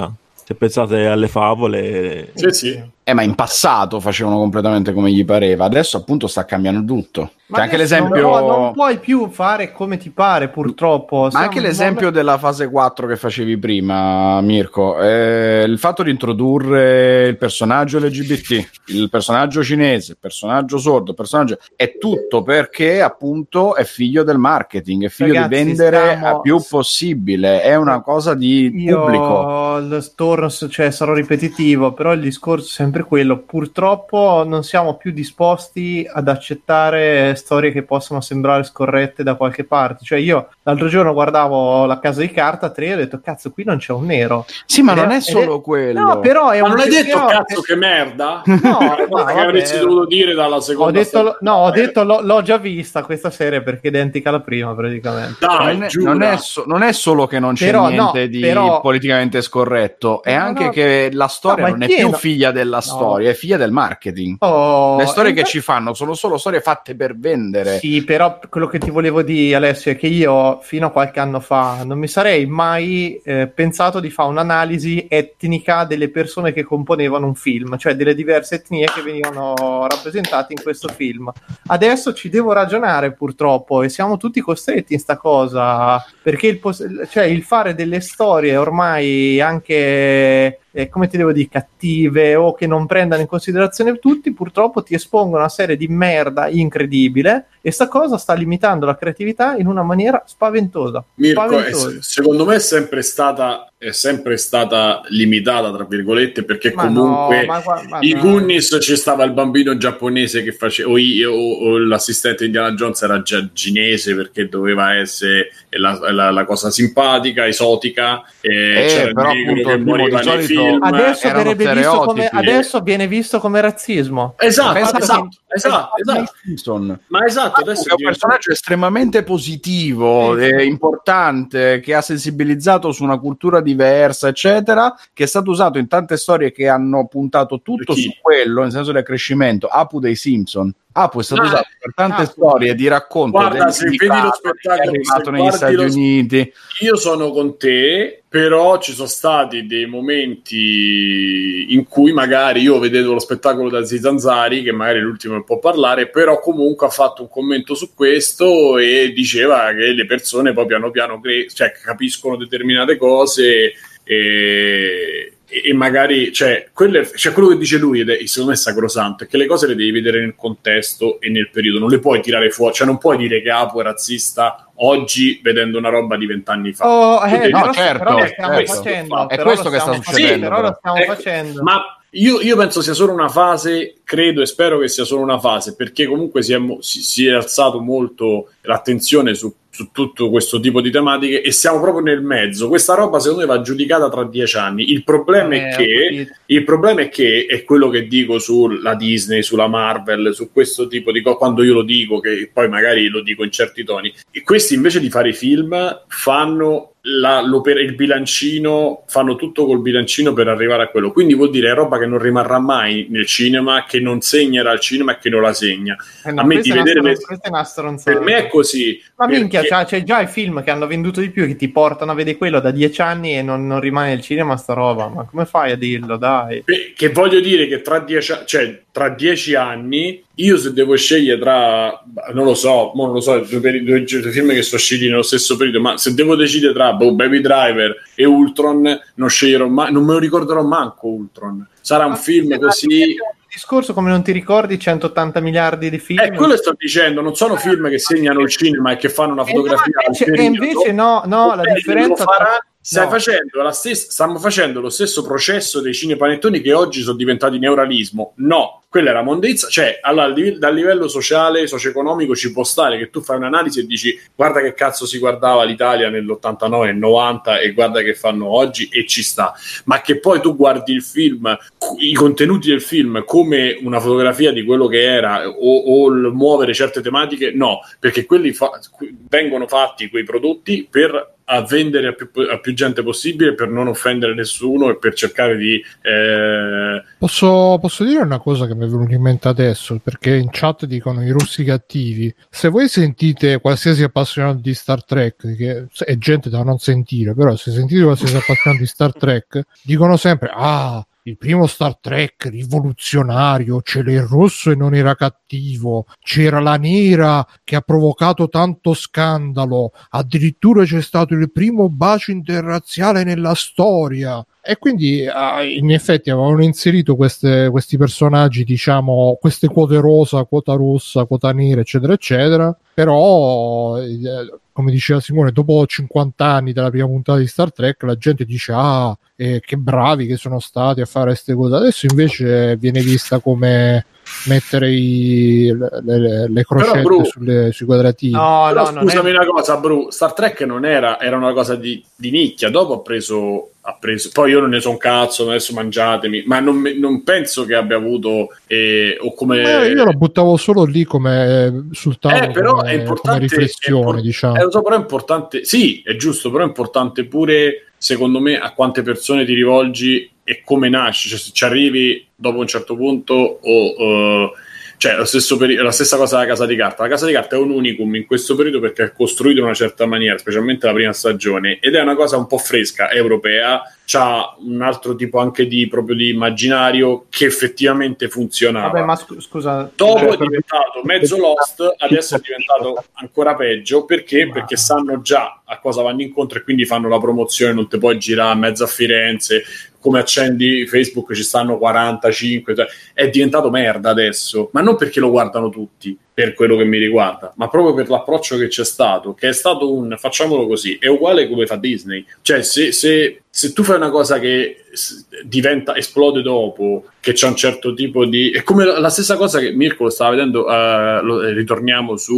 Se pensate alle favole, sì, sì. Eh, ma in passato facevano completamente come gli pareva, adesso appunto sta cambiando tutto. Ma C'è anche l'esempio... non, può, non puoi più fare come ti pare, purtroppo. Ma Siamo anche l'esempio mondo... della fase quattro che facevi prima, Mirko, eh, il fatto di introdurre il personaggio L G B T, il personaggio cinese, il personaggio sordo, il personaggio... è tutto perché appunto è figlio del marketing, è figlio Ragazzi, di vendere stiamo... a più possibile, è una cosa di Io pubblico. Il torno, cioè sarò ripetitivo, però il discorso è sempre quello, purtroppo non siamo più disposti ad accettare storie che possono sembrare scorrette da qualche parte. Cioè io l'altro giorno guardavo La Casa di Carta tre e ho detto cazzo, qui non c'è un nero. Sì, ma ed non è, è solo è... quello. No, però è ma un non hai detto però... cazzo che merda? No, no, che avresti dovuto dire dalla seconda. Ho detto, no, ho detto l'ho, l'ho già vista questa serie perché è identica alla prima praticamente. Dai, non, è, non, è so, non è solo che non c'è però, niente no, di però... politicamente scorretto, è no, anche no, che la storia no, non è più figlia della no. storia, è figlia del marketing. Oh, le storie che beh... ci fanno sono solo storie fatte per vendere. Sì, però quello che ti volevo dire, Alessio, è che io fino a qualche anno fa non mi sarei mai eh, pensato di fare un'analisi etnica delle persone che componevano un film, cioè delle diverse etnie che venivano rappresentate in questo film. Adesso ci devo ragionare purtroppo e siamo tutti costretti in sta cosa, perché il, pos- cioè, il fare delle storie ormai anche... Eh, come ti devo dire, cattive o che non prendano in considerazione tutti, purtroppo ti espongono a una serie di merda incredibile e sta cosa sta limitando la creatività in una maniera spaventosa. Mirko, spaventosa. È, secondo me è sempre stata è sempre stata limitata tra virgolette perché ma comunque no, ma, ma, i Goonies ci stava il bambino giapponese che faceva o, o, o l'assistente Indiana Jones era già cinese perché doveva essere la, la, la cosa simpatica, esotica e eh, c'era però il negro che moriva nei film. Adesso, visto come, adesso viene visto come razzismo. Esatto, esatto, esatto, esatto, esatto. Ma esatto, adesso è un personaggio estremamente positivo, sì, sì. e importante, che ha sensibilizzato su una cultura diversa, eccetera, che è stato usato in tante storie che hanno puntato tutto su quello, nel senso del crescimento. Apu dei Simpson. Apu è stato ah, usato per tante ah, storie di racconto. Guarda, se vedi lo spettacolo è arrivato negli Stati lo... Uniti. Io sono con te, però ci sono stati dei momenti in cui magari io vedevo lo spettacolo da Zizanzari, che magari è l'ultimo che può parlare, però comunque ha fatto un commento su questo e diceva che le persone poi piano piano cre- cioè, capiscono determinate cose e... e magari cioè, quelle, cioè quello che dice lui ed è secondo me è sacrosanto è che le cose le devi vedere nel contesto e nel periodo, non le puoi tirare fuori, cioè non puoi dire che Apu è razzista oggi vedendo una roba di vent'anni fa. Oh, eh, no, però, certo, però lo stiamo certo. facendo, è però questo che stiamo sta succedendo, sì, però lo stiamo ecco, facendo. Ma io, io penso sia solo una fase, credo e spero che sia solo una fase, perché comunque si è, si, si è alzato molto l'attenzione su, su tutto questo tipo di tematiche e siamo proprio nel mezzo. Questa roba secondo me va giudicata tra dieci anni. Il problema eh, è che il problema è che è quello che dico sulla Disney, sulla Marvel, su questo tipo di cose, quando io lo dico, che poi magari lo dico in certi toni, e questi invece di fare i film fanno La, il bilancino, fanno tutto col bilancino per arrivare a quello, quindi vuol dire è roba che non rimarrà mai nel cinema, che non segnerà al cinema e che non la segna. Eh no, a me di vedere stron- le... per me è così, ma perché... minchia, cioè, c'è già i film che hanno venduto di più che ti portano a vedere quello da dieci anni e non, non rimane nel cinema sta roba, ma come fai a dirlo, dai? Che voglio dire che tra dieci, cioè, tra dieci anni io se devo scegliere tra, non lo so, mo non lo so, due, peri- due, due film che sono usciti nello stesso periodo, ma se devo decidere tra boh, Baby Driver e Ultron, non sceglierò mai, non me lo ricorderò manco Ultron. Sarà un film così... discorso come non ti ricordi centottanta miliardi di film. Eh, quello sto dicendo, non sono film che segnano il cinema e che fanno una fotografia e, no, invece, e invece no, no, la differenza farà, stai no. facendo la stessa, stiamo facendo lo stesso processo dei cinepanettoni che oggi sono diventati neorealismo. No, quella era mondezza, cioè allora, dal livello sociale, socio-economico ci può stare che tu fai un'analisi e dici guarda che cazzo si guardava l'Italia nell'ottantanove e novanta e guarda che fanno oggi e ci sta, ma che poi tu guardi il film, i contenuti del film come una fotografia di quello che era o, o muovere certe tematiche, no, perché quelli fa- vengono fatti quei prodotti per a vendere a più, a più gente possibile per non offendere nessuno e per cercare di eh... posso, posso dire una cosa che mi è venuta in mente adesso, perché in chat dicono i russi cattivi. Se voi sentite qualsiasi appassionato di Star Trek, che è gente da non sentire, però se sentite qualsiasi appassionato di Star Trek dicono sempre ah, il primo Star Trek rivoluzionario, c'era il rosso e non era cattivo, c'era la nera che ha provocato tanto scandalo, addirittura c'è stato il primo bacio interrazziale nella storia. E quindi in effetti avevano inserito queste, questi personaggi, diciamo, queste quote rosa, quota rossa, quota nera, eccetera, eccetera. Però, come diceva Simone, dopo cinquanta anni dalla prima puntata di Star Trek, la gente dice ah, eh, che bravi che sono stati a fare queste cose. Adesso invece viene vista come mettere i, le, le, le crocette però, Bru, sulle, sui quadratini. No, però, no, scusami è... una cosa, Bru, Star Trek non era, era una cosa di, di nicchia, dopo ha preso, ha preso, poi io non ne so un cazzo, adesso mangiatemi, ma non, non penso che abbia avuto eh, o come ma io lo buttavo solo lì come sul tavolo, eh, però come, è importante, come riflessione, è impor- diciamo. Eh, lo so, però è importante, sì, è giusto, però è importante pure, secondo me, a quante persone ti rivolgi e come nasci, cioè se ci arrivi dopo un certo punto o... Uh, cioè lo stesso peri- la stessa cosa della Casa di Carta. La Casa di Carta è un unicum in questo periodo perché è costruito in una certa maniera, specialmente la prima stagione, ed è una cosa un po' fresca, europea, c'ha un altro tipo anche di proprio di immaginario che effettivamente funzionava. Vabbè, ma scu- scusa, dopo è diventato mezzo Lost, adesso è diventato ancora peggio perché perché sanno già a cosa vanno incontro e quindi fanno la promozione, non te puoi girare a mezzo a Firenze, come accendi Facebook ci stanno quarantacinque, è diventato merda adesso, ma non perché lo guardano tutti, per quello che mi riguarda, ma proprio per l'approccio che c'è stato, che è stato un facciamolo così, è uguale come fa Disney, cioè se, se, se tu fai una cosa che diventa, esplode dopo, che c'è un certo tipo di... è come la stessa cosa che Mirko lo stava vedendo, uh, lo, ritorniamo su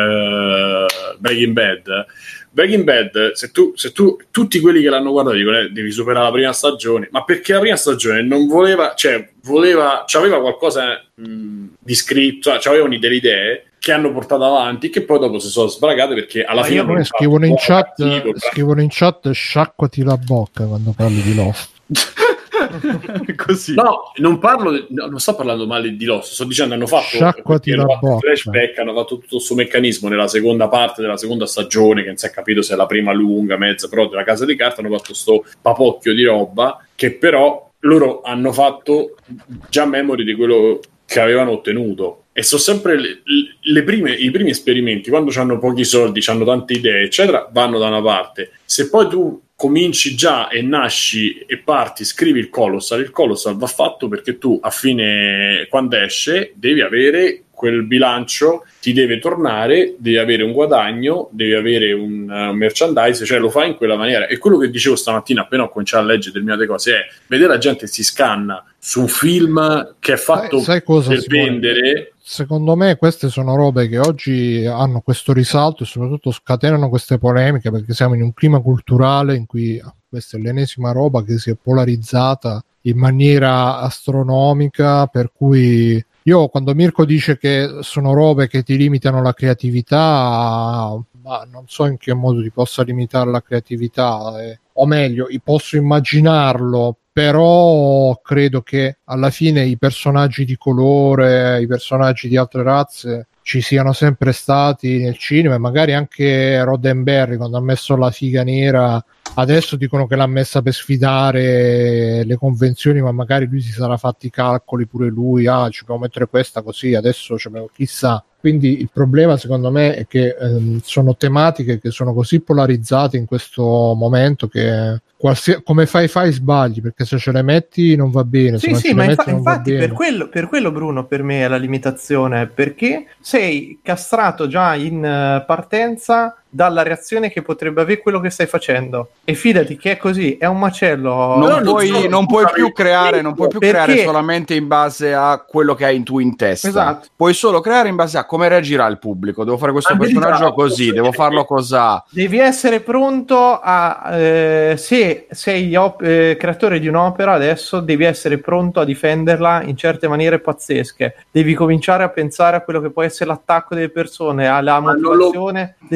uh, Breaking Bad. Breaking Bad, se tu, se tu tutti quelli che l'hanno guardato dicono eh, devi superare la prima stagione, ma perché la prima stagione non voleva, cioè voleva, c'aveva qualcosa mh, di scritto, cioè c'avevano delle idee che hanno portato avanti, che poi dopo si sono sbragate perché alla ma fine io scrivono in chat cattivo, scrivono in chat sciacquati la bocca quando parli di Lost. Così. No, non parlo de- no, non sto parlando male di Lost, sto dicendo hanno fatto, sciacquati la hanno fatto bocca. flashback, hanno fatto tutto questo meccanismo nella seconda parte della seconda stagione, che non si è capito se è la prima lunga, mezza, però della Casa di Carta hanno fatto sto papocchio di roba che però loro hanno fatto già memory di quello che avevano ottenuto, e sono sempre le, le prime, i primi esperimenti, quando hanno pochi soldi, hanno tante idee eccetera, vanno da una parte. Se poi tu cominci già e nasci e parti, scrivi il Colossal, il Colossal va fatto perché tu a fine, quando esce, devi avere quel bilancio, ti deve tornare, devi avere un guadagno, devi avere un uh, merchandise, cioè lo fai in quella maniera. E quello che dicevo stamattina appena ho cominciato a leggere determinate cose è vedere la gente si scanna su un film che è fatto sai, sai cosa, per Simone? vendere. Secondo me queste sono robe che oggi hanno questo risalto e soprattutto scatenano queste polemiche, perché siamo in un clima culturale in cui questa è l'ennesima roba che si è polarizzata in maniera astronomica, per cui io quando Mirko dice che sono robe che ti limitano la creatività, ma non so in che modo ti possa limitare la creatività, eh. o meglio, posso immaginarlo, però credo che alla fine i personaggi di colore, i personaggi di altre razze ci siano sempre stati nel cinema, e magari anche Roddenberry quando ha messo la figa nera, adesso dicono che l'ha messa per sfidare le convenzioni, ma magari lui si sarà fatti i calcoli pure lui, ah ci dobbiamo mettere questa così, adesso chissà. Quindi il problema secondo me è che ehm, sono tematiche che sono così polarizzate in questo momento che qualsiasi, come fai fai sbagli, perché se ce le metti non va bene. Sì, sì, ma infa- infatti per quello, per quello Bruno per me è la limitazione, perché sei castrato già in uh, partenza dalla reazione che potrebbe avere quello che stai facendo, e fidati che è così, è un macello. Non, no, puoi, non, so, non puoi più creare non puoi più perché... creare solamente in base a quello che hai tu in testa. Esatto. Puoi solo creare in base a come reagirà il pubblico. Devo fare questo personaggio no, così, devo farlo cosà. Devi essere pronto a eh, se sei op- eh, creatore di un'opera adesso, devi essere pronto a difenderla in certe maniere pazzesche. Devi cominciare a pensare a quello che può essere l'attacco delle persone, alla motivazione lo... di, di tutto.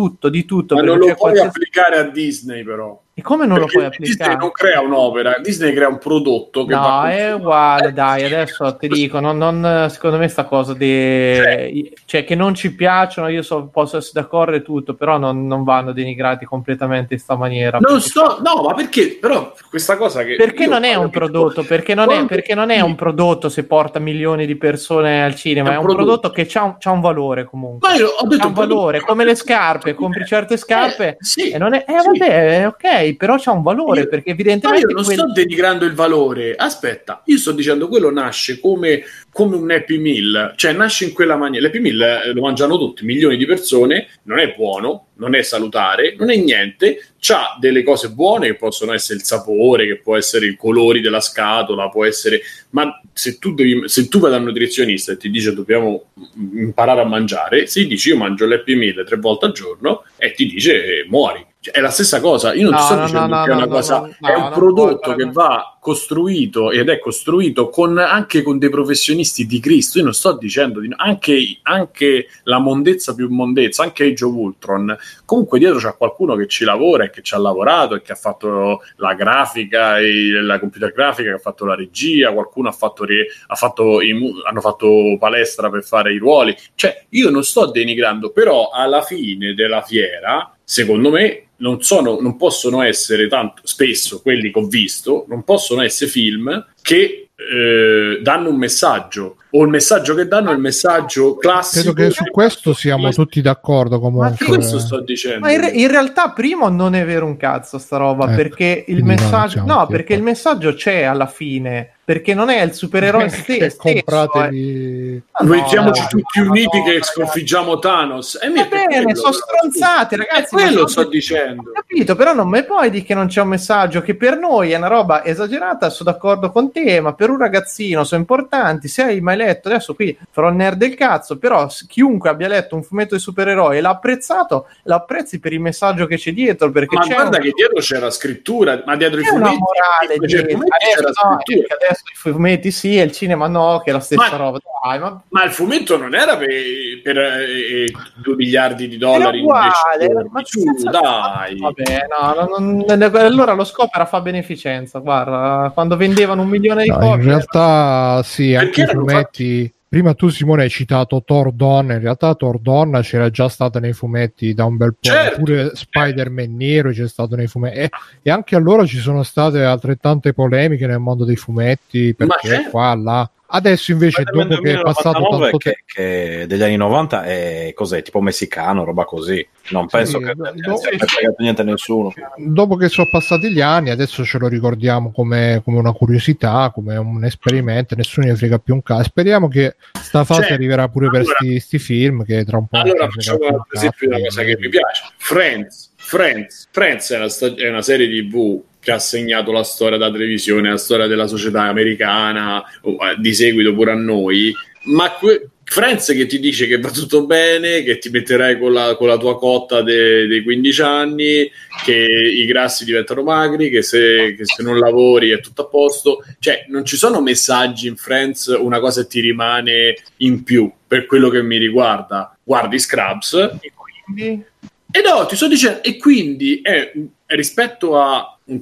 tutto, di tutto. Ma non lo puoi qualsiasi... applicare a Disney, però. E come non Perché lo puoi applicare? Disney non crea un'opera, Disney crea un prodotto che no, va è uguale, dai, adesso ti dico, non, non, secondo me sta cosa di... Cioè, cioè che non ci piacciono, io so, posso essere d'accordo e tutto, però non, non vanno denigrati completamente in sta maniera. Non sto, no, ma perché? Però questa cosa che... Perché non è un prodotto, perché non è, perché non è un prodotto se porta milioni di persone al cinema, è un, è un prodotto, prodotto che c'ha un, c'ha un valore comunque. Ma io ho detto c'ha un valore, come le scarpe, compri certe scarpe, eh, sì, e non è... Eh, sì. vabbè, ok, però c'ha un valore, io, perché evidentemente... Ma io non quel... sto denigrando il valore, aspetta, io sto dicendo quello nasce come, come un Happy Meal, cioè nasce in quella maniera, l'Happy Meal eh, lo mangiano tutti, milioni di persone, non è buono, non è salutare, non è niente, c'ha delle cose buone che possono essere il sapore, che può essere i colori della scatola, può essere, ma se tu devi, se tu vai dal nutrizionista e ti dice dobbiamo imparare a mangiare, si dice io mangio l'Happy Meal tre volte al giorno e ti dice eh, muori. Cioè, è la stessa cosa, io non no, ti sto no, dicendo no, che è una no, cosa, no, è un no, prodotto no, che no. va costruito ed è costruito con, anche con dei professionisti di Cristo. Io non sto dicendo di, anche, anche la mondezza più mondezza, anche Age of Ultron, comunque dietro c'è qualcuno che ci lavora e che ci ha lavorato e che ha fatto la grafica e la computer grafica, che ha fatto la regia, qualcuno ha fatto, ha fatto i, hanno fatto palestra per fare i ruoli. Cioè io non sto denigrando, però alla fine della fiera secondo me non sono, non possono essere tanto spesso quelli che ho visto, non possono essere film che eh, danno un messaggio, o il messaggio che danno è il messaggio classico. Credo che su questo siamo tutti d'accordo comunque. Ma che questo sto dicendo? Ma in, in realtà primo non è vero un cazzo sta roba, eh, perché il messaggio no, no perché il messaggio c'è alla fine, perché non è il supereroe stesso. Compratevi. Mettiamoci no, tutti no, uniti no, che no, sconfiggiamo Thanos. E va bene, quello, sono stronzate, ragazzi. È quello sono... sto dicendo. Ho capito, però non mi puoi dire che non c'è un messaggio, che per noi è una roba esagerata, sono d'accordo con te, ma per un ragazzino sono importanti. Se hai mai letto, adesso qui farò il nerd del cazzo, però chiunque abbia letto un fumetto di supereroi e l'ha apprezzato, l'apprezzi per il messaggio che c'è dietro, perché ma c'è guarda un... che dietro c'era scrittura, ma dietro i c'è fumetti, una morale dietro i fumetti adesso, c'era no, scrittura. adesso i fumetti sì e il cinema no, che è la stessa ma, roba. Dai, ma... ma il fumetto non era per, per eh, due miliardi di dollari uguale, in ma su, senza... dai. Vabbè, no, non, non, allora lo scopo era fa beneficenza, guarda, quando vendevano un milione di no, copie. In realtà sì, anche i fumetti... Fatti... Prima tu Simone hai citato Thor Donna, in realtà Thor Donna c'era già stata nei fumetti da un bel po', certo, pure Spider-Man nero c'è stato nei fumetti e, e anche allora ci sono state altrettante polemiche nel mondo dei fumetti, perché qua, là. Adesso invece Spider-Man dopo che è passato tanto che, tempo che degli anni novanta è cos'è, tipo messicano, roba così, non penso sì, che do- non sia fregato niente a nessuno. Dopo che sono passati gli anni adesso ce lo ricordiamo come, come una curiosità, come un esperimento, nessuno ne frega più un cazzo. Speriamo che sta fase cioè, arriverà pure allora, per sti, sti film che tra un po' allora facciamo per esempio una cosa che mi piace, Friends Friends, Friends è, una sta- è una serie tv che ha segnato la storia della televisione, la storia della società americana, di seguito pure a noi, ma que- Friends che ti dice che va tutto bene, che ti metterai con la, con la tua cotta de- dei quindici anni, che i grassi diventano magri, che se, che se non lavori è tutto a posto. Cioè non ci sono messaggi in Friends, una cosa ti rimane in più per quello che mi riguarda. Guardi Scrubs E quindi... E no, ti sto dicendo, e quindi è, è rispetto a un,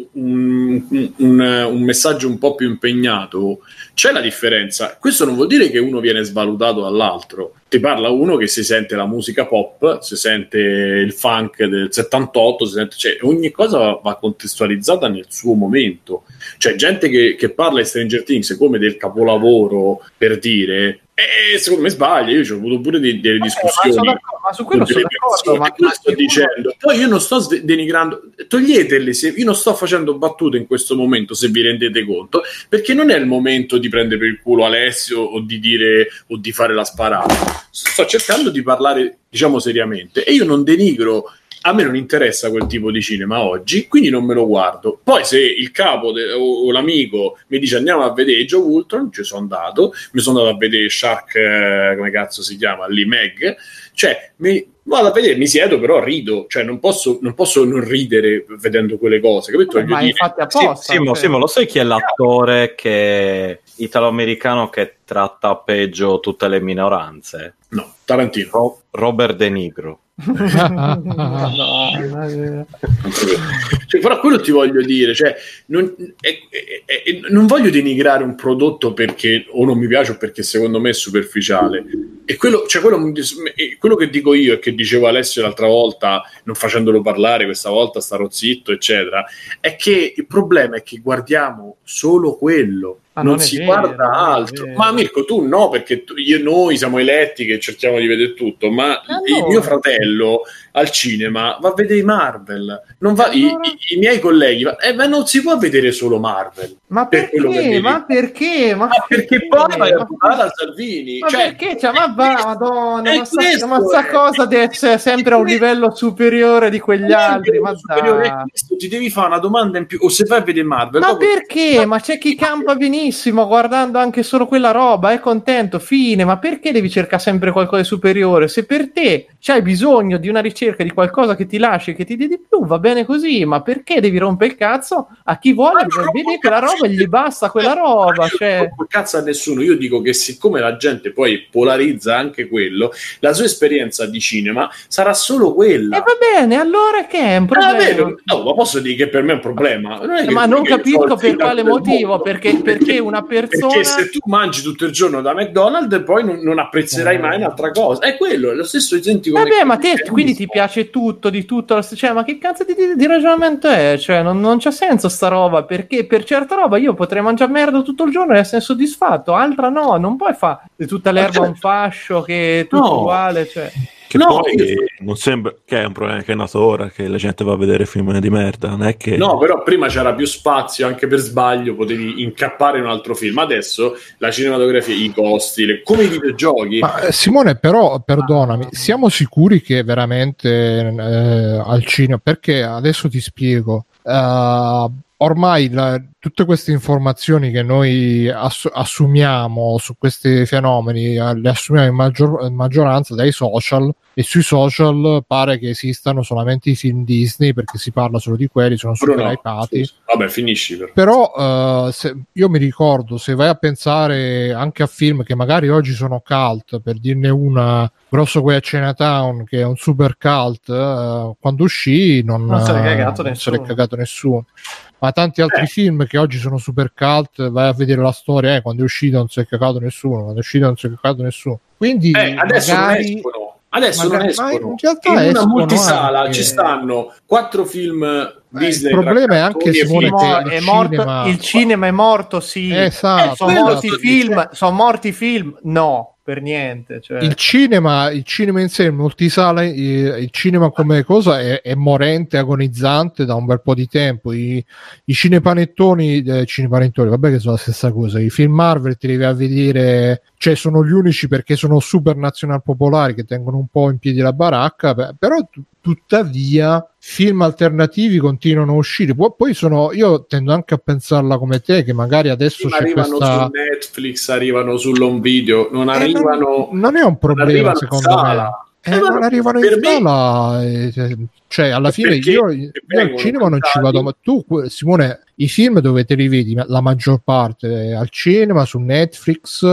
un, un, un messaggio un po' più impegnato, c'è la differenza. Questo non vuol dire che uno viene svalutato dall'altro. Ti parla uno che si sente la musica pop, si sente il funk del settantotto, si sente, cioè, ogni cosa va, va contestualizzata nel suo momento. C'è gente che, che parla di Stranger Things come del capolavoro, per dire... E secondo me sbaglia, io ci ho avuto pure delle, delle Vabbè, discussioni, ma, ma su quello sono d'accordo, ma, ma sto ma dicendo, poi io non sto denigrando, toglietele, se io non sto facendo battute in questo momento, se vi rendete conto, perché non è il momento di prendere per il culo Alessio o di dire o di fare la sparata, sto cercando di parlare, diciamo, seriamente, e io non denigro. A me non interessa quel tipo di cinema oggi, quindi non me lo guardo. Poi se il capo de- o, o l'amico mi dice andiamo a vedere Age of Ultron, ci sono andato, mi sono andato a vedere Shark, eh, come cazzo si chiama, lì Meg, cioè mi vado a vedere, mi siedo però rido, cioè non posso non, posso non ridere vedendo quelle cose, capito? ma dire, infatti apposta, sì, Simo, Simo, lo sai chi è l'attore che italo-americano che tratta peggio tutte le minoranze? No, Tarantino. Ro- Robert De Niro. Madonna. Cioè, però quello ti voglio dire, cioè, non, è, è, è, non voglio denigrare un prodotto perché o non mi piace o perché secondo me è superficiale. E quello, cioè, quello, quello che dico io e che dicevo Alessio l'altra volta, non facendolo parlare, questa volta starò zitto, eccetera, è che il problema è che guardiamo solo quello. Ah, non, non si vero, guarda altro. Ma Mirko, tu no, perché tu, io, noi siamo eletti che cerchiamo di vedere tutto, ma allora. il mio fratello al cinema va a vedere i Marvel, non va, allora. i, i, i miei colleghi, va, eh, ma non si può vedere solo Marvel. Ma per perché? Ma perché? Ma, ma perché, perché poi vai a votare a Salvini? Ma cioè, perché? Cioè, ma va, madonna, ma sta, questo, ma sta cosa deve essere sempre a un livello superiore di quegli altri. Ma da... questo, ti devi fare una domanda in più, o se vai a vedere Marvel. Ma perché? Ti... Ma c'è chi campa benissimo guardando anche solo quella roba, è contento, fine. Ma perché devi cercare sempre qualcosa di superiore? Se per te c'hai bisogno di una ricerca di qualcosa che ti lasci, che ti dia di più, va bene così. Ma perché devi rompere il cazzo a chi vuole vedere quella roba e gli basta quella roba? Cioè... Non rompo il cazzo a nessuno. Io dico che siccome la gente poi polarizza anche quello, la sua esperienza di cinema sarà solo quella. E va bene, allora che è un problema? Ah, no, ma posso dire che per me è un problema. Non è che ma non capisco per quale motivo, perché, perché una persona... Perché se tu mangi tutto il giorno da McDonald's poi non, non apprezzerai mai un'altra cosa. È quello, è lo stesso identico. Vabbè, ma te quindi ti piace tutto, di tutto, cioè, ma che cazzo di, di, di ragionamento è? Cioè, non, non c'ha senso sta roba, perché per certa roba io potrei mangiare merda tutto il giorno e essere soddisfatto, altra no, non puoi fare tutta l'erba un fascio che è tutto no. uguale, cioè... Che no, poi io... non sembra che è un problema che è nato ora, che la gente va a vedere film di merda, non è che... No, però prima c'era più spazio, anche per sbaglio potevi incappare in un altro film. Adesso la cinematografia, i costi, le... come i videogiochi. Ma, Simone, però, perdonami, siamo sicuri che veramente eh, al cinema, perché adesso ti spiego, uh, ormai la, tutte queste informazioni che noi ass- assumiamo su questi fenomeni eh, le assumiamo in, maggior- in maggioranza dai social, e sui social pare che esistano solamente i film Disney perché si parla solo di quelli, sono super no, hypati. sì. Vabbè, finisci per... però uh, se, io mi ricordo, se vai a pensare anche a film che magari oggi sono cult, per dirne una, Grosso Guai a Chinatown, che è un super cult, uh, quando uscì non, non se l'è cagato uh, nessuno, non se l'è cagato nessuno. Ma tanti altri eh. film che oggi sono super cult, vai a vedere la storia, eh, quando è uscito non si è cagato nessuno, quando è uscito non si è cagato nessuno. Quindi eh, adesso magari... non escono. Adesso magari... non escono. in, realtà in una escono multisala anche... ci stanno quattro film Disney. Eh, il problema è anche, Simone, film, che è il morto, cinema... il cinema è morto, sì. Esatto, eh, sono morti esatto. film, sono morti film, no, per niente. Cioè. Il cinema, il cinema in sé, il multisala, il, il cinema come cosa è, è morente, agonizzante da un bel po' di tempo. I, i cinepanettoni, eh, cinepanettoni, vabbè che sono la stessa cosa. I film Marvel ti devi a vedere, cioè sono gli unici perché sono super nazional popolari che tengono un po' in piedi la baracca, però t- tuttavia film alternativi continuano a uscire. Poi, poi sono, io tendo anche a pensarla come te, che magari adesso c'è arrivano questa... su Netflix, arrivano sull'home video, non eh, arrivano non, non è un problema secondo me. Eh, non arrivano in sala, eh, cioè alla fine io, io al cinema non ci vado, ma tu, Simone, i film dove te li vedi la maggior parte? Al cinema, su Netflix uh,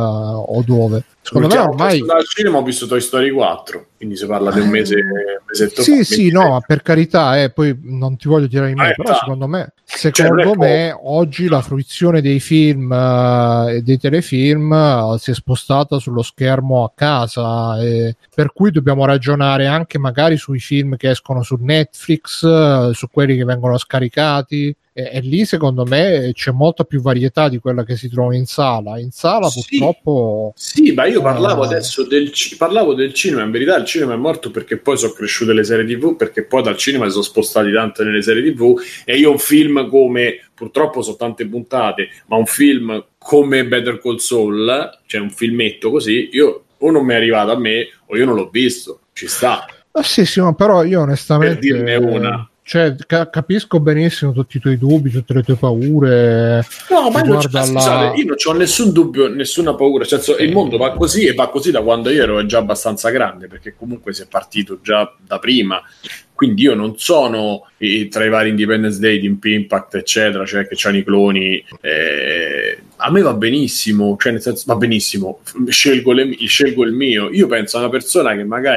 o dove? Secondo me ormai al cinema ho visto Toy Story quattro, quindi si parla di un mese, un mesetto sì fa, sì no, ma per carità, eh, poi non ti voglio tirare in mezzo, eh, però secondo me secondo cioè, me oggi la fruizione dei film uh, e dei telefilm uh, si è spostata sullo schermo a casa, e per cui dobbiamo ragionare anche magari sui film che escono su Netflix, uh, su quelli che vengono scaricati. E, e lì secondo me c'è molta più varietà di quella che si trova in sala. In sala sì, purtroppo sì, ma io parlavo uh... adesso del, parlavo del cinema. In verità il cinema è morto perché poi sono cresciute le serie tv, perché poi dal cinema si sono spostati tanto nelle serie tv, e io un film come, purtroppo sono tante puntate, ma un film come Better Call Saul, cioè un filmetto così, io o non mi è arrivato a me o io non l'ho visto, ci sta. Ah, sì, sì, ma però io onestamente per dirne una, cioè, ca- capisco benissimo tutti i tuoi dubbi, tutte le tue paure. No, ma io non, alla... scusate, io non ho nessun dubbio, nessuna paura. Cioè, sì. Il mondo va così e va così da quando io ero già abbastanza grande, perché comunque si è partito già da prima. Quindi io non sono eh, tra i vari Independence Day, Team Impact, eccetera, cioè che c'hanno i cloni. Eh, a me va benissimo, cioè nel senso va benissimo, scelgo, le, scelgo il mio. Io penso a una persona che magari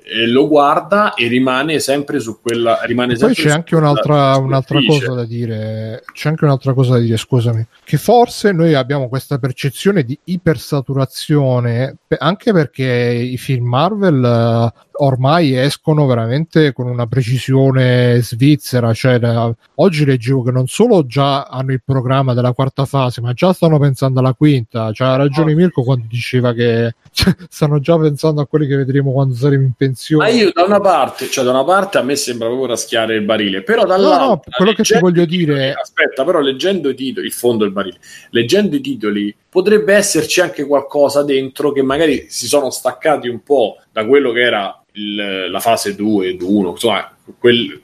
eh, lo guarda e rimane sempre su quella rimane poi sempre c'è anche un'altra, un'altra cosa da dire c'è anche un'altra cosa da dire scusami, che forse noi abbiamo questa percezione di ipersaturazione anche perché i film Marvel uh, ormai escono veramente con una precisione svizzera, cioè uh, oggi leggevo che non solo già hanno il programma della quarta fase ma già stanno pensando alla quinta, c'ha ragione Mirko quando diceva che cioè, stanno già pensando a quelli che vedremo quando saremo in pensione. Ma io da una parte, cioè da una parte a me sembra proprio raschiare il barile, però dall'altra no, no, quello che ti voglio dire titoli, aspetta, però leggendo i titoli, il fondo del barile, leggendo i titoli potrebbe esserci anche qualcosa dentro che magari si sono staccati un po' da quello che era il, la fase due, uno, insomma, quel,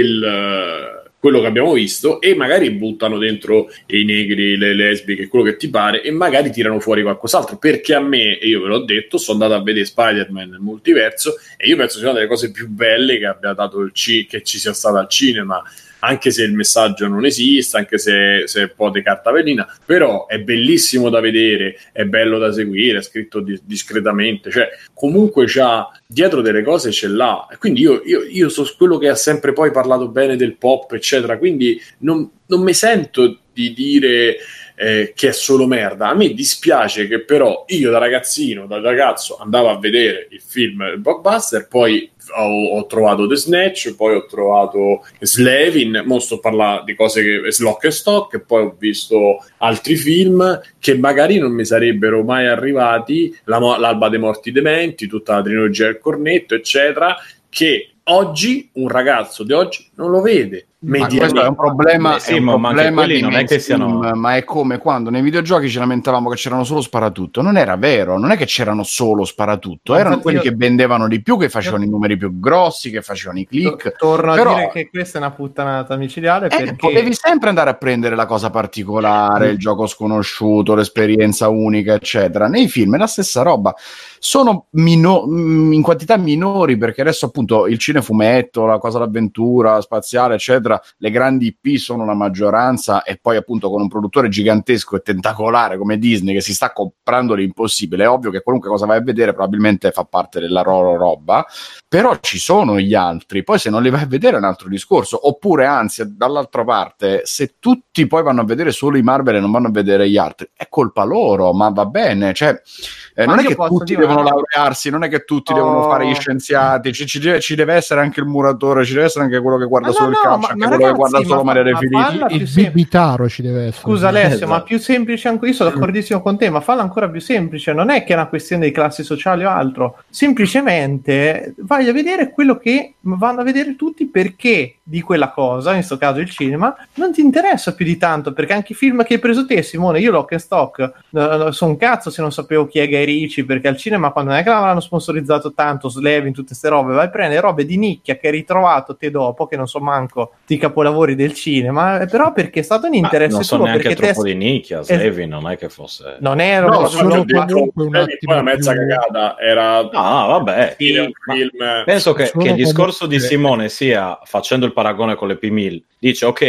quel quello che abbiamo visto, e magari buttano dentro i negri, le lesbiche, quello che ti pare, e magari tirano fuori qualcos'altro, perché a me, e io ve l'ho detto, sono andato a vedere Spider-Man nel multiverso e io penso sia una delle cose più belle che abbia dato il C- che ci sia stata al cinema, anche se il messaggio non esiste, anche se, se è un po' di carta velina, però è bellissimo da vedere, è bello da seguire, è scritto di- discretamente, cioè comunque c'ha dietro delle cose, ce l'ha, e quindi io, io, io sono quello che ha sempre poi parlato bene del pop eccetera, quindi non, non mi sento di dire eh, che è solo merda. A me dispiace che però io da ragazzino, da ragazzo andavo a vedere il film blockbuster, poi Ho, ho trovato The Snatch, poi ho trovato Slevin, mo sto parlando di cose che Lock and Stock, e poi ho visto altri film che magari non mi sarebbero mai arrivati, la, l'Alba dei Morti Dementi, tutta la trilogia del Cornetto eccetera, che oggi un ragazzo di oggi non lo vede. Ma questo è un problema, Beh, sì, è un ma problema anche quelli di non è che siano... ma è come quando nei videogiochi ci lamentavamo che c'erano solo sparatutto. Non era vero, non è che c'erano solo sparatutto, Ma erano quelli io... che vendevano di più, che facevano io... i numeri più grossi, che facevano i click. Torno Però... a dire che questa è una puttanata micidiale, eh, perché potevi sempre andare a prendere la cosa particolare, mm. il gioco sconosciuto, l'esperienza unica eccetera. Nei film è la stessa roba, sono mino... in quantità minori, perché adesso appunto il cinefumetto, la cosa d'avventura spaziale eccetera, le grandi I P sono la maggioranza, e poi appunto con un produttore gigantesco e tentacolare come Disney che si sta comprando l'impossibile, è ovvio che qualunque cosa vai a vedere probabilmente fa parte della loro roba, però ci sono gli altri, poi se non li vai a vedere è un altro discorso, oppure anzi dall'altra parte, se tutti poi vanno a vedere solo i Marvel e non vanno a vedere gli altri, è colpa loro, ma va bene, cioè eh, non è che tutti devono una... laurearsi, non è che tutti oh. devono fare gli scienziati, ci, ci, deve, ci deve essere anche il muratore, ci deve essere anche quello che guarda ma solo no, il calcio, anche quello ragazzi, che guarda solo Maria De Filippi, il bibitaro ci deve essere. Scusa Alessio, esatto. Ma più semplice anche, io sono d'accordissimo con te, ma fallo ancora più semplice, non è che è una questione di classi sociali o altro, semplicemente vai a vedere quello che vanno a vedere tutti, perché di quella cosa, in questo caso il cinema, non ti interessa più di tanto, perché anche i film che hai preso te, Simone, io Lock and Stock uh, sono un cazzo se non sapevo chi è Guy Ritchie, perché al cinema quando non è che l'hanno sponsorizzato tanto, Slevin, tutte ste robe, vai a prendere robe di nicchia che hai ritrovato te dopo, che non so manco di capolavori del cinema, però perché è stato un interesse non so tuo, neanche perché troppo te... di nicchia, Slevin non è che fosse non era no, solo comunque un attimo poi una mezza più... cagata era no, vabbè sì, un film... penso che, che il discorso comunque... di Simone sia, facendo il paragone con le P mille, dice ok,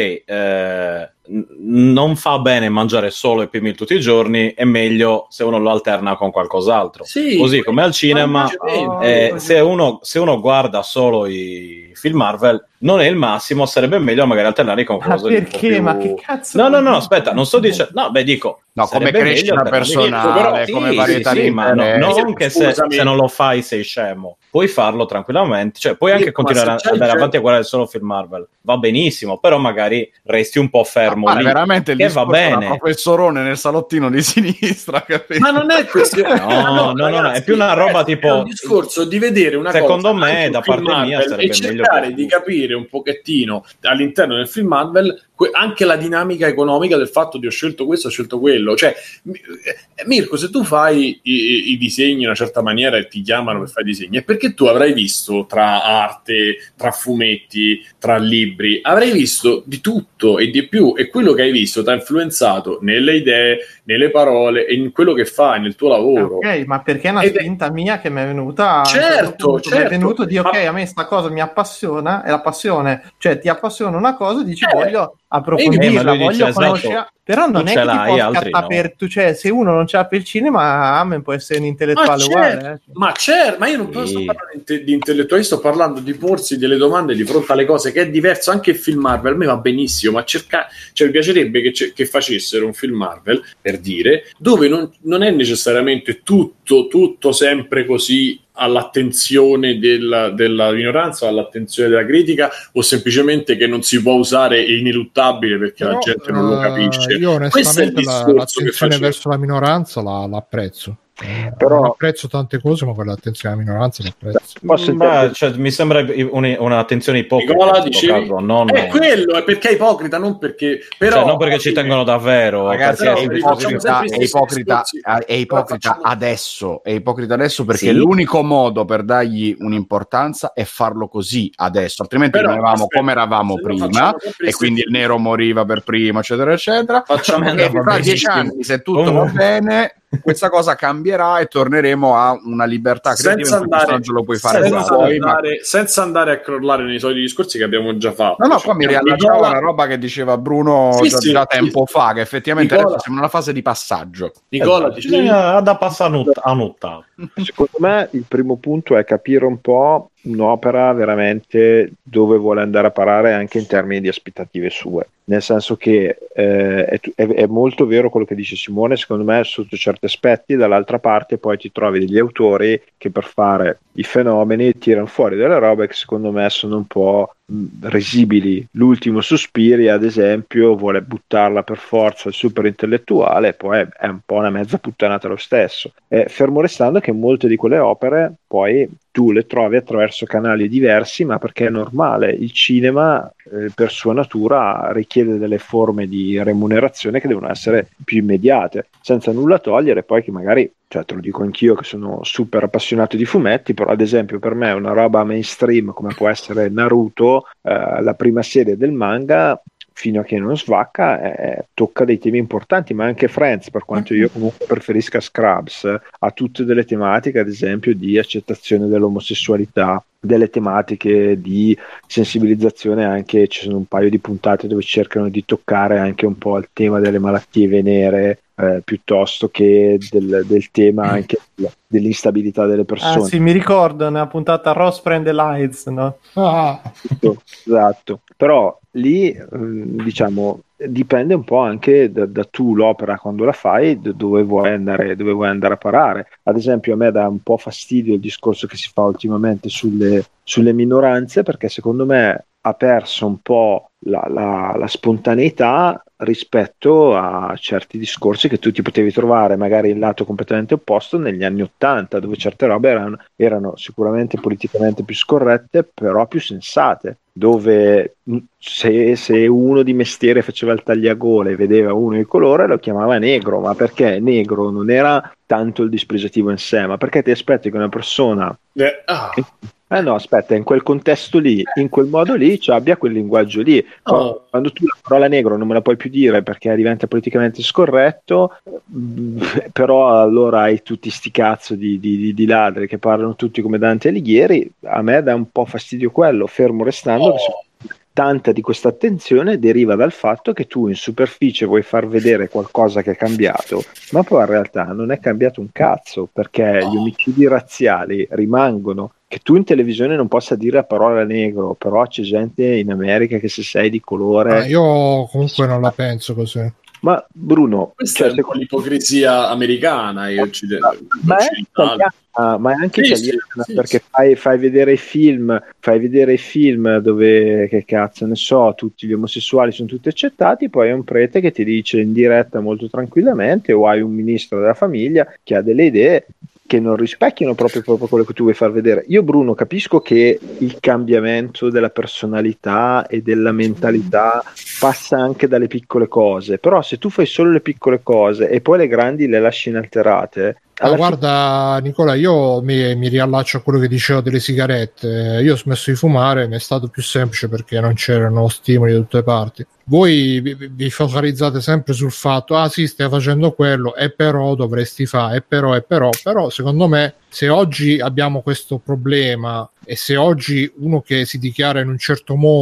eh, non fa bene mangiare solo i P mille tutti i giorni, è meglio se uno lo alterna con qualcos'altro, sì, così come al cinema eh, se, uno, se uno guarda solo i film Marvel non è il massimo, sarebbe meglio magari alternarli con qualcosa di perché? Più... ma che cazzo no no no aspetta, non sto dicendo, no beh dico no, come crescita personale, però, come sì, varietà sì, di sì, ma no, non che se, se non lo fai sei scemo, puoi farlo tranquillamente, cioè puoi anche sì, continuare ad andare avanti a guardare solo film Marvel, va benissimo, però magari resti un po' fermo ah, lì, veramente il che va bene, professorone nel salottino di sinistra, capito? Ma non è questione no, no, no, no, ragazzi, no, è più una roba tipo è un discorso di vedere una secondo cosa, me da parte Marvel, mia sarebbe e cercare meglio di capire un pochettino all'interno del film Marvel anche la dinamica economica del fatto di ho scelto questo, ho scelto quello, cioè Mirko, se tu fai i, i disegni in una certa maniera e ti chiamano per fare i disegni, è perché tu avrai visto tra arte, tra fumetti, tra libri, avrai visto di tutto e di più, e quello che hai visto ti ha influenzato nelle idee, nelle parole e in quello che fai nel tuo lavoro. Ok, ma perché è una Ed spinta è... mia che mi è venuta, certo, punto, certo. mi è venuto di ok, a me sta cosa mi appassiona, è la passione, cioè ti appassiona una cosa, dici eh. voglio approfondirla, eh, voglio dice, conoscere, esatto, però non è che ti può altri scattare no. per tu, cioè se uno non c'ha per il cinema, Amen può essere un intellettuale Ma uguale. certo, Eh. ma, certo, ma io non Sì. sto parlando di, te- di intellettuali, sto parlando di porsi delle domande di fronte alle cose, che è diverso. Anche il film Marvel a me va benissimo, ma cerca, cioè, mi piacerebbe che, ce- che facessero un film Marvel, per dire, dove non, non è necessariamente tutto, tutto sempre così all'attenzione della, della minoranza, all'attenzione della critica, o semplicemente che non si può usare, è ineluttabile perché Però, la gente non lo capisce. uh, io onestamente la, l'attenzione verso la minoranza la, l'apprezzo. Però non apprezzo tante cose, ma quell'attenzione alla minoranza l'apprezzo. Posso Beh, cioè, mi sembra un, un'attenzione ipocrita. Nicola, in questo dicevi? caso, non... È quello, è perché è ipocrita, non perché... Però, cioè, non perché ci tengono davvero. Ragazzi, però è ipocrita, è ipocrita, è ipocrita facciamo... adesso, è ipocrita adesso perché sì? l'unico modo per dargli un'importanza è farlo così adesso, altrimenti però, rimanevamo aspetta, come eravamo prima e quindi il nero moriva per prima, eccetera, eccetera. Facciamo e tra dieci anni, se tutto va bene, questa cosa cambierà e torneremo a una libertà creativa senza in cui andare, lo puoi fare senza, poi, andare, ma... senza andare a crollare nei soliti discorsi che abbiamo già fatto. No, no, cioè, qua mi riallacciavo Nicola... una roba che diceva Bruno sì, già, sì, già tempo sì. fa, che effettivamente Nicola... adesso siamo in una fase di passaggio. Nicola, esatto. Dicevi... ha da passare a notare. Secondo me il primo punto è capire un po' un'opera veramente dove vuole andare a parare anche in termini di aspettative sue, nel senso che eh, è, è, è molto vero quello che dice Simone, secondo me sotto certi aspetti. Dall'altra parte poi ti trovi degli autori che per fare i fenomeni tirano fuori delle robe che secondo me sono un po' risibili. L'ultimo Suspiri ad esempio vuole buttarla per forza al super intellettuale e poi è, è un po' una mezza puttanata lo stesso, eh, fermo restando che molte di quelle opere poi tu le trovi attraverso canali diversi, ma perché è normale, il cinema eh, per sua natura richiede delle forme di remunerazione che devono essere più immediate, senza nulla togliere poi che magari, cioè te lo dico anch'io che sono super appassionato di fumetti, però ad esempio per me una roba mainstream come può essere Naruto, eh, la prima serie del manga, fino a che non svacca, eh, tocca dei temi importanti, ma anche Friends, per quanto io comunque preferisca Scrubs, ha tutte delle tematiche, ad esempio, di accettazione dell'omosessualità, delle tematiche di sensibilizzazione, anche ci sono un paio di puntate dove cercano di toccare anche un po' il tema delle malattie venere, eh, piuttosto che del, del tema anche dell'instabilità delle persone. Ah sì, mi ricordo, nella puntata Ross prende l'AIDS, no? Ah. Esatto, però lì diciamo dipende un po' anche da, da tu l'opera quando la fai, da dove vuoi andare, dove vuoi andare a parare. Ad esempio a me dà un po' fastidio il discorso che si fa ultimamente sulle, sulle minoranze, perché secondo me ha perso un po' la, la, la spontaneità rispetto a certi discorsi che tu ti potevi trovare magari in lato completamente opposto negli anni Ottanta, dove certe robe erano, erano sicuramente politicamente più scorrette, però più sensate, dove se, se uno di mestiere faceva il tagliagole e vedeva uno di colore lo chiamava negro, ma perché negro non era tanto il dispregiativo in sé, ma perché ti aspetti che una persona eh, ah. Eh no, aspetta, in quel contesto lì, in quel modo lì, cioè abbia quel linguaggio lì. Oh. Quando tu la parola negro non me la puoi più dire perché diventa politicamente scorretto, però allora hai tutti sti cazzo di, di, di ladri che parlano tutti come Dante Alighieri, a me dà un po' fastidio quello, fermo restando Oh. che tanta di questa attenzione deriva dal fatto che tu in superficie vuoi far vedere qualcosa che è cambiato, ma poi in realtà non è cambiato un cazzo, perché gli omicidi razziali rimangono. Che tu in televisione non possa dire la parola negro, però c'è gente in America che se sei di colore... Ah, io comunque non la penso così. Ma Bruno... Questa cioè, è con l'ipocrisia americana e occidentale. Ma è italiana, ma è anche sì, italiana, sì, perché sì. Fai, fai vedere i film, fai vedere i film dove, che cazzo ne so, tutti gli omosessuali sono tutti accettati, poi hai un prete che ti dice in diretta molto tranquillamente, o hai un ministro della famiglia che ha delle idee che non rispecchiano proprio, proprio quello che tu vuoi far vedere. Io, Bruno, capisco che il cambiamento della personalità e della mentalità passa anche dalle piccole cose, però se tu fai solo le piccole cose e poi le grandi le lasci inalterate... Ah, guarda fi- Nicola, io mi, mi riallaccio a quello che dicevo delle sigarette. Io ho smesso di fumare, mi è stato più semplice perché non c'erano stimoli da tutte le parti. Voi vi, vi focalizzate sempre sul fatto, ah sì, stai facendo quello, e però dovresti fare, e però, e però, però secondo me se oggi abbiamo questo problema e se oggi uno che si dichiara in un certo modo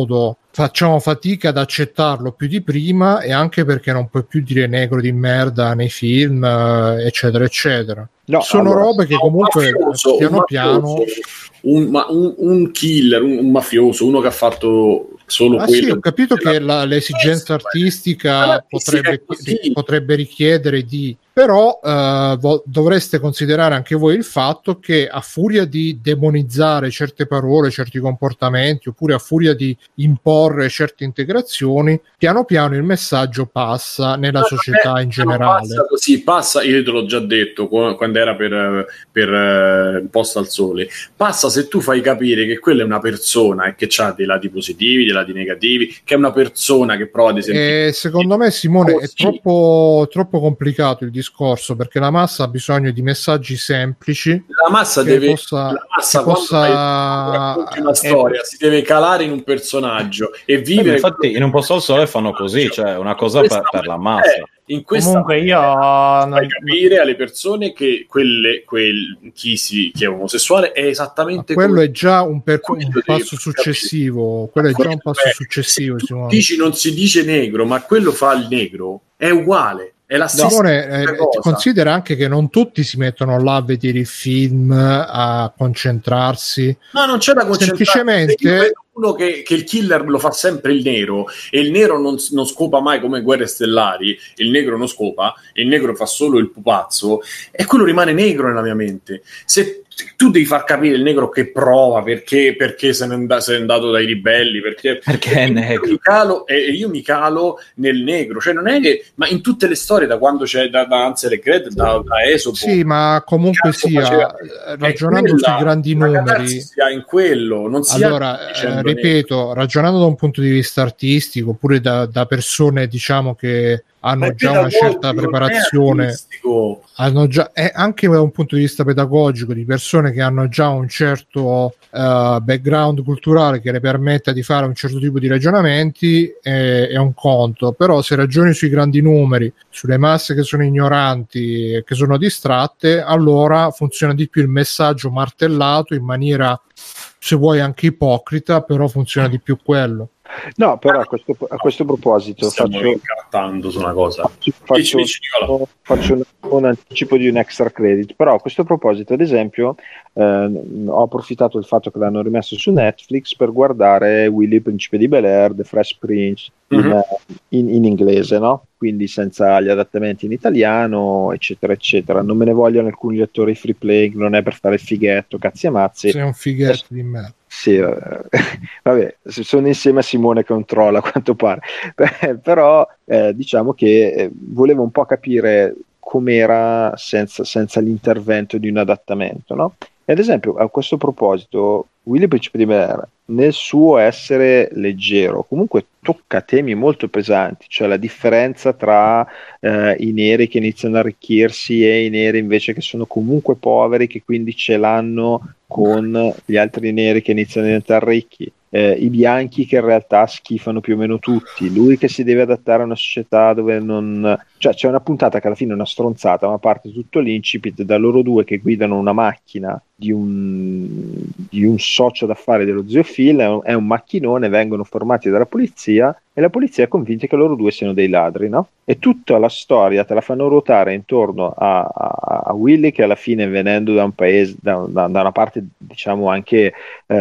facciamo fatica ad accettarlo più di prima, e anche perché non puoi più dire negro di merda nei film, eh, eccetera eccetera. No, sono allora, robe che comunque un mafioso, piano un piano mafioso, un, ma- un- un killer, un, un mafioso, uno che ha fatto solo ah quello. sì, ho capito della- che la- l'esigenza artistica Ma potrebbe, l'artistica è così. potrebbe richiedere di, però eh, vo- dovreste considerare anche voi il fatto che a furia di demonizzare certe parole, certi comportamenti, oppure a furia di imporre certe integrazioni, piano piano il messaggio passa nella No, società non è- in non generale. Passa così, passa, io te l'ho già detto qu- quando era per, per eh, Posta al Sole, passa se tu fai capire che quella è una persona e che ha dei lati positivi, dei lati negativi, che è una persona che prova ad esempio. E secondo me, Simone, è Così. troppo, troppo complicato il discorso, perché la massa ha bisogno di messaggi semplici. La massa che deve possa- la massa che quando possa- fai- racconti una storia si deve calare in un personaggio e Eh, vivere. infatti in Un posto al sole fanno così, cioè una cosa per, per la massa. Eh, in questa Comunque io maniera non- fai capire alle persone che quelle, quel, chi, si, chi è omosessuale è esattamente quello come- è già un, per- quello un devi passo far successivo. Quello è già un passo Beh, successivo, se tu Simone. dici non si dice negro, ma quello fa il negro, è uguale, è la stessa Simone, eh, cosa. considera anche che non tutti si mettono là a vedere il film, a concentrarsi. No, non c'è da concentrarsi. Semplicemente- Se io vedo uno che, che il killer lo fa sempre il nero e il nero non, non scopa mai come Guerre Stellari, il negro non scopa, il negro fa solo il pupazzo e quello rimane negro nella mia mente. Se tu devi far capire il negro che prova perché, perché se, ne è and- se è andato dai ribelli, perché, Perché è io negro. mi calo, e e io mi calo nel negro, cioè non è che, ma in tutte le storie, da quando c'è da, da Ansel e Gretel, da, da Esopo, Sì, ma comunque cazzo sia, faceva- eh, è ragionando quella, sui grandi la numeri, catarsi si ha in quello, non si ha allora, dicendo eh, ripeto, ragionando da un punto di vista artistico, oppure da, da persone, diciamo, che hanno Ma è già una pedagogico, certa non è preparazione, artistico. hanno già, è anche da un punto di vista pedagogico, di persone che hanno già un certo eh, background culturale che le permetta di fare un certo tipo di ragionamenti, è, è un conto. Però se ragioni sui grandi numeri, sulle masse che sono ignoranti e che sono distratte, allora funziona di più il messaggio martellato in maniera, se vuoi, anche ipocrita, però funziona di più quello. No, però a questo, a questo proposito Stiamo faccio, incartando su una cosa. faccio, Dici, dici, Nicola. faccio un, un anticipo di un extra credit. Però a questo proposito, ad esempio, eh, ho approfittato del fatto che l'hanno rimesso su Netflix per guardare Willy Principe di Bel-Air, The Fresh Prince in, Mhm. eh, in- in inglese, no? Quindi senza gli adattamenti in italiano, eccetera, eccetera. Non me ne vogliono alcuni lettori free play, non è per fare il fighetto, cazzi e mazzi. Sei un fighetto di me. Sì, eh, vabbè, se sono insieme a Simone che è un troll a quanto pare. Beh, però eh, diciamo che eh, volevo un po' capire com'era senza, senza l'intervento di un adattamento, no? E ad esempio, a questo proposito, Willy Principe di Bel-Air, nel suo essere leggero, comunque tocca temi molto pesanti, cioè la differenza tra eh, i neri che iniziano a arricchirsi e i neri invece che sono comunque poveri, che quindi ce l'hanno con gli altri neri che iniziano a diventare ricchi, eh, i bianchi che in realtà schifano più o meno tutti, lui che si deve adattare a una società dove non... Cioè c'è una puntata che alla fine è una stronzata, ma parte tutto l'incipit da loro due che guidano una macchina di un, di un socio d'affari dello zio Phil, è un, è un macchinone, vengono formati dalla polizia e la polizia è convinta che loro due siano dei ladri, no? E tutta la storia te la fanno ruotare intorno a, a, a Willy, che alla fine, venendo da un paese, da, da, da una parte diciamo anche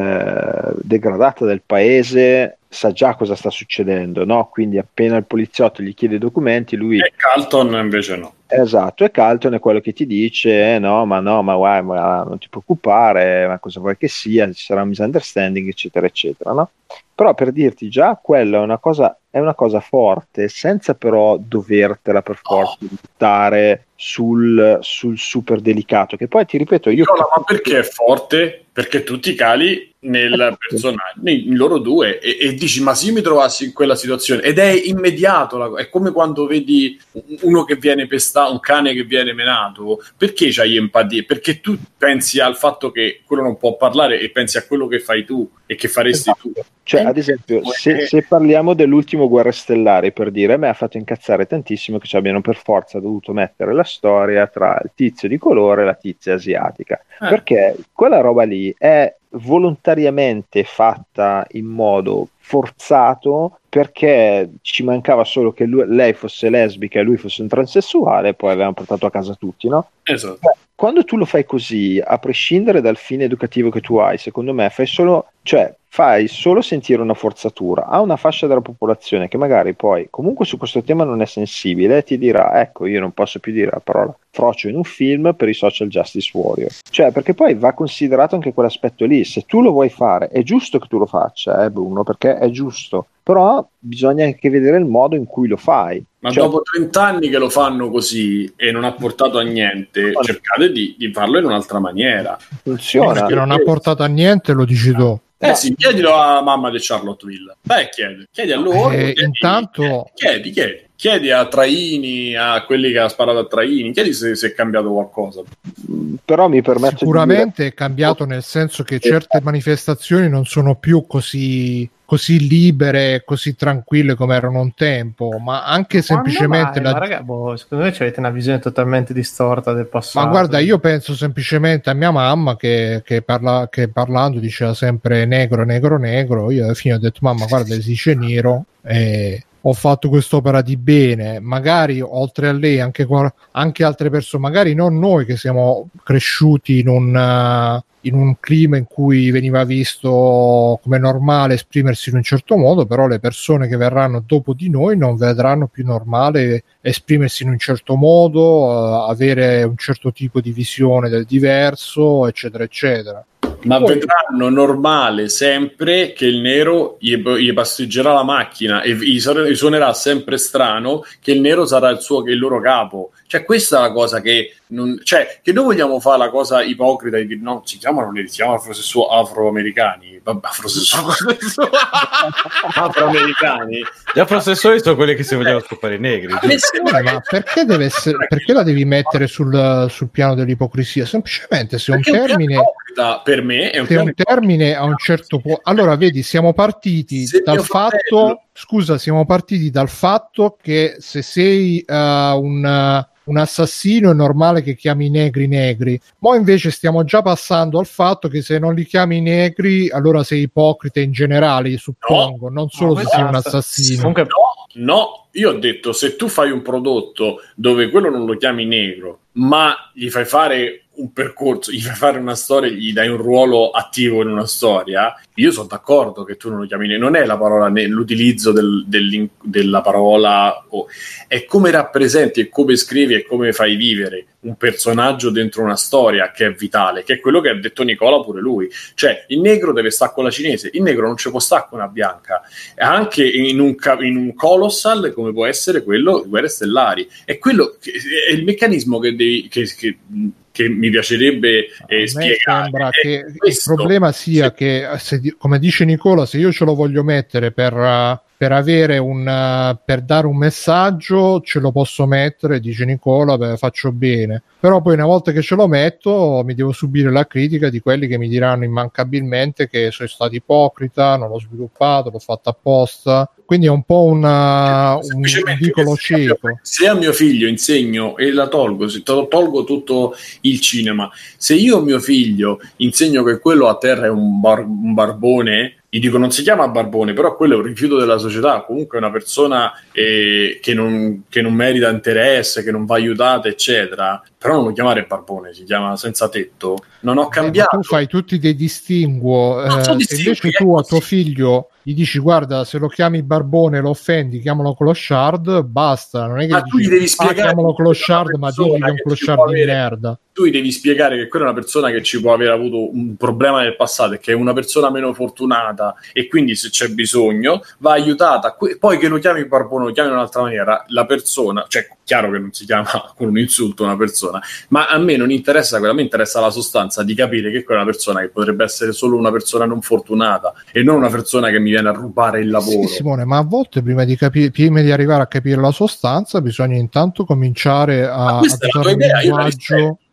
eh, degradata del paese, sa già cosa sta succedendo, no? Quindi appena il poliziotto gli chiede i documenti, lui... E Carlton invece no. Esatto, e Carlton è quello che ti dice eh, no, ma no, ma guarda, ma non ti preoccupare, ma cosa vuoi che sia, ci sarà un misunderstanding, eccetera, eccetera, no? Però per dirti già, quella è una cosa, è una cosa forte, senza però dovertela per forza buttare sul, sul super delicato, che poi ti ripeto, io... Nicola, ma perché è forte? Perché tu ti cali nel personaggio, in loro due, e, e dici, ma se io mi trovassi in quella situazione, ed è immediato, la, è come quando vedi uno che viene pestato, un cane che viene menato, perché c'hai empatia? Perché tu pensi al fatto che quello non può parlare e pensi a quello che fai tu e che faresti tu. Cioè, ad esempio, se, se parliamo dell'ultimo Guerre Stellari, per dire, a me ha fatto incazzare tantissimo che ci abbiano per forza dovuto mettere la storia tra il tizio di colore e la tizia asiatica, Eh. perché quella roba lì è volontariamente fatta in modo forzato, perché ci mancava solo che lui, lei fosse lesbica e lui fosse un transessuale, e poi avevamo portato a casa tutti, no? Esatto. Quando tu lo fai così, a prescindere dal fine educativo che tu hai, secondo me fai solo, cioè fai solo sentire una forzatura a una fascia della popolazione che magari poi comunque su questo tema non è sensibile e ti dirà: ecco, io non posso più dire la parola frocio in un film per i social justice warrior. Cioè, perché poi va considerato anche quell'aspetto lì. Se tu lo vuoi fare, è giusto che tu lo faccia, eh Bruno, perché è giusto, però bisogna anche vedere il modo in cui lo fai. Ma cioè, dopo trenta anni che lo fanno così e non ha portato a niente, cercate di, di farlo in un'altra maniera. Funziona. Perché non ha portato a niente, lo dici tu. Eh sì, chiedilo alla mamma di Charlottesville. Beh, chiedi, chiedi a loro. Eh, chiedi, intanto... chiedi, chiedi, chiedi a Traini, a quelli che ha sparato a Traini, chiedi se, se è cambiato qualcosa. Però mi permetto Sicuramente di dire... è cambiato, nel senso che certe manifestazioni non sono più così così libere, così tranquille come erano un tempo, ma anche semplicemente mai, la... ma raga, boh, secondo me avete una visione totalmente distorta del passato. Ma guarda, io penso semplicemente a mia mamma che, che, parla, che parlando diceva sempre negro, negro, negro. Io alla fine ho detto: mamma, guarda, si dice nero, e ho fatto quest'opera di bene. Magari oltre a lei anche, anche altre persone, magari non noi che siamo cresciuti in un, in un clima in cui veniva visto come normale esprimersi in un certo modo, però le persone che verranno dopo di noi non vedranno più normale esprimersi in un certo modo, uh, avere un certo tipo di visione del diverso, eccetera eccetera. Ma poi vedranno normale sempre che il nero gli, gli pastiggerà la macchina e gli, gli suonerà sempre strano che il nero sarà il suo, il loro capo. Cioè, questa è la cosa che non, cioè, che noi vogliamo fare la cosa ipocrita di dire: no, si chiamano, si chiamano afrosessu- afroamericani. Vabbè, afrosessuali. Afroamericani. Gli afrosessuali sono quelli che si vogliono scopare i negri. Ma, ma perché deve essere, perché la devi mettere sul, sul piano dell'ipocrisia? Semplicemente se un termine un per me è un, se un termine a un certo punto, allora vedi, siamo partiti se dal fatto fratello... scusa, siamo partiti dal fatto che se sei uh, un un assassino è normale che chiami i negri negri, ma invece stiamo già passando al fatto che se non li chiami negri allora sei ipocrita in generale, suppongo, no, non solo no, se sei un assassino. Comunque, no, no, io ho detto: se tu fai un prodotto dove quello non lo chiami negro, ma gli fai fare un percorso, gli fai fare una storia, gli dai un ruolo attivo in una storia, io sono d'accordo che tu non lo chiami negro. Non è la parola, né l'utilizzo del, del, della parola, oh, è come rappresenti e come scrivi e come fai vivere un personaggio dentro una storia che è vitale, che è quello che ha detto Nicola pure lui. Cioè, il negro deve stare con la cinese, il negro non ci può stare con una bianca, anche in un, in un colossal come può essere quello di Guerre Stellari. È quello che, è il meccanismo che devi che, che, che mi piacerebbe eh, spiegare. Sembra che il problema sia che, se, come dice Nicola, se io ce lo voglio mettere per uh, per avere un uh, per dare un messaggio, ce lo posso mettere, dice Nicola, beh, faccio bene, però poi una volta che ce lo metto mi devo subire la critica di quelli che mi diranno immancabilmente che sono stato ipocrita, non l'ho sviluppato, l'ho fatto apposta. Quindi è un po' una, un vicolo cieco. Se a mio figlio insegno e la tolgo, se tolgo tutto il cinema, se io a mio figlio insegno che quello a terra è un, bar, un barbone, gli dico: non si chiama barbone, però quello è un rifiuto della società, comunque è una persona eh, che, non, che non merita interesse, che non va aiutata, eccetera. Però non lo chiamare barbone, si chiama senza tetto. Non ho cambiato. Eh, tu fai tutti dei distinguo, eh, se invece tu a tuo figlio gli dici: guarda, se lo chiami barbone lo offendi, chiamalo clochard, basta. Non è che ma dici, tu gli devi spiegare: ah, chiamalo clochard, ma digli che è un clochard di merda. Tu gli devi spiegare che quella è una persona che ci può aver avuto un problema nel passato e che è una persona meno fortunata, e quindi se c'è bisogno va aiutata. Poi che lo chiami barbone, lo chiami in un'altra maniera, la persona, cioè chiaro che non si chiama con un insulto una persona, ma a me non interessa quello, a me interessa la sostanza di capire che quella è una persona che potrebbe essere solo una persona non fortunata e non una persona che mi viene a rubare il lavoro. Sì, Simone, ma a volte prima di capire, prima di arrivare a capire la sostanza bisogna intanto cominciare a, a usare un linguaggio.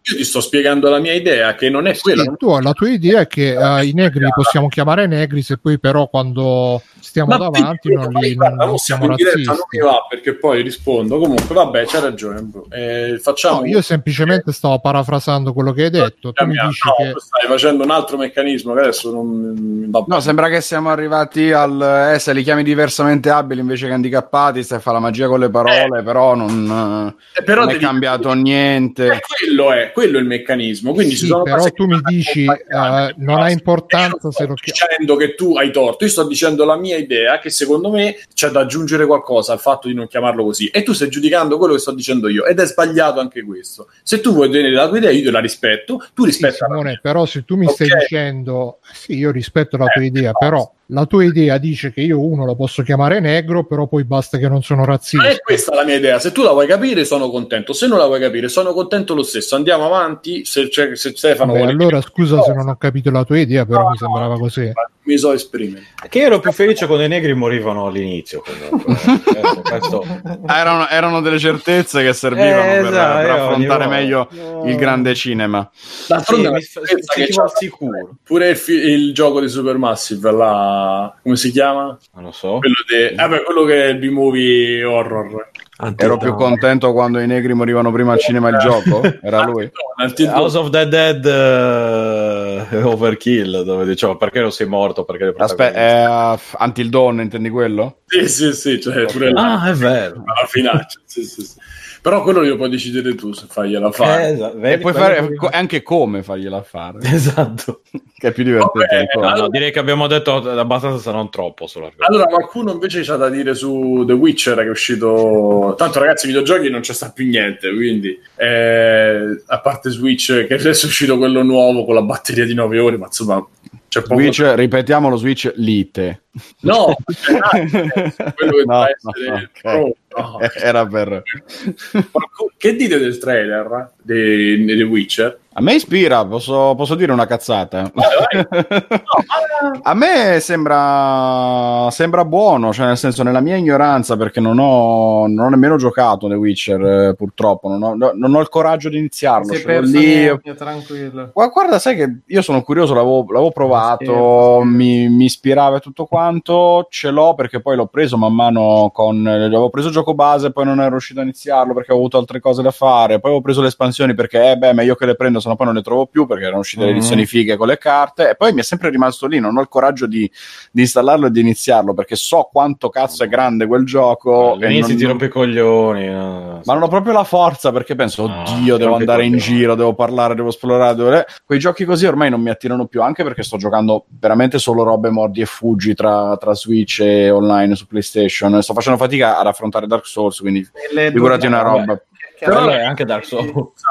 io ti sto spiegando la mia idea, che non è quella. Sì, tu, la tua idea è che uh, i negri li possiamo chiamare negri, se poi però quando stiamo Ma davanti quindi, non, poi, li, guarda, non, non siamo razzisti. Non mi va, perché poi rispondo comunque, vabbè, c'hai ragione, eh, facciamo. No, io semplicemente stavo parafrasando quello che hai detto. Tu mi dici no, che tu stai facendo un altro meccanismo che adesso non va bene. No, sembra che siamo arrivati al eh, se li chiami diversamente abili invece che handicappati, stai a fare la magia con le parole, eh, però non, eh, però non è cambiato dire... niente. Eh, quello è quello è il meccanismo. Quindi sì, ci sono però tu mi dici uh, non ha importanza se lo chiami. Dicendo che tu hai torto, io sto dicendo la mia idea, che secondo me c'è da aggiungere qualcosa al fatto di non chiamarlo così, e tu stai giudicando quello che sto dicendo io, ed è sbagliato anche questo. Se tu vuoi tenere la tua idea, io la rispetto, tu rispetti. Sì, Simone, però se tu mi okay. stai dicendo sì, io rispetto la tua eh, idea, però la tua idea dice che io uno lo posso chiamare negro, però poi basta che non sono razzista. Non è questa la mia idea. Se tu la vuoi capire, sono contento. Se non la vuoi capire, sono contento lo stesso. Andiamo avanti. Se, se Stefano Beh, vuole allora scusa se non ho capito la tua idea, però no, mi sembrava no, così. Mi so esprimere. Che ero più felice quando i negri morivano all'inizio. questo, questo... erano, erano delle certezze che servivano eh, per, esatto, per affrontare io... meglio no. il grande cinema. D'altronde sì, mi sentivo al sicuro. Pure il, fi- il gioco di Supermassive, là, come si chiama? Non lo so. Quello, de... eh, beh, quello che è il B-movie horror. Antidown. Ero più contento quando i negri morivano prima al cinema il gioco. Era lui. House of the Dead uh, Overkill, dove diciamo perché non sei morto? Perché aspetta, uh, Until Dawn, intendi quello? Sì, sì, sì, cioè okay. pure ah, là, è vero. Alla finaccia, sì, sì, sì. Però quello lo puoi decidere tu se fargliela fare. Eh, esatto. E puoi fare che... anche come fargliela fare. Esatto. Che è più divertente. Vabbè, no, no, direi che abbiamo detto abbastanza, se non troppo. Sulla allora, qualcuno invece c'ha da dire su The Witcher, che è uscito. Tanto, ragazzi, videogiochi non c'è sta più niente. Quindi, eh, a parte Switch, che adesso è uscito quello nuovo con la batteria di nove ore, ma insomma. C'è poco Switch, da... ripetiamolo, Switch Lite. No, quello che no, essere no, okay. no. Era per. Che dite del trailer di The Witcher? A me ispira, posso, posso dire una cazzata. Vai, vai. No, a me sembra sembra buono, cioè nel senso, nella mia ignoranza, perché non ho, non ho nemmeno giocato The Witcher, eh, purtroppo, non ho, non ho il coraggio di iniziarlo. Si è perso lì... niente, tranquillo. Guarda, sai che io sono curioso, l'avevo, l'avevo provato, sì, mi, mi ispirava e tutto quanto, ce l'ho perché poi l'ho preso man mano con... Avevo preso il gioco base, poi non ero riuscito a iniziarlo perché avevo avuto altre cose da fare, poi avevo preso le espansioni perché, eh beh, ma io che le prendo, sennò poi non le trovo più perché erano uscite mm-hmm. le edizioni fighe con le carte, e poi mi è sempre rimasto lì, non ho il coraggio di, di installarlo e di iniziarlo perché so quanto cazzo è grande quel gioco. All'inizio non... ti rompe i coglioni, no? Ma non ho proprio la forza, perché penso, oddio, no, devo andare in giro, devo parlare, devo esplorare, devo... quei giochi così ormai non mi attirano più, anche perché sto giocando veramente solo robe mordi e fuggi tra, tra Switch e online su PlayStation, sto facendo fatica ad affrontare Dark Souls, quindi figurati una roba. Però è anche Dark Souls.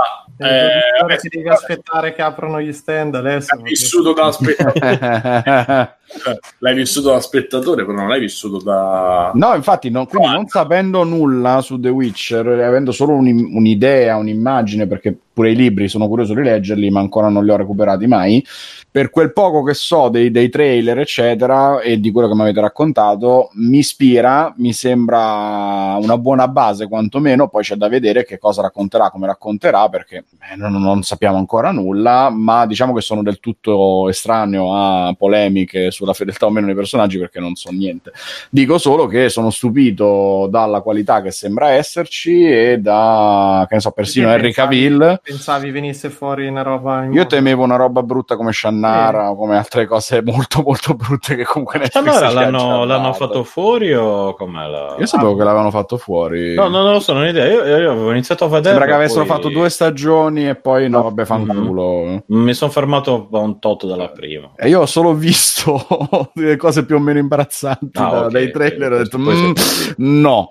Eh, ora si devi aspettare che aprono gli stand adesso. L'hai vissuto da spettatore. L'hai vissuto da spettatore, però non l'hai vissuto da... No, infatti, no, quindi non sapendo nulla su The Witcher, avendo solo un, un'idea, un'immagine, perché pure i libri sono curioso di leggerli, ma ancora non li ho recuperati mai, per quel poco che so dei, dei trailer, eccetera, e di quello che mi avete raccontato, mi ispira, mi sembra una buona base, quantomeno. Poi c'è da vedere che cosa racconterà, come racconterà, perché eh, non, non sappiamo ancora nulla, ma diciamo che sono del tutto estraneo a polemiche sulla fedeltà o meno dei personaggi, perché non so niente. Dico solo che sono stupito dalla qualità che sembra esserci e da, che ne so, persino Henry Cavill. Pensavi venisse fuori una roba in io modo. Temevo una roba brutta come Shannara, eh. o come altre cose molto molto brutte che comunque Shannara l'hanno, l'hanno fatto fuori o com'è la... Io sapevo ah. che l'avevano fatto fuori. No, no, non lo so, non ho idea. Io, io avevo iniziato a vedere. Sembra che avessero poi... fatto due stagioni e poi no, vabbè, fanculo. Mm-hmm. Mi sono fermato a un tot dalla prima. E io ho solo visto delle cose più o meno imbarazzanti ah, da, okay, dai trailer. Okay. Ho detto mm, no,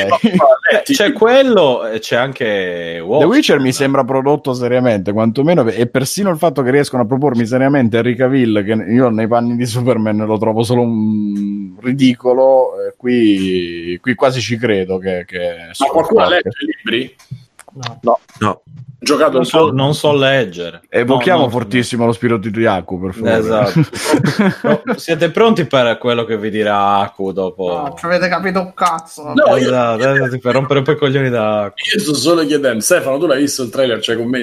ok. C'è quello e c'è anche Watch. The Witcher mi sembra prodotto seriamente, quantomeno, e persino il fatto che riescono a propormi seriamente Henry Cavill, che io nei panni di Superman lo trovo solo un ridicolo, eh, qui, qui quasi ci credo che, che ma qualcuno ha letto i libri? No, no, no. Giocato non so, non so leggere. Evochiamo no, no, fortissimo no. lo spirito di Aku, per favore. Esatto. No, siete pronti per quello che vi dirà Aku dopo? No, ci avete capito un cazzo. No, esatto, io... per rompere un po' i coglioni da Aku. Io sto solo chiedendo, Stefano, tu l'hai visto il trailer, c'hai commenti?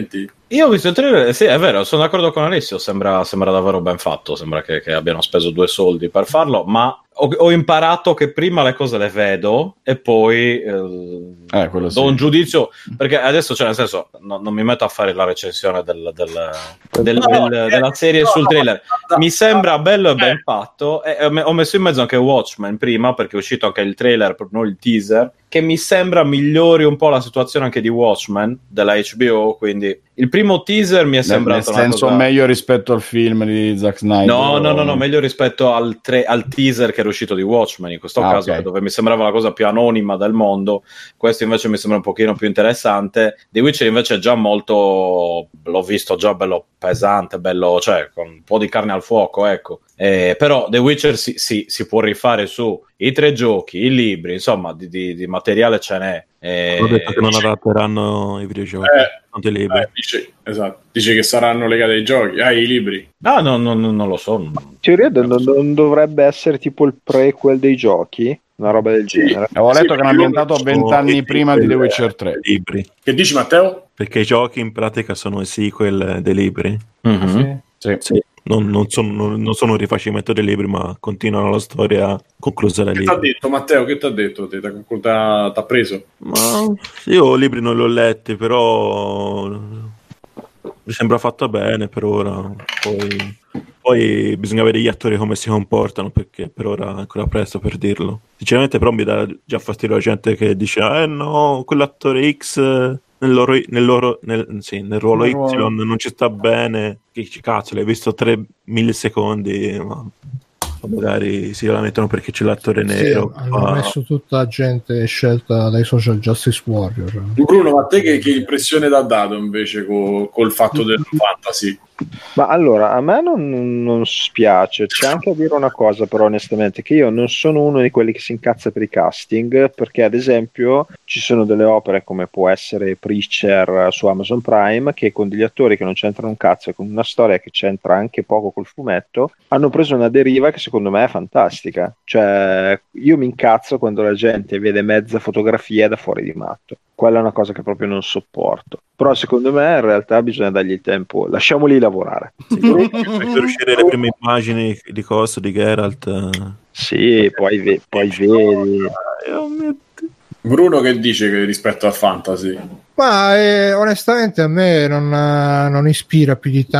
Io ho visto il trailer, sì, è vero, sono d'accordo con Alessio, sembra, sembra davvero ben fatto, sembra che, che abbiano speso due soldi per farlo, ma ho, ho imparato che prima le cose le vedo e poi eh, eh, quello do sì. un giudizio, perché adesso, cioè, nel senso, no, non mi metto a fare la recensione del, del, del, No, del, no, della serie no, sul no, trailer. no, Mi sembra bello e ben eh. fatto, e ho messo in mezzo anche Watchmen prima, perché è uscito anche il trailer, non il teaser, che mi sembra migliori un po' la situazione anche di Watchmen della H B O, quindi il primo teaser mi è sembrato nel senso una cosa... meglio rispetto al film di Zack Snyder. No, no, no, no, meglio rispetto al, tre, al teaser che era uscito di Watchmen in questo ah, caso, okay. dove mi sembrava la cosa più anonima del mondo. Questo invece mi sembra un pochino più interessante. The Witcher invece è già molto, l'ho visto già bello pesante, bello, cioè con un po' di carne al fuoco, ecco. Eh, però The Witcher si, si, si può rifare su i tre giochi, i libri, insomma di, di, di materiale ce n'è. Eh, Ho detto che non adatteranno i videogiochi, Eh, tanto i libri. eh, dice, esatto, dice che saranno legati ai giochi, ai libri. Ah, no, no, no, non lo so. Non, In teoria non, non dovrebbe essere tipo il prequel dei giochi, una roba del Sì. genere. Avevo letto Sì, che era perché ambientato loro vent'anni sono prima di The il- Witcher tre. i libri. Che dici, Matteo? Perché i giochi in pratica sono i sequel dei libri. mm-hmm. Sì. Sì. Sì, non, non sono, non- non sono un rifacimento dei libri, ma continuano la storia conclusa dai Che ti ha libri. detto, Matteo? Che ti ha detto? Ti ha preso? Ma io i libri non li ho letti, però mi sembra fatto bene per ora. Poi, poi bisogna vedere gli attori come si comportano, perché per ora è ancora presto per dirlo. Sinceramente, però mi dà già fastidio la gente che dice: eh no, quell'attore X nel loro, nel loro nel, sì, nel ruolo Nel Y ruolo. non ci sta bene. Che cazzo, l'hai visto tre millisecondi, ma magari si lamentano perché c'è l'attore Sì, nero. hanno fa- messo tutta la gente scelta dai social justice warrior. Bruno, ma a te che, che impressione ti ha dato invece co- col fatto del fantasy? Ma allora, a me non, non spiace, c'è anche a dire una cosa però onestamente, che io non sono uno di quelli che si incazza per i casting, perché ad esempio ci sono delle opere come può essere Preacher su Amazon Prime, che con degli attori che non c'entrano un cazzo e con una storia che c'entra anche poco col fumetto, hanno preso una deriva che secondo me è fantastica. Cioè, io mi incazzo quando la gente vede mezza fotografia da fuori di matto. Quella è una cosa che proprio non sopporto. Però secondo me in realtà bisogna dargli il tempo, lasciamoli lavorare. Sì, per uscire le prime immagini di costo di Geralt. eh. Sì, poi, ve- poi vedi. Eh, oh mio Dio. Bruno che dice che rispetto al fantasy? Ma eh, onestamente a me non, eh, non ispira più di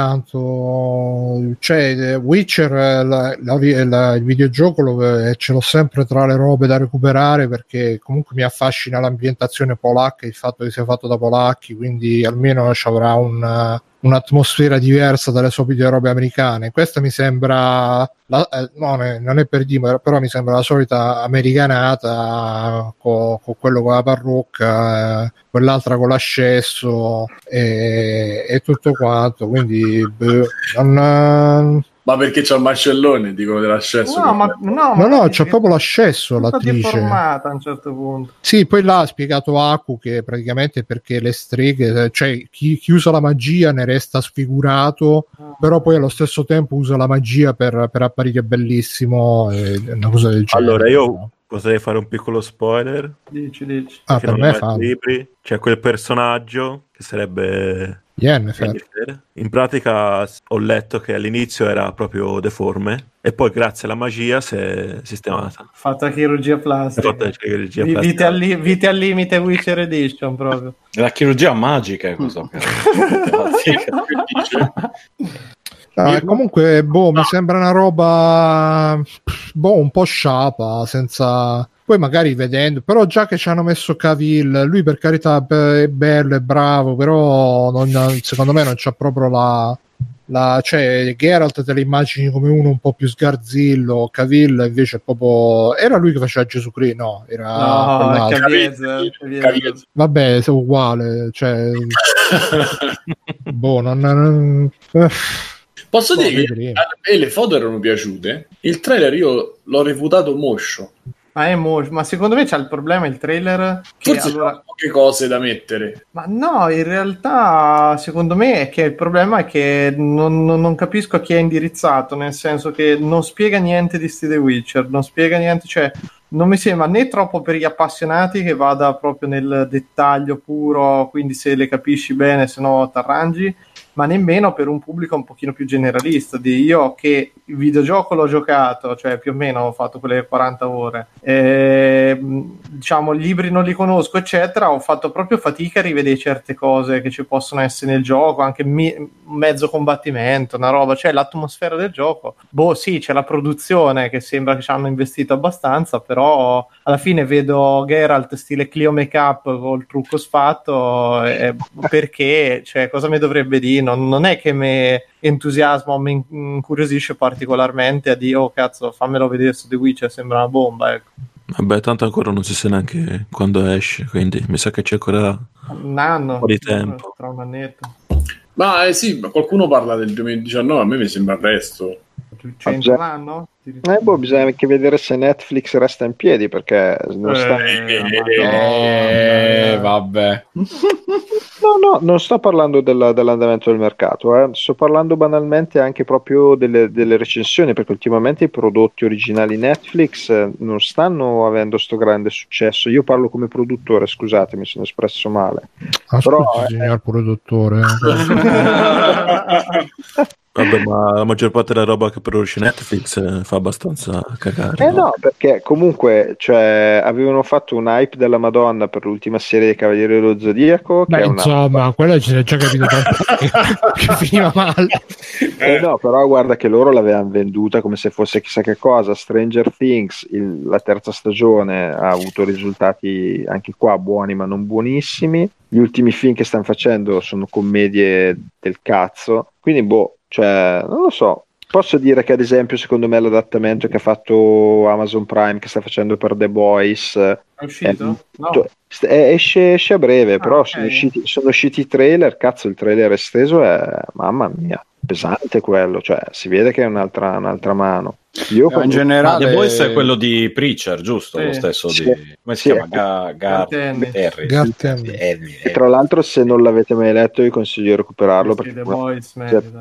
tanto. Cioè, The Witcher, eh, la, la, la, il videogioco lo, eh, ce l'ho sempre tra le robe da recuperare, perché comunque mi affascina l'ambientazione polacca, il fatto che sia fatto da polacchi, quindi almeno ci avrà un, un'atmosfera diversa dalle solite robe americane. Questa mi sembra, la, eh, non, è, non è per dire, però mi sembra la solita americanata con, con quello con la parrucca, eh, quell'altra con l'ascesso e, e tutto quanto, quindi beh, non, Ma perché c'ha il mascellone, dicono dell'accesso? No, ma no, no, no, ma c'è proprio l'ascesso tutta l'attrice. deformata a un certo punto. Sì, poi là ha spiegato Aku che praticamente perché le streghe, cioè chi, chi usa la magia ne resta sfigurato, però poi allo stesso tempo usa la magia per, per apparire bellissimo, e una cosa del genere. Allora, io potrei fare un piccolo spoiler. Dici, dici. Ah, Che per non me ho mai fa letto i libri. C'è quel personaggio che sarebbe Yennefer. Yennefer. In pratica ho letto che all'inizio era proprio deforme e poi grazie alla magia si è sistemata. Fatta chirurgia È plastica. fatta la chirurgia Vi- plastica. Vite al, li- vite al limite Witcher Edition proprio. La chirurgia magica è cosa. No, e comunque boh, mi sembra una roba boh, un po' sciapa, senza poi magari vedendo, però già che ci hanno messo Cavill, lui per carità è bello, è bravo, però non, secondo me non c'ha proprio la, la cioè Geralt te le immagini come uno un po' più sgarzillo, Cavill invece è proprio, era lui che faceva Gesù Cristo, no, era No, quell'altro. Cavill, Cavill. Vabbè, è uguale, cioè boh, non, non eh. Posso Boh, dire che vedremo. a me le foto erano piaciute, il trailer io l'ho reputato moscio. Ma, è mo- ma secondo me c'è il problema il trailer che Forse allora... c'erano poche cose da mettere. Ma no, in realtà secondo me è che il problema è che non, non- non capisco a chi è indirizzato, nel senso che non spiega niente di Steve The Witcher, non spiega niente, cioè non mi sembra né troppo per gli appassionati che vada proprio nel dettaglio puro, quindi se le capisci bene, se no t'arrangi, ma nemmeno per un pubblico un pochino più generalista. Di io che il videogioco l'ho giocato, cioè più o meno ho fatto quelle quaranta ore, e, diciamo i libri non li conosco eccetera, ho fatto proprio fatica a rivedere certe cose che ci possono essere nel gioco, anche mi- mezzo combattimento, una roba, cioè l'atmosfera del gioco, boh sì, c'è la produzione che sembra che ci hanno investito abbastanza, però alla fine vedo Geralt stile Clio Make-up col trucco sfatto, eh, perché, cioè cosa mi dovrebbe dire? Non, non è che mi entusiasma o mi incuriosisce particolarmente a dire oh cazzo fammelo vedere su The Witcher, sembra una bomba, ecco. Vabbè, tanto ancora non si sa neanche quando esce, quindi mi sa che c'è ancora un anno, un po' di tempo. Tra un annetto. Ma eh, sì, ma qualcuno parla del duemiladiciannove, a me mi sembra presto. cento ah, l'anno? Eh, boh, bisogna anche vedere se Netflix resta in piedi, perché non eh, sta... Eh, eh, vabbè. No, no, non sto parlando della, dell'andamento del mercato, eh. Sto parlando banalmente anche proprio delle, delle recensioni, perché ultimamente i prodotti originali Netflix eh, non stanno avendo sto grande successo. Io parlo come produttore, scusate, mi sono espresso male. Ascolti, Però, signor produttore. Vabbè, ma la maggior parte della roba che produce Netflix eh, fa abbastanza cagare. Eh no, perché comunque cioè, avevano fatto un hype della Madonna per l'ultima serie dei Cavalieri dello Zodiaco. Beh, che è insomma, una... quella ci è già capito che, che finiva male. Eh no, però guarda che loro l'avevano venduta come se fosse chissà che cosa. Stranger Things, il, la terza stagione, ha avuto risultati anche qua buoni ma non buonissimi. Gli ultimi film che stanno facendo sono commedie del cazzo. Quindi boh, cioè, non lo so. Posso dire che ad esempio secondo me l'adattamento che ha fatto Amazon Prime, che sta facendo per The Boys, è uscito? È, no. è, esce, esce a breve, ah, però okay. sono, usciti, sono usciti i trailer, cazzo il trailer esteso è, mamma mia, pesante quello, cioè si vede che è un'altra, un'altra mano. Io no, in generale The Voice è quello di Preacher, giusto? Sì, lo stesso sì, di come si sì, chiama? Ga- Gar- Gartennis. Gartennis. E tra l'altro se non l'avete mai letto vi consiglio di recuperarlo sì, perché The è una Boys,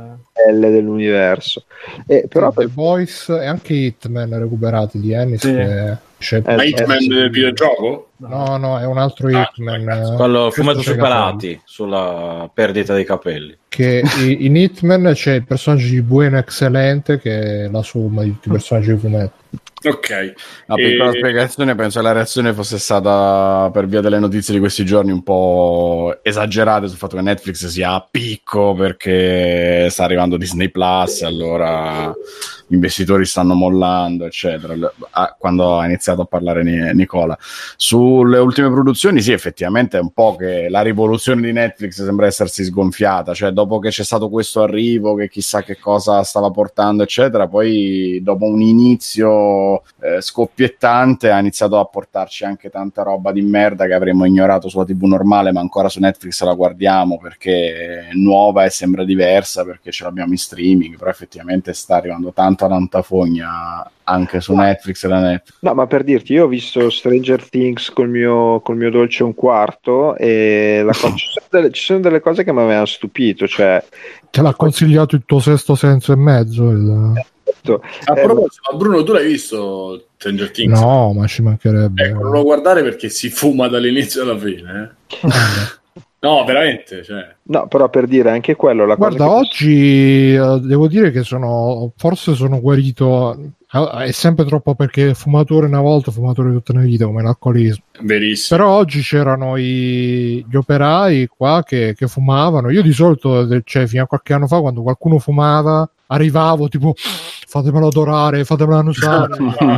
L dell'universo. E, però sì, per... The Boys e anche Hitman recuperati di Ennis sì. che c'è ma Hitman del videogioco? No, no, è un altro Hitman. Ah, quello fumato sui pelati, sulla perdita dei capelli. Che in Hitman c'è il personaggio di Bueno Excellente che è la somma di tutti i personaggi di fumetto. Ok, una piccola e... spiegazione, penso che la reazione fosse stata per via delle notizie di questi giorni un po' esagerate sul fatto che Netflix sia a picco perché sta arrivando Disney Plus, allora gli investitori stanno mollando eccetera, quando ha iniziato a parlare Nicola sulle ultime produzioni. Sì, effettivamente è un po' che la rivoluzione di Netflix sembra essersi sgonfiata, cioè dopo che c'è stato questo arrivo che chissà che cosa stava portando eccetera, poi dopo un inizio Eh, scoppiettante ha iniziato a portarci anche tanta roba di merda che avremmo ignorato sulla tivù normale, ma ancora su Netflix la guardiamo perché è nuova e sembra diversa perché ce l'abbiamo in streaming, però effettivamente sta arrivando tanta tanta fogna anche su Netflix e da Netflix. No, ma per dirti, io ho visto Stranger Things col mio, col mio dolce un quarto e la co- ci, sono delle, ci sono delle cose che mi avevano stupito, cioè te l'ha consigliato il tuo sesto senso e mezzo il... A proposito, Bruno, tu l'hai visto Stranger Things? No, ma ci mancherebbe. Ecco, non lo guardare perché si fuma dall'inizio alla fine. Eh? No, veramente. Cioè. No, però per dire anche quello. La Guarda, cosa che oggi uh, devo dire che sono forse sono guarito. Uh, è sempre troppo perché fumatore una volta, fumatore tutta una vita, come l'alcolismo. Verissimo. Però oggi c'erano i, gli operai qua che, che fumavano. Io di solito, cioè, fino a qualche anno fa, quando qualcuno fumava, arrivavo tipo fatemelo adorare, fatemelo annusare.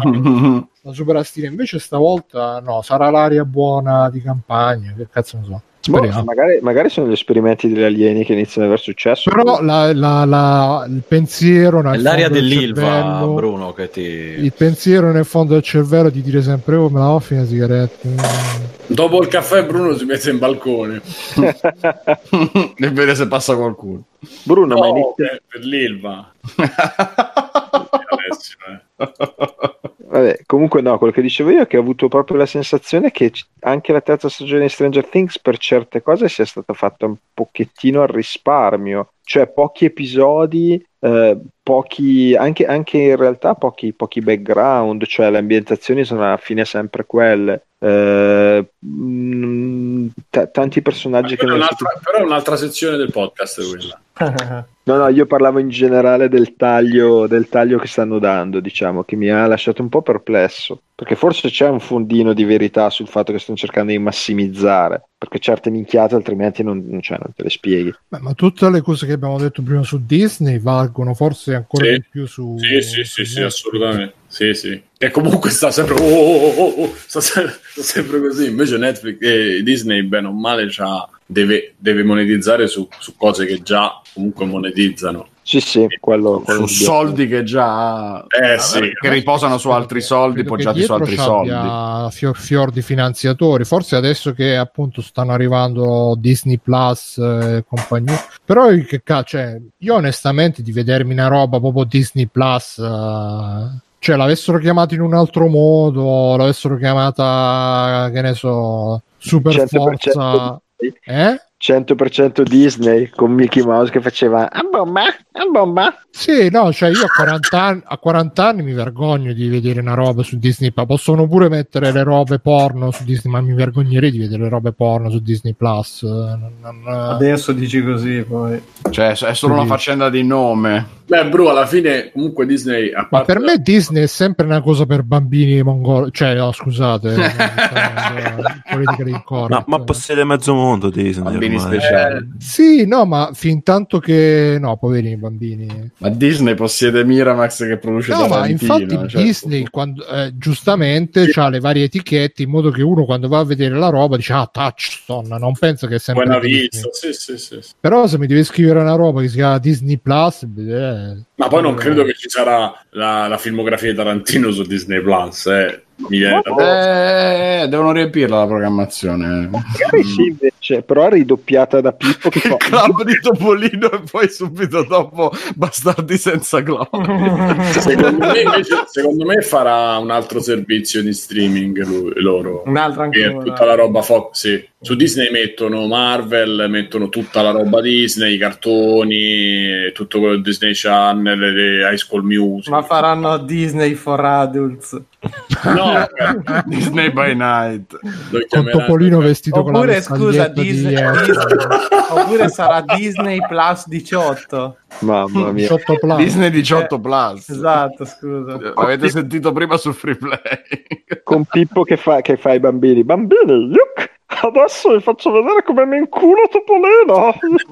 La super stile. Invece stavolta no, sarà l'aria buona di campagna, che cazzo ne so. Boh, magari, magari sono gli esperimenti degli alieni che iniziano ad aver successo. Però la, la, la, il pensiero nel è l'aria del dell'Ilva, cervello, Bruno, che ti... il pensiero nel fondo del cervello di dire sempre oh me la ho fine sigaretta. Dopo il caffè Bruno si mette in balcone e vede se passa qualcuno. Bruno, no, ma inizia... per l'Ilva. Adesso, eh. Vabbè, comunque no, quello che dicevo io è che ho avuto proprio la sensazione che anche la terza stagione di Stranger Things per certe cose sia stata fatta un pochettino al risparmio, cioè pochi episodi, eh, pochi, anche, anche in realtà pochi, pochi background, cioè le ambientazioni sono alla fine sempre quelle. Eh, mh, t- tanti personaggi che però, è non un'altra, però è un'altra sezione del podcast quella. No, no, io parlavo in generale del taglio, del taglio che stanno dando, diciamo, che mi ha lasciato un po' perplesso, perché forse c'è un fondino di verità sul fatto che stanno cercando di massimizzare, perché certe minchiate altrimenti non, cioè, non te le spieghi. Beh, ma tutte le cose che abbiamo detto prima su Disney valgono forse ancora Sì. di più su... Sì, sì, su sì, sì, Netflix. assolutamente. Sì, sì. E comunque sta sempre, oh, oh, oh, oh, sta, sempre sta sempre così. Invece Netflix e Disney, bene o male, c'ha, deve, deve monetizzare su, su cose che già comunque monetizzano. Sì, sì, quello, quello Su soldi che già Eh, sì. che riposano su altri soldi, Credo che poggiati su altri dietro soldi. c'abbia fior, fior di finanziatori, forse adesso che appunto stanno arrivando Disney Plus e compagnia, però io, che ca- cioè, io onestamente di vedermi una roba proprio Disney Plus, uh, cioè l'avessero chiamato in un altro modo, l'avessero chiamata, che ne so, Super cento per cento Forza, eh? cento per cento Disney con Mickey Mouse che faceva a bomba, a bomba. Sì, no, cioè io a quaranta anni, a quaranta anni mi vergogno di vedere una roba su Disney Plus. Possono pure mettere le robe porno su Disney, ma mi vergognerei di vedere le robe porno su Disney Plus. Non, non... Adesso dici così, poi. Cioè, è solo una faccenda di nome. Beh, Bru, alla fine comunque Disney... A Ma parte per me Disney è sempre una cosa per bambini mongoli. Cioè, no, scusate, politica di ma, ma possiede mezzo mondo Disney. Bambini ormai. speciali. Eh, sì, no, ma fin tanto che... No, poverini bambini. Ma Disney possiede Miramax che produce No, ma Tarantino, infatti cioè... Disney quando, eh, giustamente Sì. ha le varie etichette in modo che uno quando va a vedere la roba dice ah, Touchstone, non pensa che è sempre Buena Disney. vista, sì, sì, sì, sì. Però se mi devi scrivere una roba che si chiama Disney Plus, eh, Ma poi non eh, credo che ci sarà la, la filmografia di Tarantino su Disney Plus, eh. Mi viene da... Eh, devono riempirla la programmazione. Magari sì, invece, però ridoppiata da Pippo che fa Club di Topolino e poi subito dopo Bastardi senza gloria. Secondo me, invece, secondo me farà un altro servizio di streaming lui, loro. Un'altra Che è ancora. tutta la roba Fox, sì. Su Disney mettono Marvel, mettono tutta la roba Disney, i cartoni, tutto quello Disney Channel, le High School Music. Ma faranno Disney for Adults. No, eh, Disney by Night. lo con chiameranno- Topolino vestito con la Oppure scusa, vestaglietta di Disney, eh, Disney- oppure sarà Disney Plus diciotto. mamma mia. diciotto Plus. Disney diciotto Plus. Esatto, scusa. L'avete sentito prima su Free Play. Con Pippo che fa, che fa i bambini. Bambini, yuk! Adesso vi faccio vedere come mi inculo Topolino.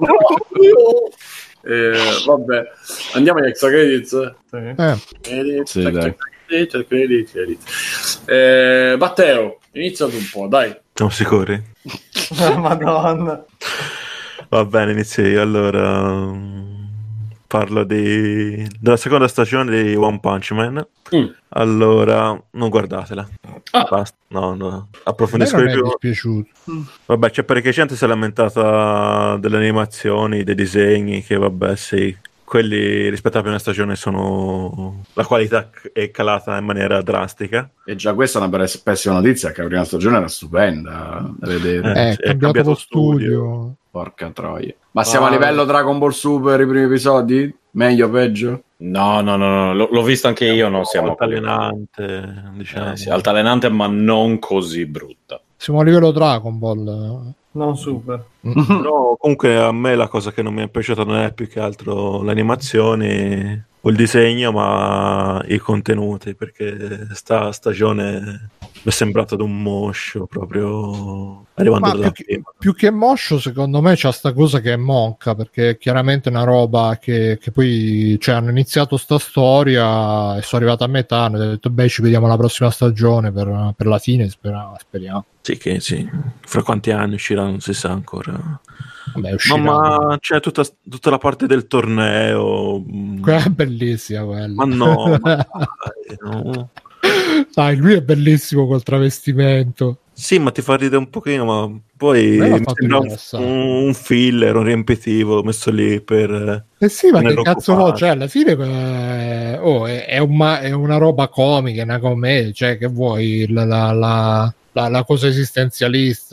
Eh, vabbè, andiamo agli extra credits. Sì. Eh, Credits, Sì, extra dai. credits, credits, credits. Eh, Matteo, inizia tu un po', dai. Siamo sicuri? Madonna. Va bene, inizio io. Allora, mm, parlo di... della seconda stagione di One Punch Man. Mm. Allora, non guardatela. Ah. Basta. No, no. a me Approfondisco non di è più. dispiaciuto. Vabbè, c'è parecchia gente si è lamentata delle animazioni, dei disegni, che vabbè, sì. Quelli rispetto alla prima stagione sono... la qualità è calata in maniera drastica. E già questa è una bella- pessima notizia, che la prima stagione era stupenda da vedere. Eh, Eh, sì, è cambiato lo studio. Porca troia. Ma siamo Ah. a livello Dragon Ball Super i primi episodi? Meglio o peggio? No, no, no, no, l'ho, l'ho visto anche io, non siamo altalenante, diciamo. Eh, sì, altalenante, ma non così brutta. Siamo a livello Dragon Ball. Non super. Però comunque a me la cosa che non mi è piaciuta non è più che altro l'animazione o il disegno, ma i contenuti, perché sta stagione mi è sembrato di un moscio proprio arrivando Ma dalla più che, prima. più che moscio, secondo me c'è sta cosa che è monca, perché è chiaramente una roba che, che poi cioè, hanno iniziato sta storia e sono arrivato a metà, hanno detto beh ci vediamo la prossima stagione per, per la fine, speriamo, speriamo. Sì, che sì, fra quanti anni uscirà non si sa ancora. Vabbè, No, uscirà. ma c'è tutta, tutta la parte del torneo. mm, Quella è bellissima quella. Ma no, ma dai, no. Dai, lui è bellissimo col travestimento. Sì, ma ti fa ridere un pochino, ma poi Me l'ha mi fatto sembra un, interessare. un filler, un riempitivo messo lì per... Eh sì, ma che tenerlo cazzo no? occupato. Cioè, alla fine eh, oh, è, è, un ma- è una roba comica, è una commedia, cioè che vuoi la, la, la, la, la cosa esistenzialista.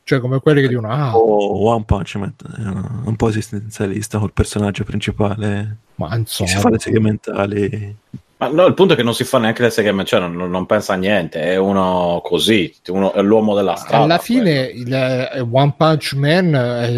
Cioè come quelli che dicono ah, o One Punch Man è un po' esistenzialista col personaggio principale, ma insomma, si fa le seghe mentali. Ma no, il punto è che non si fa neanche le seghe, cioè non, non pensa a niente, è uno così, uno, è l'uomo della strada. Alla fine il, eh, One Punch Man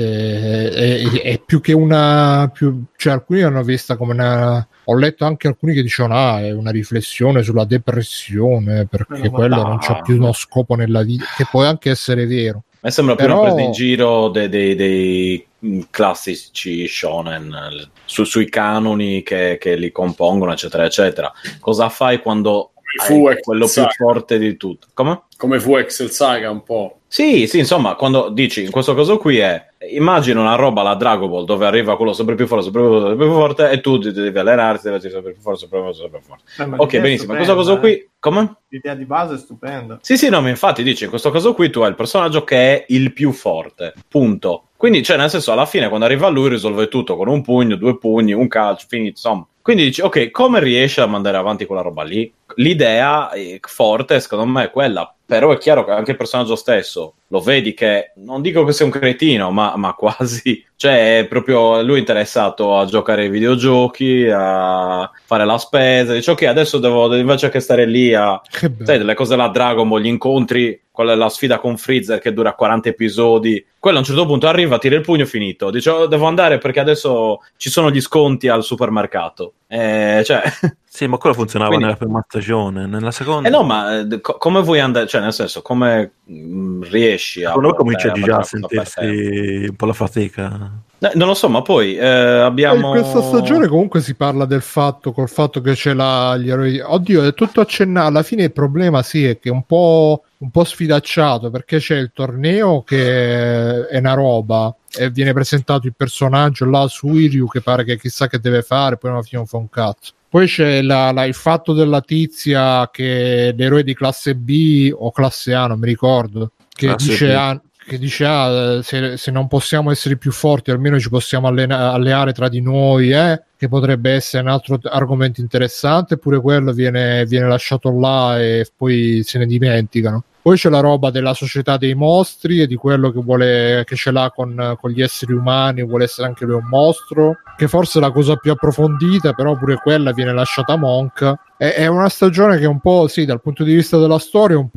è, è, è più che una più, cioè alcuni hanno vista come una, ho letto anche alcuni che dicono ah, è una riflessione sulla depressione perché no, quello no. non c'ha più uno scopo nella vita, che può anche essere vero. A me sembra più Però... una presa in giro dei, dei, dei classici shonen su, sui canoni che, che li compongono, eccetera, eccetera. Cosa fai quando fu hai quello più Saga. forte di tutto? Come? Come fu Excel Saga un po'. Sì, sì, insomma, quando dici in questo caso qui è immagina una roba alla Dragon Ball dove arriva quello sempre più forte, sempre più forte, sempre più forte e tu ti devi allenarti, devi essere sempre più forte, sempre più forte, sempre più forte. Eh, ok, benissimo, in questo caso qui, eh? Come? L'idea di base è stupenda. Sì, sì, no, ma infatti dici in questo caso qui tu hai il personaggio che è il più forte, punto. Quindi, cioè, nel senso, alla fine quando arriva lui risolve tutto con un pugno, due pugni, un calcio, finito, insomma. Quindi dici, ok, come riesce a mandare avanti quella roba lì? L'idea è forte, secondo me, è quella. Però è chiaro che anche il personaggio stesso lo vedi che, non dico che sia un cretino, ma, ma quasi. Cioè, è proprio lui interessato a giocare ai videogiochi, a fare la spesa. Dice, ok, adesso devo, invece che stare lì a... sai, delle cose della Dragon Ball, gli incontri, quella è la sfida con Freezer che dura quaranta episodi. Quello a un certo punto arriva, tira il pugno, finito. Dice, oh, devo andare perché adesso ci sono gli sconti al supermercato. Eh, cioè... Sì, ma quello funzionava Quindi... nella prima stagione, nella seconda... Eh no, ma eh, co- come vuoi andare... Cioè, nel senso, come mh, riesci a... Secondo me comincia a già a sentirsi un po' la fatica. Eh, non lo so, ma poi eh, abbiamo... In questa stagione comunque si parla del fatto, col fatto che c'è la, gli eroi... Oddio, è tutto accennato. Alla fine il problema sì è che è un po', un po' sfidacciato, perché c'è il torneo che è una roba e viene presentato il personaggio là su Iryu che pare che chissà che deve fare, poi alla fine non fa un cazzo. Poi c'è la, la, il fatto della tizia che è l'eroe di classe B o classe A, non mi ricordo, che classe dice... B. Ah, che dice ah, se, se non possiamo essere più forti almeno ci possiamo allena- alleare tra di noi, eh? Che potrebbe essere un altro t- argomento interessante, eppure quello viene, viene lasciato là e poi se ne dimenticano. Poi c'è la roba della società dei mostri e di quello che vuole, che ce l'ha con, con gli esseri umani, vuole essere anche lui un mostro, che forse è la cosa più approfondita, però pure quella viene lasciata monca. È, è una stagione che un po', sì, dal punto di vista della storia, è un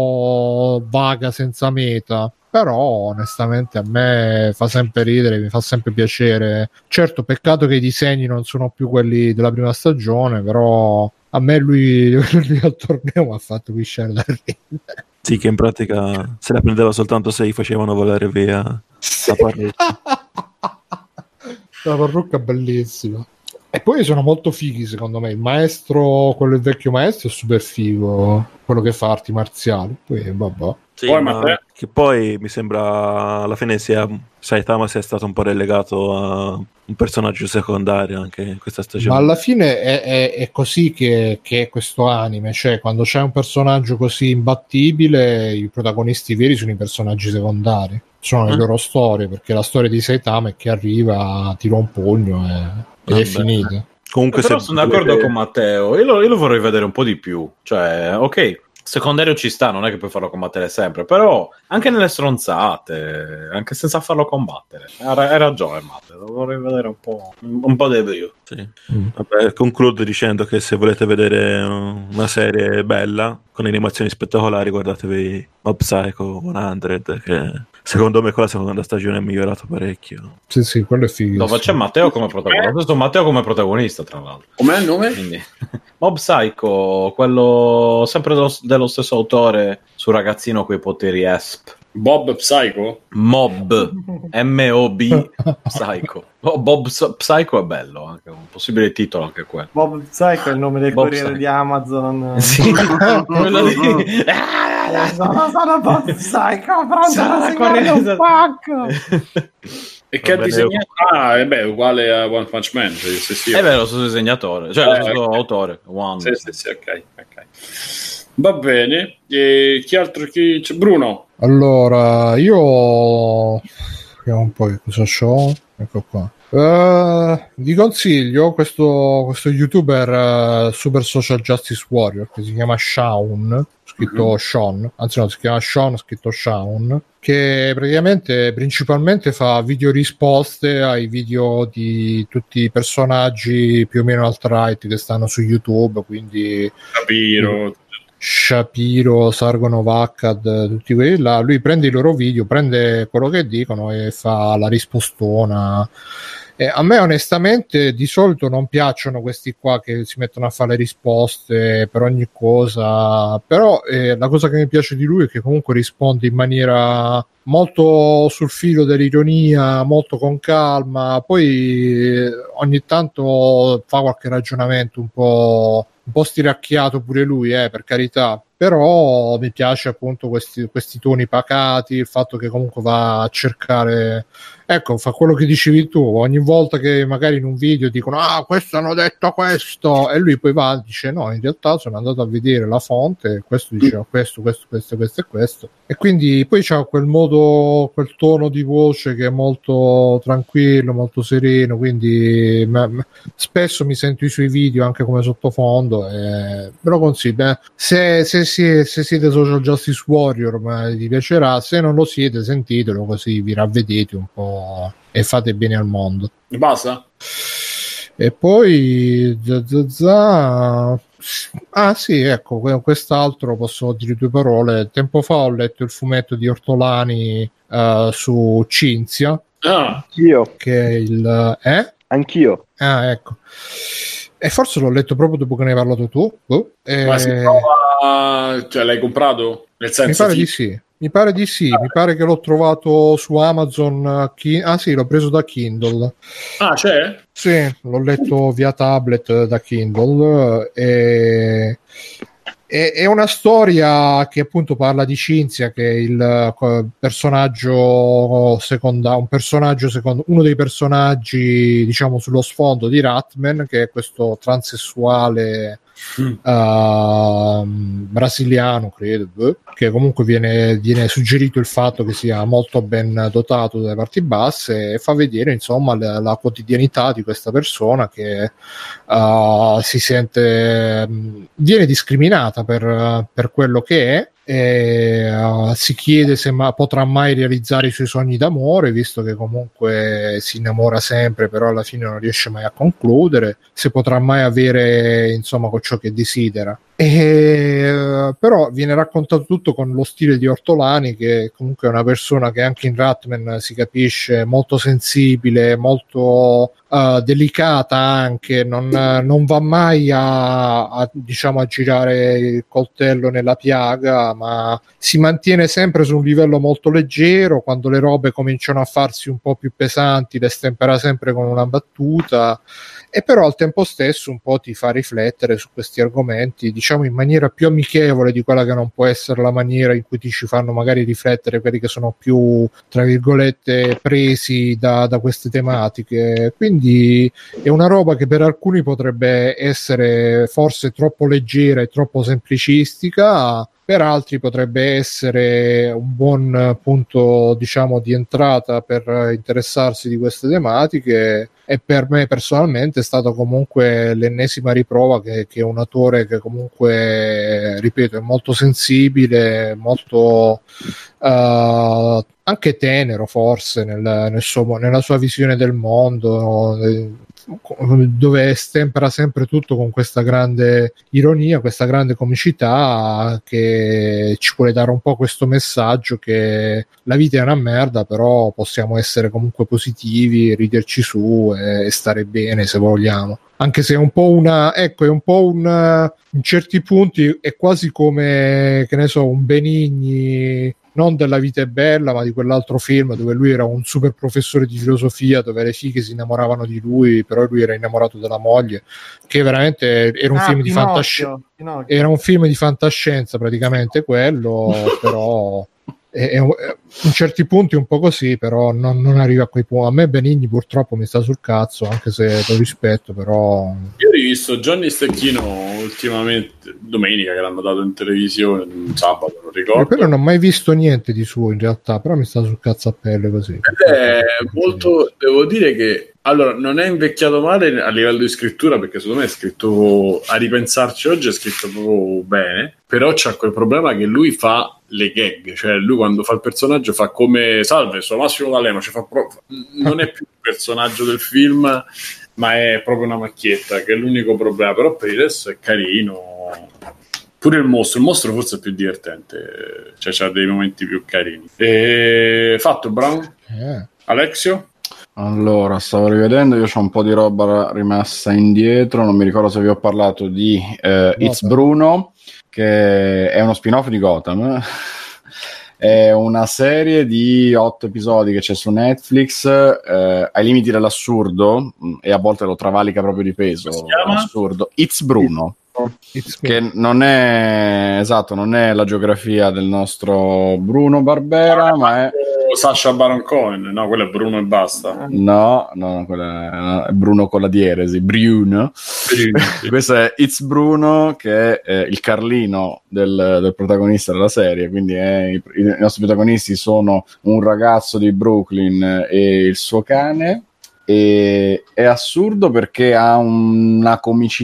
po' vaga, senza meta. Però onestamente a me fa sempre ridere, mi fa sempre piacere. Certo, peccato che i disegni non sono più quelli della prima stagione, però a me lui, lui al torneo mi ha fatto pisciare da ridere. Sì, che in pratica se la prendeva soltanto se gli facevano volare via la parrucca. La parrucca bellissima. E poi sono molto fighi secondo me. Il maestro, quello il vecchio maestro, è super figo, quello che fa arti marziali. Poi vabbè. Sì, Poi, ma ma... che poi mi sembra alla fine sia Saitama sia stato un po' relegato a un personaggio secondario anche in questa stagione. Ma alla fine è, è, è così che, che è questo anime, cioè quando c'è un personaggio così imbattibile i protagonisti veri sono i personaggi secondari, sono le mm. loro storie, perché la storia di Saitama è che arriva, tira un pugno e, ed è finita. Comunque però sono d'accordo volete... con Matteo, io lo, io lo vorrei vedere un po' di più, cioè ok, secondario ci sta, non è che puoi farlo combattere sempre, però anche nelle stronzate, anche senza farlo combattere, hai ragione Matteo, lo vorrei vedere un po', un po' di più. Sì. Mm. Vabbè, concludo dicendo che se volete vedere una serie bella con animazioni spettacolari guardatevi Mob Psycho cento, che secondo me con la seconda stagione è migliorato parecchio. Sì, sì, quello è figo. Dove c'è Matteo come protagonista, questo Matteo come protagonista tra l'altro. Com'è il nome? Quindi, Mob Psycho, quello sempre dello, dello stesso autore su ragazzino coi poteri E S P. Bob Psycho? Mob, M O B Psycho. Oh, Bob Psycho è bello, anche un possibile titolo anche quello. Bob Psycho è il nome del Bob corriere Psycho. Di Amazon. Sì, quello di... sono, sono Bob Psycho, Sono la pronto pacco. E che ha disegnato? Ah, è beh, uguale a One Punch Man. Cioè, sì, sì, è vero, lo stesso disegnatore, cioè eh, lo stesso okay. autore. One. Sì, sì, sì, ok, ok. Va bene. E chi altro? Chi... C'è Bruno. Allora, io vediamo un po' che cosa c'ho. Ecco qua. Uh, vi consiglio questo, questo youtuber uh, Super Social Justice Warrior che si chiama Shaun, scritto mm-hmm. Sean, anzi no, si chiama Sean, scritto Shaun, che praticamente principalmente fa video risposte ai video di tutti i personaggi più o meno alt-right che stanno su YouTube, quindi Shapiro, Shapiro, Sargon of Akkad, tutti quelli là. Lui prende i loro video, prende quello che dicono e fa la rispostona. Eh, a me onestamente di solito non piacciono questi qua che si mettono a fare le risposte per ogni cosa, però eh, la cosa che mi piace di lui è che comunque risponde in maniera molto sul filo dell'ironia, molto con calma, poi eh, ogni tanto fa qualche ragionamento un po', un po' stiracchiato pure lui, eh, per carità, però mi piace appunto questi, questi toni pacati, il fatto che comunque va a cercare, ecco, fa quello che dicevi tu, ogni volta che magari in un video dicono ah questo hanno detto questo e lui poi va e dice no, in realtà sono andato a vedere la fonte, questo diceva questo, questo, questo, questo e questo, e quindi poi c'ha quel modo, quel tono di voce che è molto tranquillo, molto sereno, quindi ma, ma, spesso mi sento i suoi video anche come sottofondo e me lo consiglio. Eh, se, se, se, se siete Social Justice Warrior ma vi piacerà, se non lo siete sentitelo così vi ravvedete un po' e fate bene al mondo. E basta? E poi za, za, za. Ah sì, ecco, quest'altro posso dire due parole. Tempo fa ho letto il fumetto di Ortolani uh, su Cinzia. Ah, io. Che è il... Eh? Anch'io. Ah, ecco. E forse l'ho letto proprio dopo che ne hai parlato tu. Oh. E... Ma si trova... Cioè, l'hai comprato? Nel senso Mi pare ti... di sì. Mi pare di sì, ah. mi pare che l'ho trovato su Amazon. Ki- ah sì, l'ho preso da Kindle. Ah, c'è? Sì, l'ho letto via tablet da Kindle. E... È una storia che appunto parla di Cinzia, che è il personaggio secondario, un personaggio secondo, uno dei personaggi diciamo sullo sfondo di Ratman, che è questo transessuale mm. uh, brasiliano, credo, che comunque viene, viene suggerito il fatto che sia molto ben dotato dalle parti basse, e fa vedere insomma la, la quotidianità di questa persona che uh, si sente, viene discriminata per, per quello che è, e uh, si chiede se ma, potrà mai realizzare i suoi sogni d'amore, visto che comunque si innamora sempre però alla fine non riesce mai a concludere, se potrà mai avere insomma con ciò che desidera. E, uh, però viene raccontato tutto con lo stile di Ortolani, che comunque è una persona che anche in Ratman si capisce molto sensibile, molto uh, delicata anche, non, non va mai a, a diciamo a girare il coltello nella piaga, ma si mantiene sempre su un livello molto leggero. Quando le robe cominciano a farsi un po' più pesanti le stempera sempre con una battuta, e però al tempo stesso un po' ti fa riflettere su questi argomenti, diciamo in maniera più amichevole di quella che non può essere la maniera in cui ti ci fanno magari riflettere quelli che sono più, tra virgolette, presi da, da queste tematiche. Quindi è una roba che per alcuni potrebbe essere forse troppo leggera e troppo semplicistica, per altri potrebbe essere un buon punto diciamo di entrata per interessarsi di queste tematiche, e per me personalmente è stato comunque l'ennesima riprova che, che è un autore che comunque, ripeto, è molto sensibile, molto uh, anche tenero forse nel, nel suo, nella sua visione del mondo, dove stempera sempre tutto con questa grande ironia, questa grande comicità, che ci vuole dare un po' questo messaggio che la vita è una merda, però possiamo essere comunque positivi, riderci su e, e stare bene se vogliamo. Anche se è un po' una, ecco, è un po' un, in certi punti è quasi come, che ne so, un Benigni, non della Vita è bella, ma di quell'altro film dove lui era un super professore di filosofia, dove le fighe si innamoravano di lui, però lui era innamorato della moglie, che veramente era un ah, film Pinocchio, di fantascienza, Pinocchio. Era un film di fantascienza praticamente quello, però è, è, in certi punti un po' così, però non, non arriva a quei punti. A me Benigni purtroppo mi sta sul cazzo, anche se lo rispetto, però io ho rivisto Johnny Stecchino ultimamente, domenica, che l'hanno dato in televisione un sabato, non ricordo, però non ho mai visto niente di suo in realtà, però mi sta sul cazzo a pelle così. ed è molto, devo dire che allora, non è invecchiato male a livello di scrittura, perché secondo me è scritto, a ripensarci oggi, è scritto proprio bene, però c'ha quel problema che lui fa le gag, cioè lui quando fa il personaggio fa come salve, sono Massimo D'Alema, cioè fa pro- non è più il personaggio del film, ma è proprio una macchietta, che è l'unico problema, però per il resto è carino. Pure il mostro, il mostro forse è più divertente, cioè c'ha dei momenti più carini. E fatto, Brown? Eh. Alexio? Allora, stavo rivedendo, io c'ho un po' di roba rimasta indietro, non mi ricordo se vi ho parlato di eh, It's Bruno, che è uno spin-off di Gotham. È una serie di otto episodi che c'è su Netflix, eh, ai limiti dell'assurdo, e a volte lo travalica proprio di peso. Si chiama? Assurdo. It's Bruno. Che non è esatto, non è la geografia del nostro Bruno Barbera, no, ma è Sacha Baron Cohen. No, quello è Bruno e basta. No, no, no, quello è, no, è Bruno con la dieresi, Bruno. Questo è It's Bruno, che è eh, il Carlino del, del protagonista della serie. Quindi è, i, i nostri protagonisti sono un ragazzo di Brooklyn e il suo cane. E è assurdo perché ha una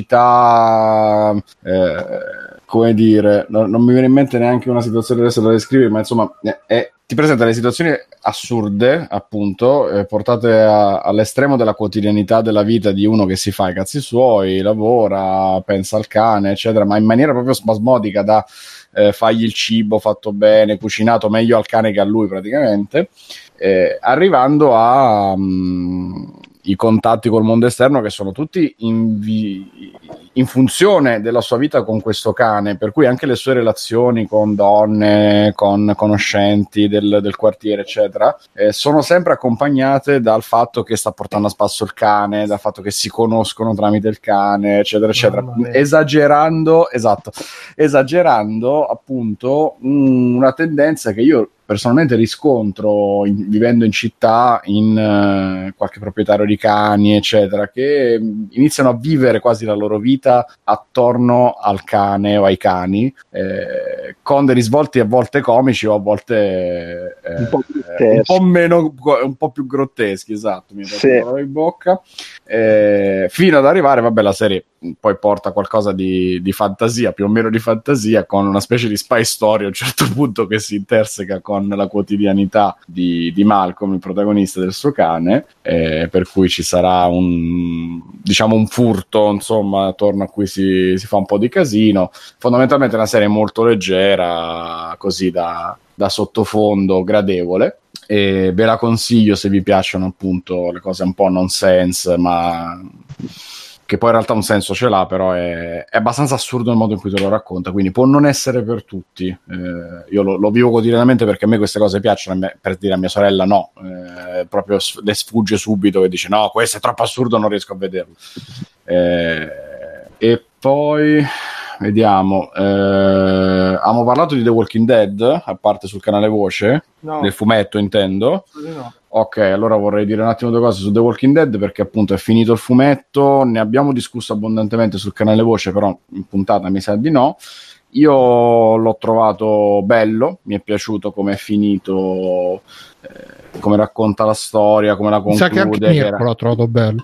comicità, eh, come dire, no, non mi viene in mente neanche una situazione adesso da descrivere, ma insomma è, è, ti presenta le situazioni assurde, appunto, eh, portate a, all'estremo della quotidianità della vita di uno che si fa i cazzi suoi, lavora, pensa al cane, eccetera, ma in maniera proprio spasmodica, da eh, fargli il cibo fatto bene, cucinato meglio al cane che a lui praticamente. Eh, arrivando a um, i contatti col mondo esterno, che sono tutti in, vi- in funzione della sua vita con questo cane, per cui anche le sue relazioni con donne, con conoscenti del, del quartiere eccetera, eh, sono sempre accompagnate dal fatto che sta portando a spasso il cane, dal fatto che si conoscono tramite il cane eccetera eccetera, esagerando esatto esagerando appunto mh, una tendenza che io personalmente riscontro in, vivendo in città, in uh, qualche proprietario di cani eccetera, che um, iniziano a vivere quasi la loro vita attorno al cane o ai cani, eh, con dei risvolti a volte comici o a volte eh, un, po eh, un po' meno, un po' più grotteschi, esatto, mi sì. la parola in bocca, eh, fino ad arrivare, vabbè, la serie poi porta qualcosa di, di fantasia, più o meno di fantasia, con una specie di spy story a un certo punto che si interseca con la quotidianità di, di Malcolm, il protagonista, del suo cane, eh, per cui ci sarà un, diciamo, un furto, insomma, attorno a cui si, si fa un po' di casino. Fondamentalmente è una serie molto leggera, così da, da sottofondo, gradevole, e ve la consiglio se vi piacciono appunto le cose un po' nonsense, ma che poi in realtà un senso ce l'ha, però è, è abbastanza assurdo il modo in cui te lo racconta, quindi può non essere per tutti. Eh, io lo, lo vivo quotidianamente perché a me queste cose piacciono, me, per dire a mia sorella no, eh, proprio le sfugge subito e dice no, questo è troppo assurdo, non riesco a vederlo. Eh, e poi vediamo, eh, abbiamo parlato di The Walking Dead, a parte sul canale Voce, no. Del fumetto intendo. No. Ok, allora vorrei dire un attimo due cose su The Walking Dead, perché appunto è finito il fumetto, ne abbiamo discusso abbondantemente sul canale Voce, però in puntata mi sa di no. Io l'ho trovato bello, mi è piaciuto come è finito, eh, come racconta la storia, come la conclude. Sa che anche Mirko era... l'ho trovato bello.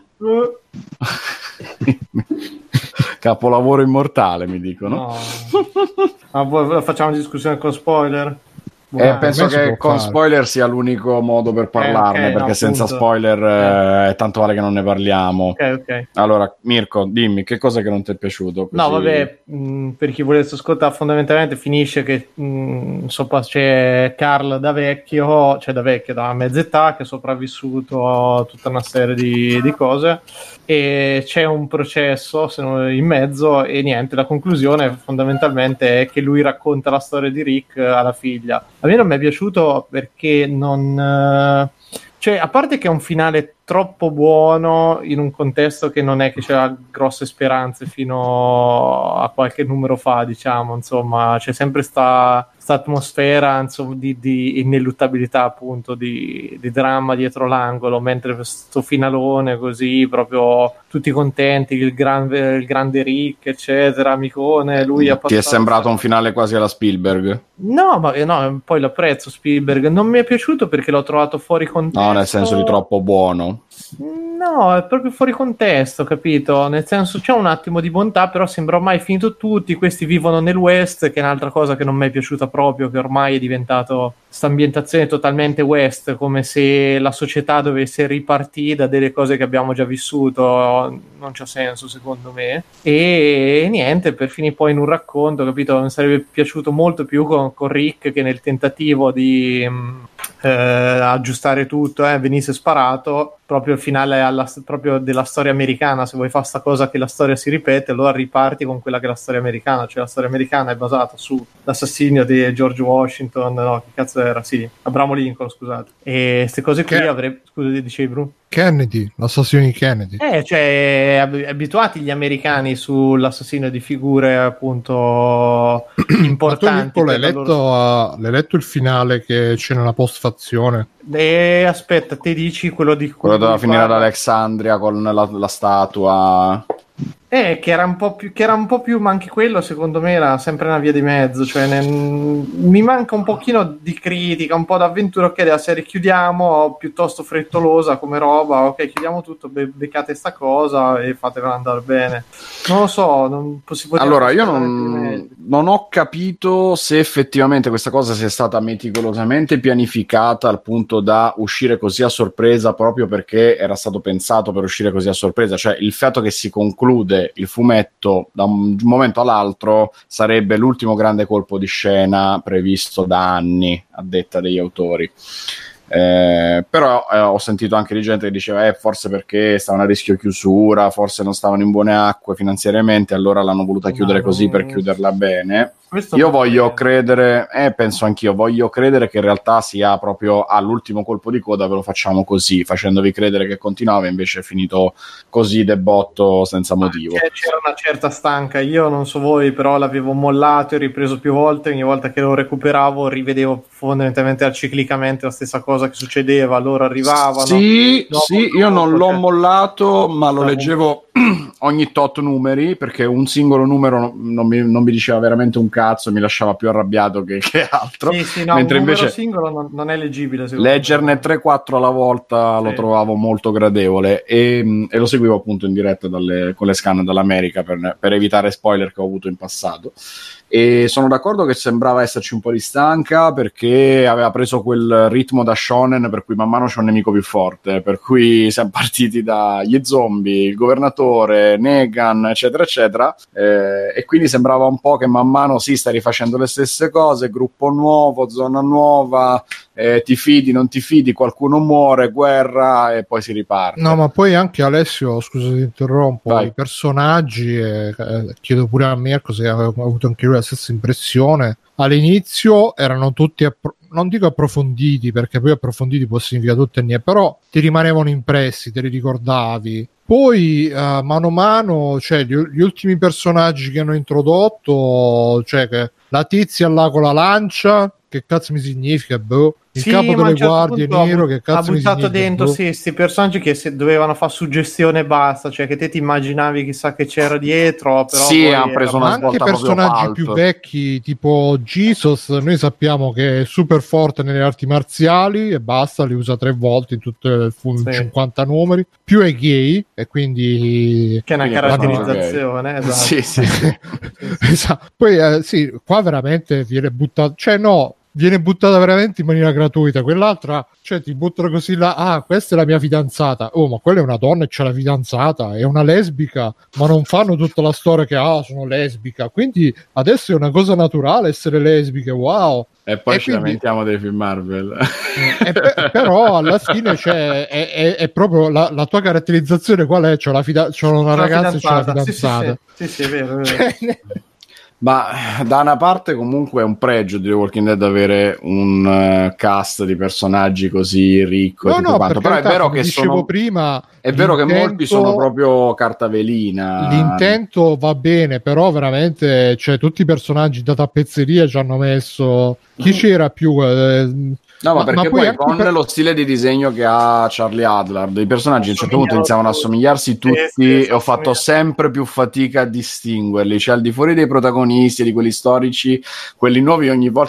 Capolavoro immortale, mi dicono. No. Ma voi facciamo discussione con spoiler? Eh, penso che con fare. spoiler sia l'unico modo per parlarne, eh, okay, perché no, senza appunto. spoiler eh, eh, tanto vale che non ne parliamo. Okay, okay. Allora, Mirko, dimmi, che cosa che non ti è piaciuto? Così... No, vabbè, mh, per chi volesse ascoltare, fondamentalmente finisce che mh, sopra c'è Carl da vecchio, cioè da vecchio, da mezza età, che è sopravvissuto a tutta una serie di, di cose, e c'è un processo se non in mezzo, e niente, la conclusione fondamentalmente è che lui racconta la storia di Rick alla figlia. A me non mi è piaciuto perché non... Cioè, a parte che è un finale troppo buono in un contesto che non è che c'era grosse speranze fino a qualche numero fa, diciamo, insomma, c'è sempre sta, sta atmosfera, insomma, di, di ineluttabilità, appunto, di, di dramma dietro l'angolo, mentre questo finalone così, proprio tutti contenti, il, gran, il grande Rick, eccetera, amicone, lui ha passato... Ti è sembrato un finale quasi alla Spielberg? No, ma no, poi l'apprezzo Spielberg, non mi è piaciuto perché l'ho trovato fuori contesto. No, nel senso di troppo buono. No, no, è proprio fuori contesto, capito? Nel senso, c'è un attimo di bontà, però sembra ormai finito tutti, questi vivono nel West, che è un'altra cosa che non mi è piaciuta proprio, che ormai è diventato questa ambientazione totalmente West, come se la società dovesse ripartire da delle cose che abbiamo già vissuto, non c'ha senso secondo me. E niente, per finire poi in un racconto, capito? Mi sarebbe piaciuto molto più con, con Rick, che nel tentativo di mh, eh, aggiustare tutto eh, venisse sparato. Proprio il finale alla, proprio della storia americana. Se vuoi fare sta cosa che la storia si ripete, allora riparti con quella che è la storia americana. Cioè la storia americana è basata sull'assassinio di George Washington, no, che cazzo era? Sì, Abramo Lincoln, scusate. E queste cose qui che... avrei... Scusa, dicevi Bru? Kennedy, l'assassino di Kennedy. Eh, cioè, ab- abituati gli americani sull'assassino di figure appunto importanti. Ma tu, Mirko, l'hai letto, loro... l'hai letto il finale che c'è nella postfazione? E aspetta, te dici quello di quello doveva finire ad Alexandria con la, la statua. Eh, che era un po' più, che era un po' più, ma anche quello secondo me era sempre una via di mezzo, cioè ne, mi manca un pochino di critica, un po' d'avventura, ok, della serie chiudiamo, piuttosto frettolosa come roba, ok, chiudiamo tutto, be- beccate sta cosa e fatevela andare bene. Non lo so, non si può dire. Allora, io non, non ho capito se effettivamente questa cosa sia stata meticolosamente pianificata al punto da uscire così a sorpresa, proprio perché era stato pensato per uscire così a sorpresa, cioè il fatto che si conclude il fumetto da un momento all'altro sarebbe l'ultimo grande colpo di scena previsto da anni, a detta degli autori. Eh, però eh, ho sentito anche di gente che diceva eh, forse perché stavano a rischio chiusura, forse non stavano in buone acque finanziariamente, allora l'hanno voluta chiudere no, così per chiuderla bene. Io voglio credere, eh, penso anch'io, voglio credere che in realtà sia proprio all'ultimo colpo di coda, ve lo facciamo così, facendovi credere che continuava, invece è finito così de botto senza motivo. C'è, c'era una certa stanca, io non so voi, però l'avevo mollato e ripreso più volte, ogni volta che lo recuperavo rivedevo fondamentalmente ciclicamente la stessa cosa che succedeva, loro arrivavano. Sì, no, sì, io non l'ho che... mollato, ma lo leggevo ogni tot numeri, perché un singolo numero non mi, non mi diceva veramente un cazzo, mi lasciava più arrabbiato che, che altro. Sì, sì, no, mentre un invece singolo non, non è leggibile. Leggerne tre quattro alla volta sì. Lo trovavo molto gradevole e, e lo seguivo appunto in diretta dalle, con le scan dall'America per, per evitare spoiler che ho avuto in passato. E sono d'accordo che sembrava esserci un po' di stanca perché aveva preso quel ritmo da shonen per cui man mano c'è un nemico più forte, per cui siamo partiti dagli zombie, il governatore, Negan eccetera eccetera, eh, e quindi sembrava un po' che man mano si sta rifacendo le stesse cose, gruppo nuovo, zona nuova, eh, ti fidi, non ti fidi, qualcuno muore, guerra e poi si riparte. No, ma poi anche Alessio, scusa ti interrompo, vai. I personaggi, eh, chiedo pure a Mirko se aveva avuto anche lui la stessa impressione, all'inizio erano tutti appro- non dico approfonditi, perché poi approfonditi può significare tutto e niente, però ti rimanevano impressi, te li ricordavi. Poi uh, mano a mano, cioè gli, gli ultimi personaggi che hanno introdotto, cioè che la tizia là con la lancia, che cazzo mi significa, boh. Il sì, capo delle certo guardie nero, che cazzo mi significa, ha buttato dentro, boh. Sì, questi personaggi che se dovevano fare suggestione e basta, cioè che te ti immaginavi chissà che c'era dietro, però sì, hanno preso una svolta. Anche personaggi più vecchi, tipo Jesus, noi sappiamo che è super forte nelle arti marziali e basta, li usa tre volte in tutti i sì. cinquanta numeri, più è gay e quindi che è una caratterizzazione, esatto. Sì, sì, sì. Esatto. Poi eh, sì, qua veramente viene buttato, cioè no, viene buttata veramente in maniera gratuita. Quell'altra, cioè ti buttano così là, ah, questa è la mia fidanzata, oh, ma quella è una donna e c'è la fidanzata, è una lesbica, ma non fanno tutta la storia che ah, sono lesbica, quindi adesso è una cosa naturale essere lesbiche, wow. E poi e ci quindi, lamentiamo dei film Marvel. E pe- però alla fine c'è, è, è, è proprio la, la tua caratterizzazione qual è? C'ho, la fida- c'ho una c'ho ragazza e c'ho la fidanzata. Sì, sì, sì, sì, sì, è vero, è vero. Cioè, ma da una parte comunque è un pregio di The Walking Dead avere un uh, cast di personaggi così ricco, no, e tutto no, quanto. Però è vero che sono prima, è vero che molti sono proprio carta velina. L'intento va bene, però veramente, cioè, tutti i personaggi da tappezzeria ci hanno messo chi c'era più eh, no, ma, ma perché ma poi, poi con per... lo stile di disegno che ha Charlie Adler, i personaggi a un certo punto iniziavano a somigliarsi tutti sì, sì, e ho fatto sempre più fatica a distinguerli, cioè al di fuori dei protagonisti e di quelli storici, quelli nuovi ogni volta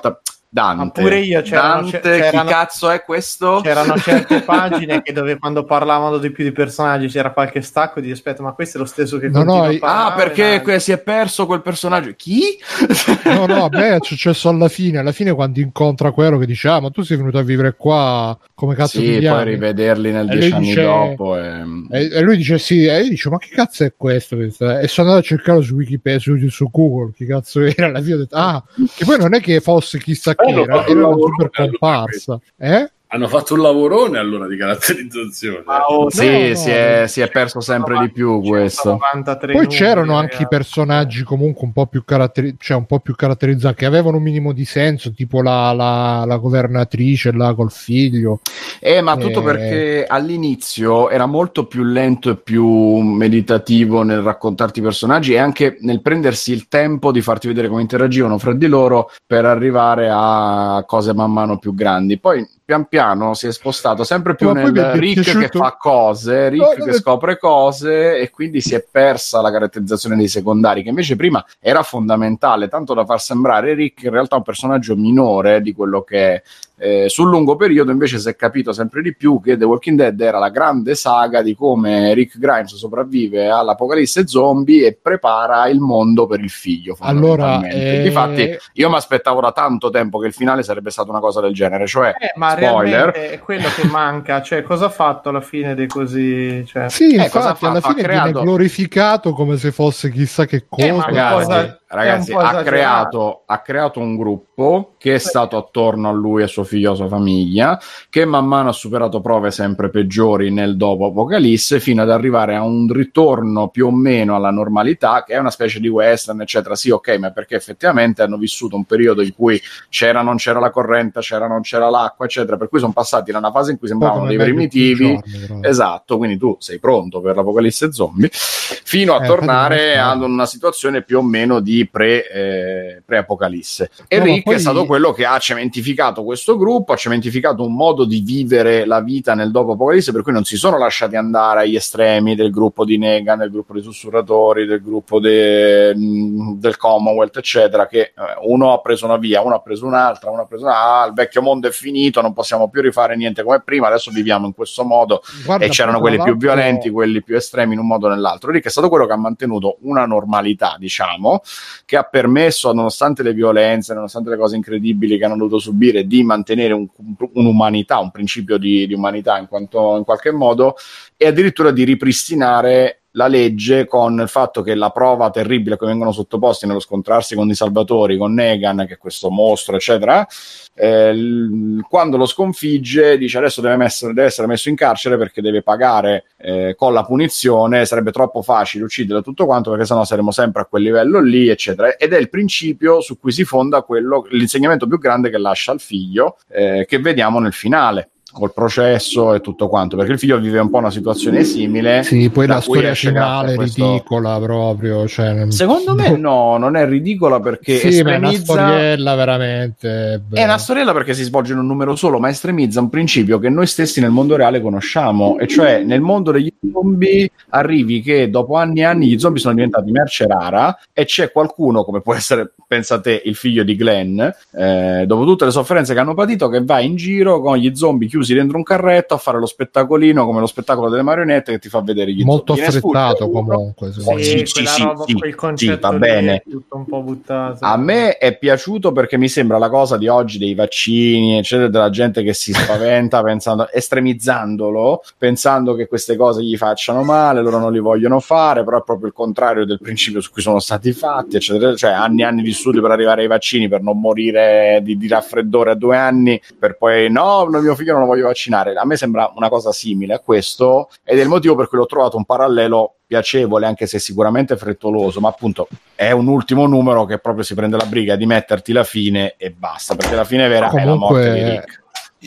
Dante. Ma pure io c'erano, Dante, c'erano, chi cazzo è questo? C'erano certe pagine che dove quando parlavano di più di personaggi c'era qualche stacco di aspetta, ma questo è lo stesso che no, continua no, a parlare. Ah, perché que- si è perso quel personaggio. Chi? No, no, a me è successo alla fine. Alla fine, quando incontra quello che dice: ah, ma tu sei venuto a vivere qua, come cazzo ti Sì, chiami? poi rivederli nel E dieci lui anni dice- dopo. E... E, e lui dice: sì, e io dico: ma che cazzo è questo? E sono andato a cercarlo su Wikipedia, su, su Google. Che cazzo era? Alla fine ho detto: ah, che poi non è che fosse chissà che Hanno era, fatto era un una lavoro super bello, comparsa. Eh? Hanno fatto un lavorone allora di caratterizzazione. Ah, oh, Sì, No, no, si, è, no. si è perso sempre di più questo. novantatré Poi numeri, c'erano ragazzi. anche i personaggi comunque un po' più caratteri- cioè un po' più caratterizzati, che avevano un minimo di senso, tipo la, la, la governatrice là col figlio. Eh, ma tutto Eh. perché all'inizio era molto più lento e più meditativo nel raccontarti i personaggi e anche nel prendersi il tempo di farti vedere come interagivano fra di loro per arrivare a cose man mano più grandi. Poi pian piano si è spostato sempre più Ma poi mi è nel Rick piaciuto- che fa cose, Rick No, che no, scopre cose e quindi si è persa la caratterizzazione dei secondari che invece prima era fondamentale, tanto da far sembrare Rick in realtà un personaggio minore di quello che è. Eh, sul lungo periodo invece si è capito sempre di più che The Walking Dead era la grande saga di come Rick Grimes sopravvive all'apocalisse zombie e prepara il mondo per il figlio, Allora, fondamentalmente. eh... Difatti io mi aspettavo da tanto tempo che il finale sarebbe stata una cosa del genere, cioè Eh, ma spoiler, realmente è quello che manca, cioè cosa ha fatto alla fine dei così, cioè... sì, Eh, cosa ha infatti alla fatto? fine Ha creato- viene glorificato come se fosse chissà che cosa. Eh, ma ragazzi, cosa- ragazzi è un po' ha, esagerato. creato, ha creato un gruppo che è stato attorno a lui, a suo figlio, a sua famiglia, che man mano ha superato prove sempre peggiori nel dopo apocalisse fino ad arrivare a un ritorno più o meno alla normalità, che è una specie di western eccetera. Sì, ok, ma perché effettivamente hanno vissuto un periodo in cui c'era non c'era la corrente, c'era non c'era l'acqua eccetera, per cui sono passati da una fase in cui sembravano dei primitivi. Esatto, quindi tu sei pronto per l'apocalisse zombie fino a Eh, tornare ad una una situazione più o meno di pre, eh, pre-apocalisse. E No, ma Rick poi- è stato quello che ha cementificato questo gruppo, ha cementificato un modo di vivere la vita nel dopo apocalisse, per cui non si sono lasciati andare agli estremi del gruppo di Negan, del gruppo dei sussurratori, del gruppo de, del Commonwealth eccetera, che eh, uno ha preso una via, uno ha preso un'altra, uno ha preso una, ah, il vecchio mondo è finito, non possiamo più rifare niente come prima, adesso viviamo in questo modo. Guarda, E c'erano poi, quelli tra più l'altro- violenti, quelli più estremi in un modo o nell'altro. Rick è stato quello che ha mantenuto una normalità, diciamo, che ha permesso, nonostante le violenze, nonostante le cose incredibili che hanno dovuto subire, di mantenere un, un'umanità, un principio di, di umanità in, quanto, in qualche modo, e addirittura di ripristinare la legge con il fatto che la prova terribile a cui vengono sottoposti nello scontrarsi con i Salvatori, con Negan, che è questo mostro, eccetera, eh, l- quando lo sconfigge dice adesso deve, messo, deve essere messo in carcere perché deve pagare eh, con la punizione, sarebbe troppo facile ucciderlo tutto quanto perché sennò saremo sempre a quel livello lì, eccetera. Ed è il principio su cui si fonda quello, l'insegnamento più grande che lascia al figlio, eh, che vediamo nel finale col processo e tutto quanto, perché il figlio vive un po' una situazione simile. Sì, poi da la cui storia esce grazie finale a è questo- ridicola proprio. Cioè, Secondo me no, non è ridicola perché sì, ma è una estremizza... storiella veramente. È una storiella perché si svolge in un numero solo, ma estremizza un principio che noi stessi nel mondo reale conosciamo, e cioè nel mondo degli zombie arrivi che dopo anni e anni gli zombie sono diventati merce rara e c'è qualcuno, come può essere, pensa te, il figlio di Glenn, eh, dopo tutte le sofferenze che hanno patito, che va in giro con gli zombie chiusi dentro un carretto a fare lo spettacolino, come lo spettacolo delle marionette, che ti fa vedere gli molto zombie. Ne sfugge affrettato uno. comunque. Sì, Oh, sì, sì, quella sì, roba, sì, quel sì, concetto va lì bene. è tutto un po' buttato. A me è piaciuto perché mi sembra la cosa di oggi dei vaccini, eccetera, della gente che si spaventa pensando, estremizzandolo, pensando che queste cose gli facciano male, loro non li vogliono fare, però è proprio il contrario del principio su cui sono stati fatti, eccetera. Cioè anni e anni di studi per arrivare ai vaccini, per non morire di, di raffreddore a due anni, per poi no, mio figlio non lo voglio vaccinare. A me sembra una cosa simile a questo ed è il motivo per cui l'ho trovato un parallelo piacevole, anche se sicuramente frettoloso, ma appunto è un ultimo numero che proprio si prende la briga di metterti la fine e basta, perché la fine vera Comunque, è la morte di Rick.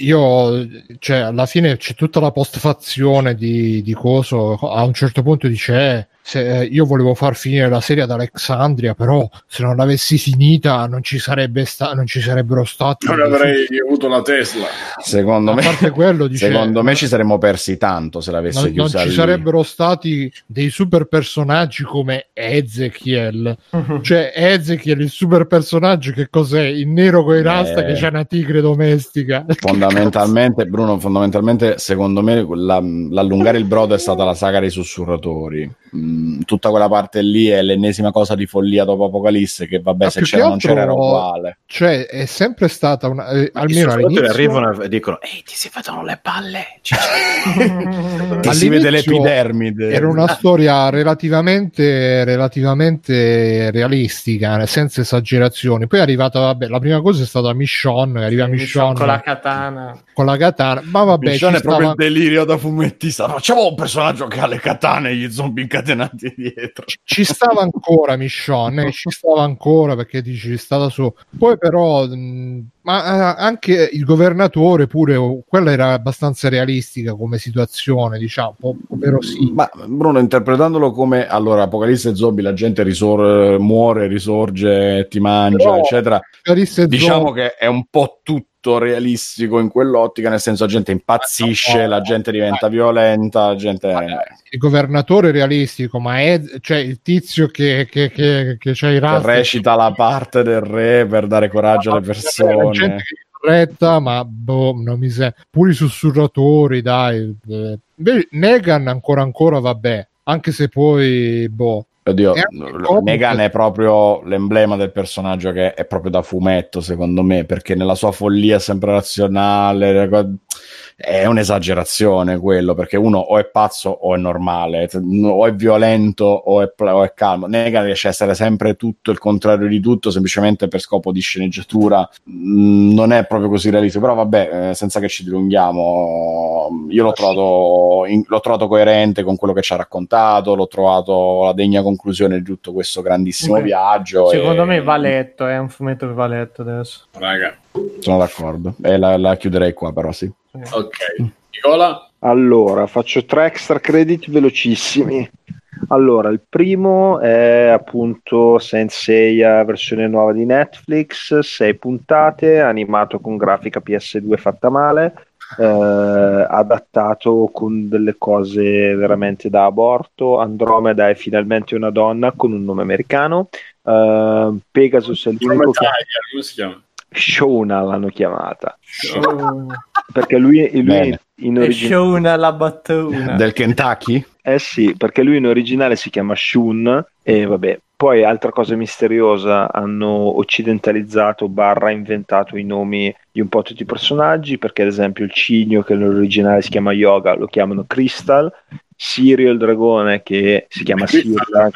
Io, cioè, alla fine c'è tutta la postfazione di, di Coso. A un certo punto dice: eh, se, eh, io volevo far finire la serie ad Alexandria, però se non l'avessi finita non ci sarebbe sta- non ci sarebbero stati, non avrei avuto la Tesla. Secondo a me, parte quello, dice, secondo me ci saremmo persi tanto se l'avesse non, chiusa non ci lì. sarebbero stati dei super personaggi come Ezekiel. Mhm. Cioè Ezekiel, il super personaggio, che cos'è? Il nero coi rasta Eh. che c'è una tigre domestica. Fondamentalmente, Bruno, fondamentalmente secondo me la- l'allungare il brodo è stata la saga dei sussurratori. Mm, tutta quella parte lì è l'ennesima cosa di follia dopo Apocalisse, che vabbè, Ma se più c'era che non c'era era altro- uguale. Cioè è sempre stata una eh, Ma i almeno sussurratori all'inizio, arrivano e dicono ehi, ti si vedono le palle. Ti si vede all'inizio l'epidermide. era una storia relativamente relativamente realistica, senza esagerazioni. Poi è arrivata, vabbè, la prima cosa è stata Michonne, arriva Sì, Michonne con la katana. con la katana, ma vabbè, Michonne ci è proprio stava, il delirio da fumettista. Facciamo un personaggio che ha le katane e gli zombie incatenati dietro. ci stava ancora Michonne, eh, ci stava ancora, perché dici, è stata su. Poi però mh, ma eh, anche il governatore pure, oh, quella era abbastanza realistica come situazione, diciamo, ovvero sì. Ma Bruno, interpretandolo come allora Apocalisse zombie, la gente risor- muore, risorge, ti mangia, Però, eccetera. Apocalisse Diciamo zombie- che è un po' tutto realistico in quell'ottica, nel senso la gente impazzisce, la gente diventa violenta, la gente il governatore realistico, ma è, cioè, il tizio che, che, che, che c'ha i che rastri, recita la parte del re per dare coraggio alle la persone. gente che è corretta, ma boh, non mi sa. Pure i sussurratori, dai. eh. Invece Negan ancora ancora vabbè, anche se poi boh. Oddio, E anche Cobb- Negan è proprio l'emblema del personaggio che è proprio da fumetto, secondo me, perché nella sua follia sempre razionale è un'esagerazione quello, perché uno o è pazzo o è normale, o è violento o è, o è calmo. Negan riesce a essere sempre tutto il contrario di tutto, semplicemente per scopo di sceneggiatura. Non è proprio così realistico, però vabbè, eh, senza che ci dilunghiamo, io l'ho trovato, in, l'ho trovato coerente con quello che ci ha raccontato, l'ho trovato la degna conclusione di tutto questo grandissimo Ok. viaggio. Secondo e... me va letto, è un fumetto che va letto adesso. Raga, Sono d'accordo, e la, la chiuderei qua però, sì. ok. Nicola? Allora, faccio tre extra credit velocissimi. Allora, il primo è appunto Saint Seiya, versione nuova di Netflix, sei puntate, animato con grafica P S due fatta male, eh, adattato con delle cose veramente da aborto. Andromeda è finalmente una donna con un nome americano. eh, Pegasus è l'unico che... Come si chiama? Shona l'hanno chiamata, Oh. perché lui, lui Bene. in E origine... Shona la battuna. Del Kentucky? Eh sì, perché lui in originale si chiama Shun e vabbè. Poi altra cosa misteriosa, hanno occidentalizzato barra inventato i nomi di un po' tutti i personaggi, perché ad esempio il cigno che nell'originale si chiama Yoga lo chiamano Crystal, Sirio il dragone che si chiama Sirla.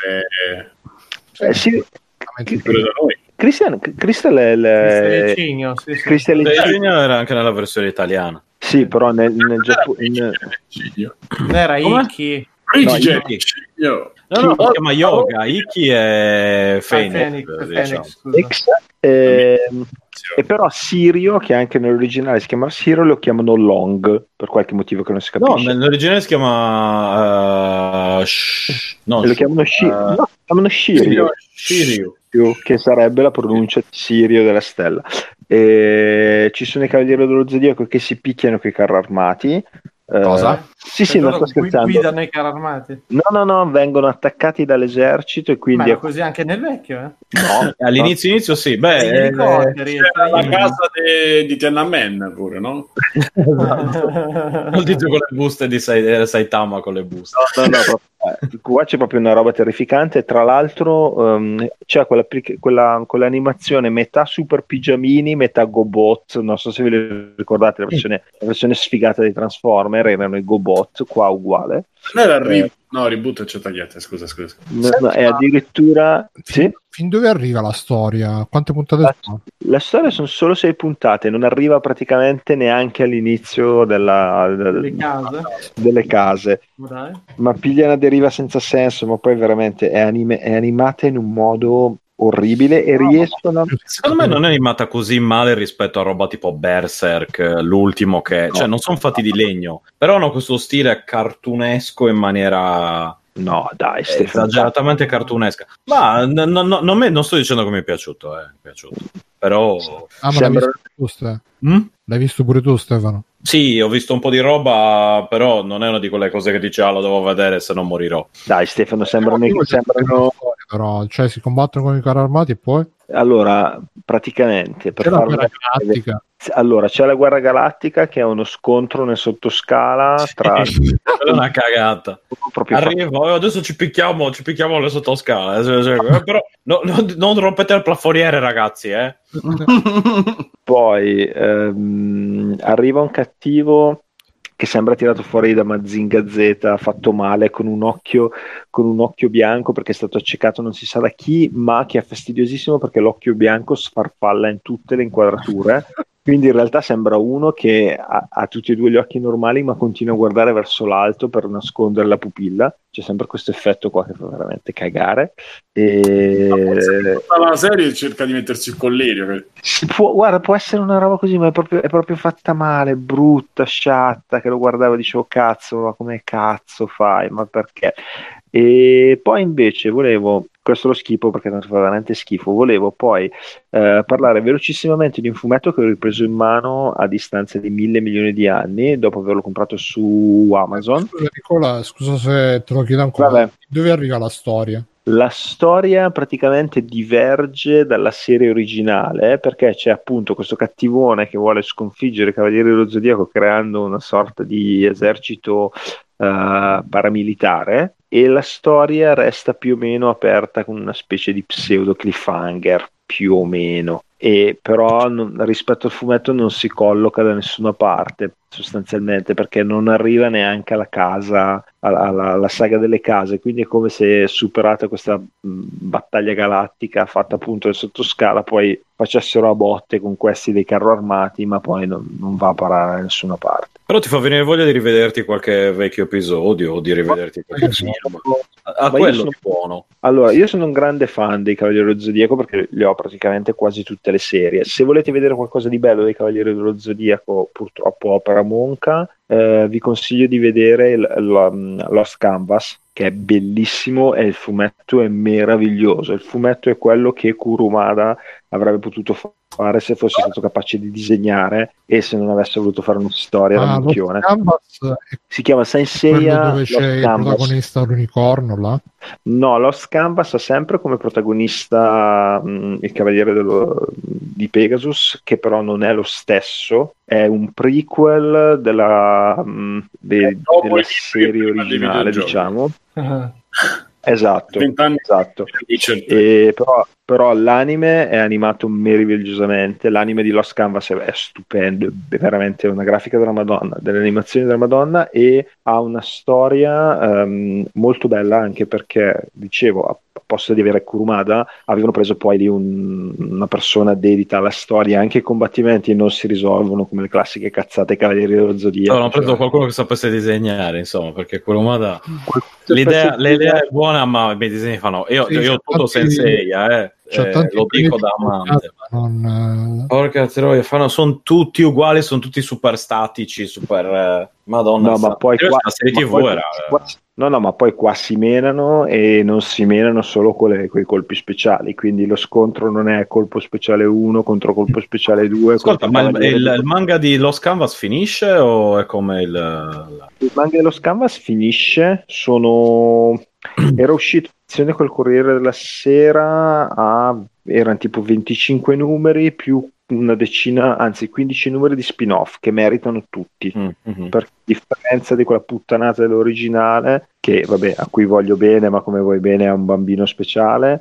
Eh, sì, Pure da noi. Christian, Crystal è il... Il cigno, sì, sì. Crystal è il cigno. Cigno era anche nella versione italiana. Sì, però nel, nel Giappone... in- Non era Come? Iki. Luigi No, è il cigno. No, no, si chiama Yoga, Iki è Phoenix, Ah, Phoenix, diciamo. Phoenix, scusa. X, ehm, e però Sirio, che anche nell'originale si chiama Sirio, lo chiamano Long per qualche motivo che non si No, capisce. nell'originale si chiama... Uh, sh- no, E lo sh- chiamano, Shi- uh, no, lo chiamano Shirio, Shiryu. che sarebbe la pronuncia di Sirio della stella. E ci sono i cavalieri dello zodiaco che si picchiano con i carri armati. Eh, Cosa? sì, sì, E non loro sto gui- scherzando. guidano i carri armati. No, no, no, vengono attaccati dall'esercito e Ma quindi era così anche nel vecchio, eh? no, All'inizio inizio sì, Gli beh... eh, elicotteri, C'era la i- casa de- di Tiananmen pure, no? il tizio con le buste di Sai- eh, Saitama con le buste. no, no, proprio, eh, qua c'è proprio una roba terrificante. Tra l'altro ehm, c'è quella, quella, quell'animazione metà super pigiamini, metà Gobot. Non so se ve le ricordate, la versione, la versione sfigata dei Transformer erano i Gobot, qua uguale. Non era il re- no, reboot c'è tagliate, scusa, scusa. No, no, e addirittura sì, Fin dove arriva la storia? Quante puntate la, sono? la storia sono solo sei puntate, non arriva praticamente neanche all'inizio della, del- le case. delle case. Dai. Ma piglia una deriva senza senso, ma poi veramente è, anime- è animata in un modo orribile e riescono a... Secondo me non è animata così male rispetto a roba tipo Berserk, l'ultimo che... Cioè, non sono fatti di legno, però hanno questo stile cartunesco in maniera No, dai, è Stefano. esageratamente cartunesca. Ma n- n- n- non, mi- non sto dicendo che mi è piaciuto, eh, mi è piaciuto. Però Ah, ma Sembra- l'hai visto tu, Ste? Mm? L'hai visto pure tu, Stefano? Sì, ho visto un po' di roba, però non è una di quelle cose che dice ah, lo devo vedere se non morirò. Dai, Stefano, sembrano, Io voglio sapere sembrano... una storia, però, cioè si combattono con i carri armati e poi Allora, praticamente per c'è la farlo guerra galattica. allora c'è la guerra galattica che è uno scontro nel sottoscala tra Sì, quella è una cagata. proprio Arrivo, adesso ci picchiamo, ci picchiamo alle sottoscale. eh, cioè, eh, però no- no- non rompete il plafoniere, ragazzi, eh. Poi ehm, arriva un cattivo che sembra tirato fuori da Mazinga Z, fatto male, con un occhio con un occhio bianco perché è stato accecato non si sa da chi, ma che è fastidiosissimo perché l'occhio bianco sfarfalla in tutte le inquadrature. Quindi in realtà sembra uno che ha, ha tutti e due gli occhi normali ma continua a guardare verso l'alto per nascondere la pupilla. C'è sempre questo effetto qua che fa veramente cagare. E... Tutta la serie cerca di mettersi il collirio. che- Si può, guarda, può essere una roba così, ma è proprio, è proprio fatta male, brutta, sciatta, che lo guardavo e dicevo cazzo, ma come cazzo fai? Ma perché? E poi invece volevo, questo lo schifo perché tanto fa veramente schifo, volevo poi eh, parlare velocissimamente di un fumetto che ho ripreso in mano a distanza di mille milioni di anni, dopo averlo comprato su Amazon. Scusa, Nicola, scusa se te lo chiedo ancora. Vabbè. Dove arriva la storia? La storia praticamente diverge dalla serie originale perché c'è appunto questo cattivone che vuole sconfiggere i Cavalieri dello Zodiaco creando una sorta di esercito eh, paramilitare e la storia resta più o meno aperta con una specie di pseudo cliffhanger, più o meno. E però non- rispetto al fumetto non si colloca da nessuna parte sostanzialmente perché non arriva neanche alla casa alla, alla- alla saga delle case, quindi è come se superata questa mh, battaglia galattica fatta appunto nel sottoscala poi facessero a botte con questi dei carro armati ma poi non, non va a parare da nessuna parte. Però ti fa venire voglia di rivederti qualche vecchio episodio o di rivederti qualche film. A Ma io quello sono- di buono. Allora, io sono un grande fan dei Cavalieri dello Zodiaco perché li ho praticamente quasi tutte le serie. Se volete vedere qualcosa di bello dei Cavalieri dello Zodiaco, purtroppo opera monca, eh, vi consiglio di vedere il, il- Lost Canvas, che è bellissimo e il fumetto è meraviglioso. Il fumetto è quello che Kurumada avrebbe potuto fare se fosse stato capace di disegnare e se non avesse voluto fare una storia da Ah, lo minchione. Canvas è Si chiama Saint quello Seiya dove Lost c'è il Canvas. protagonista l'unicorno là. No, Lost Canvas ha sempre come protagonista mh, il Cavaliere dello- di Pegasus, che però non è lo stesso, è un prequel della, mh, de- dopo della i libri serie prima dei originale, videogiochi. diciamo. Ah. Esatto, Vent'anni esatto. Witcher tre. E però, però l'anime è animato meravigliosamente. L'anime di Lost Canvas è, è stupendo, è veramente una grafica della Madonna, delle animazioni della Madonna e ha una storia ehm, molto bella anche perché, dicevo, a a posto di avere Kurumada, avevano preso poi lì un- una persona dedita alla storia. Anche i combattimenti non si risolvono come le classiche cazzate Cavalieri dello Zodiaco. Avevano preso cioè- qualcuno che sapesse disegnare, insomma, perché Kurumada Qualche l'idea, specie di- l'idea è buona, ma i miei disegni fanno. Io, Sì, io c'è ho tutto tanti- Senseiya, eh, c'è eh, tanti lo dico quelli da di amante. Kurumada, non, eh, Porca troia, fanno, sono tutti uguali, sono tutti super statici, super. eh, Madonna, No, ma sa- poi Io qua, la serie ma T V poi era. qua- no, no, ma poi qua si menano e non si menano solo con i colpi speciali, quindi lo scontro non è colpo speciale uno contro colpo speciale due. Ascolta, contro ma il, cavaliere il- di- il manga di Lost Canvas finisce o è come il. la- Il manga dello Canvas finisce, sono... era uscito edizione col Corriere della Sera, a... erano tipo venticinque numeri più una decina, anzi quindici numeri di spin-off che meritano tutti. Mm, mhm. Per differenza di quella puttanata dell'originale che vabbè a cui voglio bene ma come vuoi bene è un bambino speciale,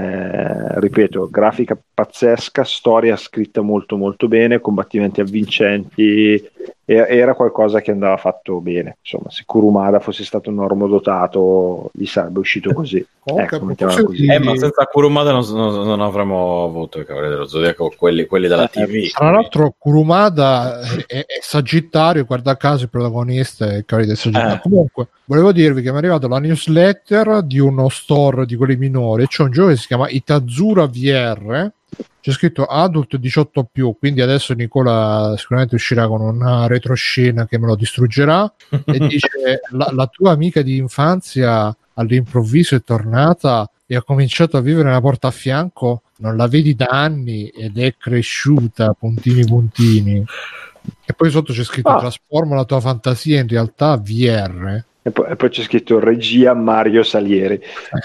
eh, ripeto, grafica pazzesca, storia scritta molto molto bene, combattimenti avvincenti, e- era qualcosa che andava fatto bene, insomma se Kurumada fosse stato normodotato gli sarebbe uscito così. Comunque, Ecco, a mettiamola proposito così. Eh, ma di- senza Kurumada non, non- non avremmo avuto i Cavalieri dello Zodiaco, quelli, quelli della T V. Tra l'altro Kurumada è, è Sagittario, guarda caso il protagonista è il Cavaliere del Sagittario. Eh. Comunque, volevo dirvi che mi è arrivata la newsletter di uno store di quelli minori, c'è un gioco che si chiama Itazura V R, c'è scritto adult diciotto più, quindi adesso Nicola sicuramente uscirà con una retroscena che me lo distruggerà e dice la, la tua amica di infanzia all'improvviso è tornata e ha cominciato a vivere nella porta a fianco, non la vedi da anni ed è cresciuta, puntini puntini. E poi sotto c'è scritto ah. trasforma la tua fantasia in realtà V R. E poi, e poi c'è scritto regia Mario Salieri.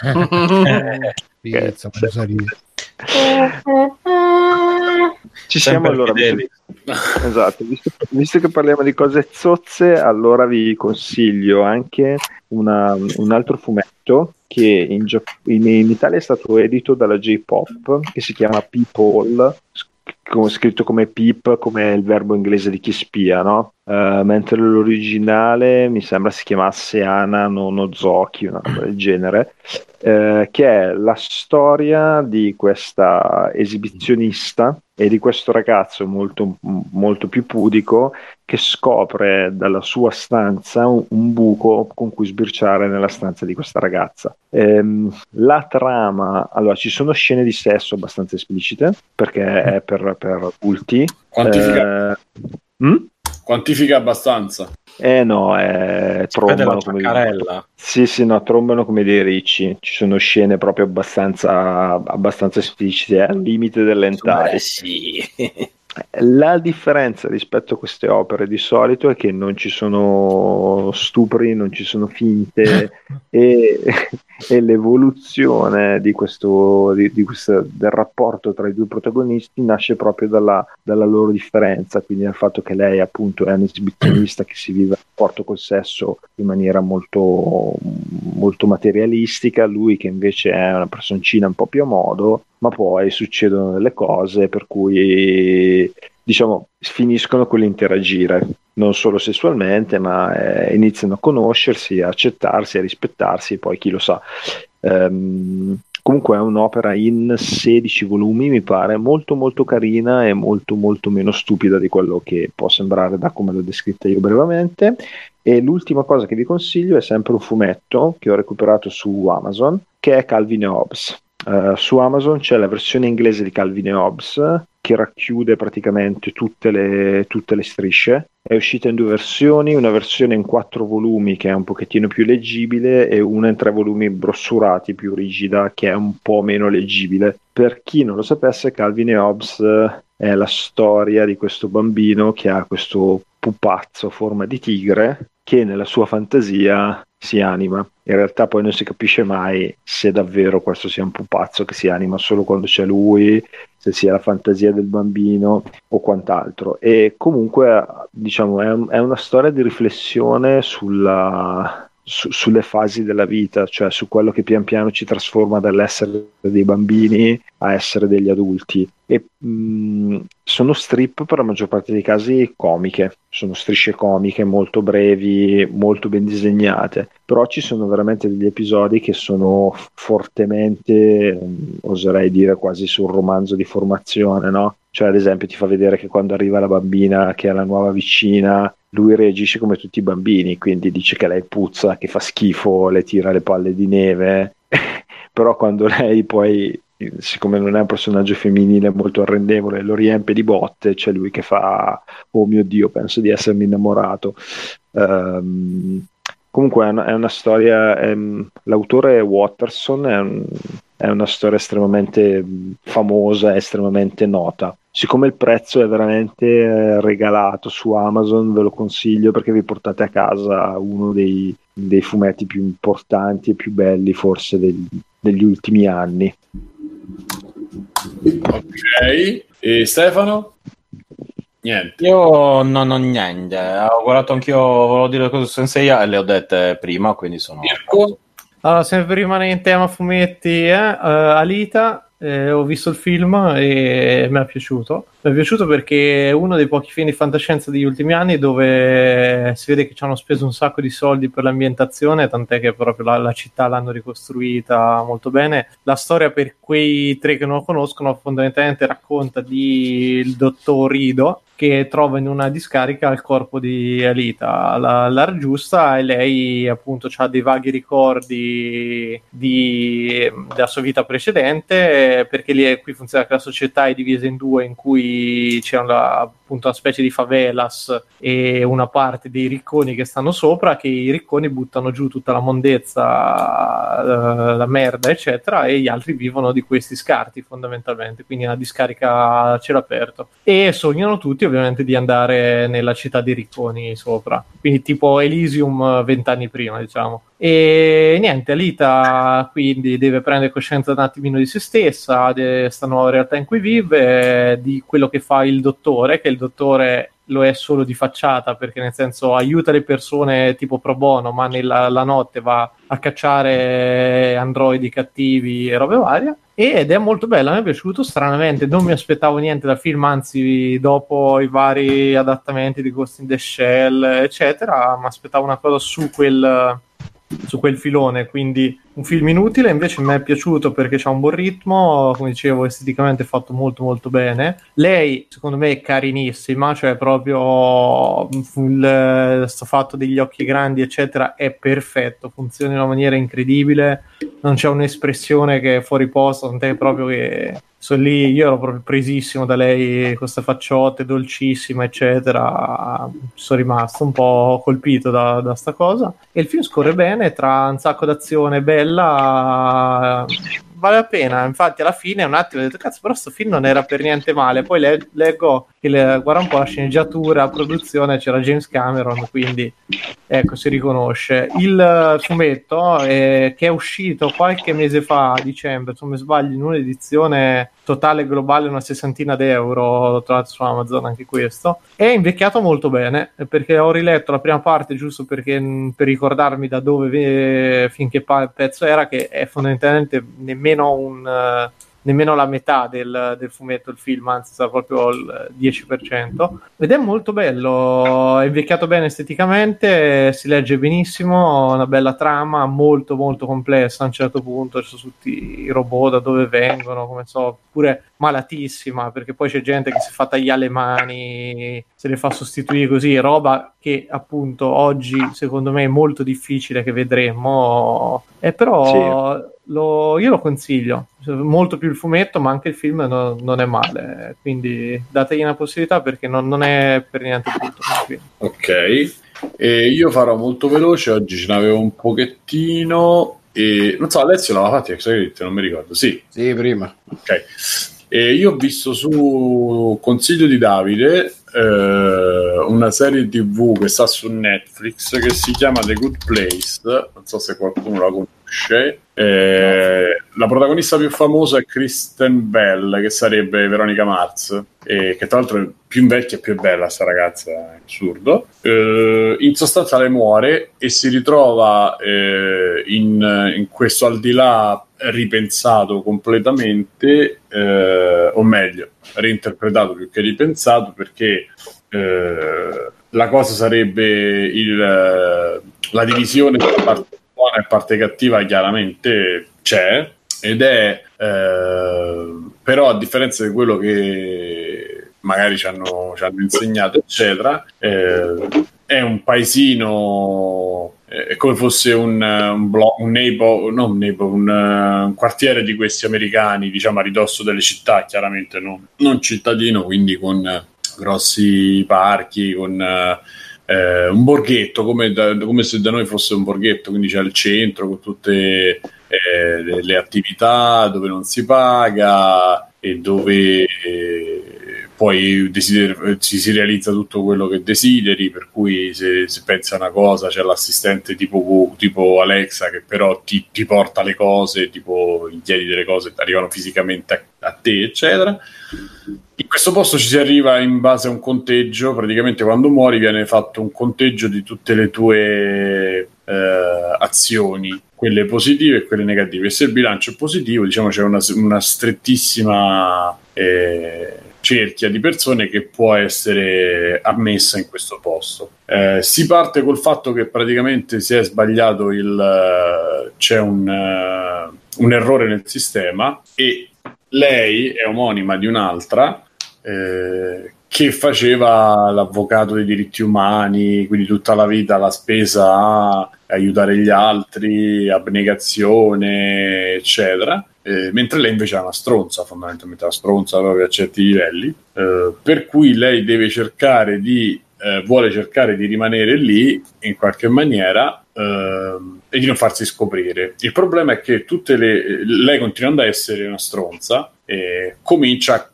Pizza, okay. Salieri. Ci siamo allora, visto, esatto, visto, visto che parliamo di cose zozze, allora vi consiglio anche una, un altro fumetto che in, in, in Italia è stato edito dalla J-Pop, che si chiama People, scritto come peep, come il verbo inglese di chi spia, no? Uh, mentre l'originale mi sembra si chiamasse Ana no Nozoki, una cosa del genere, uh, che è la storia di questa esibizionista e di questo ragazzo molto, molto più pudico che scopre dalla sua stanza un, un buco con cui sbirciare nella stanza di questa ragazza. Ehm, la trama, allora ci sono scene di sesso abbastanza esplicite perché è per, per adulti. Quantifica? Eh, hm? Quantifica abbastanza. Eh no, eh, trombano come dei... sì, sì, no, trombano come dei ricci. Ci sono scene proprio abbastanza, abbastanza esplicite, al limite dell'hentai. Sì. La differenza rispetto a queste opere di solito è che non ci sono stupri, non ci sono finte e, e l'evoluzione di questo, di, di questo del rapporto tra i due protagonisti nasce proprio dalla, dalla loro differenza, quindi dal fatto che lei appunto è un'esibizionista che si vive il rapporto col sesso in maniera molto, molto materialistica, lui che invece è una personcina un po' più a modo, ma poi succedono delle cose per cui diciamo finiscono con l'interagire non solo sessualmente, ma eh, iniziano a conoscersi, a accettarsi, a rispettarsi e poi chi lo sa. Um, comunque è un'opera in sedici volumi, mi pare, molto molto carina e molto molto meno stupida di quello che può sembrare da come l'ho descritta io brevemente. E l'ultima cosa che vi consiglio è sempre un fumetto che ho recuperato su Amazon, che è Calvin e Hobbes. Uh, su Amazon c'è la versione inglese di Calvin e Hobbes che racchiude praticamente tutte le, tutte le strisce. È uscita in due versioni, una versione in quattro volumi che è un pochettino più leggibile e una in tre volumi brossurati, più rigida, che è un po' meno leggibile. Per chi non lo sapesse, Calvin e Hobbes è la storia di questo bambino che ha questo pupazzo a forma di tigre che nella sua fantasia si anima. In realtà poi non si capisce mai se davvero questo sia un pupazzo che si anima solo quando c'è lui, se sia la fantasia del bambino o quant'altro. E comunque diciamo è, un, è una storia di riflessione sulla, su, sulle fasi della vita, cioè su quello che pian piano ci trasforma dall'essere dei bambini a essere degli adulti. E mh, sono strip per la maggior parte dei casi comiche, sono strisce comiche molto brevi, molto ben disegnate, però ci sono veramente degli episodi che sono fortemente, mh, oserei dire quasi sul romanzo di formazione, no? Cioè ad esempio ti fa vedere che quando arriva la bambina che è la nuova vicina, lui reagisce come tutti i bambini, quindi dice che lei puzza, che fa schifo, le tira le palle di neve però quando lei poi, siccome non è un personaggio femminile molto arrendevole, lo riempie di botte, c'è lui che fa oh mio Dio, penso di essermi innamorato. Um, comunque è una, è una storia, è, l'autore Watterson è, un, è una storia estremamente famosa, estremamente nota. Siccome il prezzo è veramente regalato su Amazon, ve lo consiglio perché vi portate a casa uno dei, dei fumetti più importanti e più belli forse degli, degli ultimi anni. Ok, e Stefano? Niente. Io non ho niente, ho guardato anch'io, volevo dire le cose su Sensei e le ho dette prima, quindi sono... Mirko? Allora, sempre rimane in tema fumetti, eh? uh, Alita, eh, ho visto il film e mi è piaciuto. Mi è piaciuto perché è uno dei pochi film di fantascienza degli ultimi anni dove si vede che ci hanno speso un sacco di soldi per l'ambientazione, tant'è che proprio la, la città l'hanno ricostruita molto bene. La storia, per quei tre che non lo conoscono, fondamentalmente racconta di il dottor Rido, che trova in una discarica il corpo di Alita, la, la raggiusta, e lei appunto ha dei vaghi ricordi di, della sua vita precedente, perché lì, qui funziona che la società è divisa in due, in cui c'è una, appunto una specie di favelas e una parte dei ricconi che stanno sopra, che i ricconi buttano giù tutta la mondezza, la merda eccetera, e gli altri vivono di questi scarti fondamentalmente, quindi una discarica a cielo aperto, e sognano tutti ovviamente di andare nella città dei ricconi sopra, quindi tipo Elysium vent'anni prima, diciamo. E niente, Alita quindi deve prendere coscienza un attimino di se stessa, di questa nuova realtà in cui vive, di quello che fa il dottore, che il dottore lo è solo di facciata, perché nel senso aiuta le persone tipo pro bono, ma nella la notte va a cacciare androidi cattivi e robe varie. Ed è molto bella, mi è piaciuto stranamente, non mi aspettavo niente dal film, anzi dopo i vari adattamenti di Ghost in the Shell eccetera mi aspettavo una cosa su quel su quel filone, quindi un film inutile. Invece mi è piaciuto perché c'ha un buon ritmo, come dicevo, esteticamente fatto molto molto bene. Lei secondo me è carinissima, cioè proprio il sto fatto degli occhi grandi eccetera è perfetto, funziona in una maniera incredibile, non c'è un'espressione che è fuori posto, tant'è proprio che sono lì, io ero proprio presissimo da lei, queste facciotte dolcissima eccetera, sono rimasto un po' colpito da, da sta cosa. E il film scorre bene, tra un sacco d'azione bella, vale la pena. Infatti alla fine un attimo ho detto cazzo, però sto film non era per niente male, poi le, leggo che le, guarda un po' la sceneggiatura, la produzione, c'era James Cameron, quindi ecco, si riconosce. Il fumetto eh, che è uscito qualche mese fa, a dicembre se non mi sbaglio, in un'edizione totale globale, una sessantina d'euro, l'ho trovato su Amazon anche questo, è invecchiato molto bene, perché ho riletto la prima parte giusto perché per ricordarmi da dove finché pa- pezzo era, che è fondamentalmente nemmeno un uh, nemmeno la metà del, del fumetto il film, anzi sarà proprio il dieci per cento, ed è molto bello, è invecchiato bene esteticamente, si legge benissimo, una bella trama molto molto complessa. A un certo punto ci sono tutti i robot, da dove vengono, come so, pure malatissima, perché poi c'è gente che si fa tagliare le mani, se le fa sostituire così, roba che appunto oggi secondo me è molto difficile che vedremo, e però sì. Lo, io lo consiglio molto più il fumetto, ma anche il film no, non è male, quindi dategli una possibilità perché non, non è per niente brutto. Ok, e io farò molto veloce, oggi ce n'avevo un pochettino e non so, Alessio l'aveva fatto, non mi ricordo. Sì, sì, prima. Ok, e io ho visto su consiglio di Davide eh, una serie tivù che sta su Netflix che si chiama The Good Place, non so se qualcuno la conosce. Eh, la protagonista più famosa è Kristen Bell, che sarebbe Veronica Mars, eh, che tra l'altro è più invecchia e più bella sta ragazza, è assurdo. Eh, in sostanza lei muore e si ritrova eh, in, in questo al di là ripensato completamente, eh, o meglio reinterpretato più che ripensato, perché eh, la cosa sarebbe il, la divisione tra parte buona e parte cattiva chiaramente c'è, ed è eh, però a differenza di quello che magari ci hanno, ci hanno insegnato eccetera, eh, è un paesino, è come fosse un un, blo- un, neighbor, non un, neighbor, un, un quartiere di questi americani, diciamo a ridosso delle città, chiaramente non, non cittadino, quindi con grossi parchi, con eh, un borghetto, come, da, come se da noi fosse un borghetto, quindi c'è il centro con tutte eh, le, le attività, dove non si paga e dove eh, poi desideri, si, si realizza tutto quello che desideri, per cui se, se pensi a una cosa c'è l'assistente tipo, tipo Alexa che però ti, ti porta le cose, tipo gli chiedi delle cose arrivano fisicamente a, a te eccetera. In questo posto ci si arriva in base a un conteggio, praticamente quando muori viene fatto un conteggio di tutte le tue eh, azioni, quelle positive e quelle negative, e se il bilancio è positivo, diciamo c'è una, una strettissima eh, cerchia di persone che può essere ammessa in questo posto. Eh, si parte col fatto che praticamente si è sbagliato il c'è un, uh, un errore nel sistema e lei è omonima di un'altra eh, che faceva l'avvocato dei diritti umani, quindi tutta la vita l'ha spesa a aiutare gli altri, abnegazione, eccetera. Eh, mentre lei invece è una stronza, fondamentalmente una stronza proprio a certi livelli, eh, per cui lei deve cercare di eh, vuole cercare di rimanere lì in qualche maniera eh, e di non farsi scoprire. Il problema è che tutte le lei continuando a essere una stronza e comincia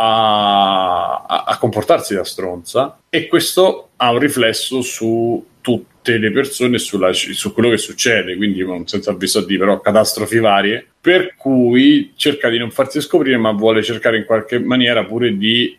a, a, a comportarsi da stronza, e questo ha un riflesso su tutte le persone, sulla, su quello che succede, quindi senza avviso a dire, però catastrofi varie, per cui cerca di non farsi scoprire, ma vuole cercare in qualche maniera pure di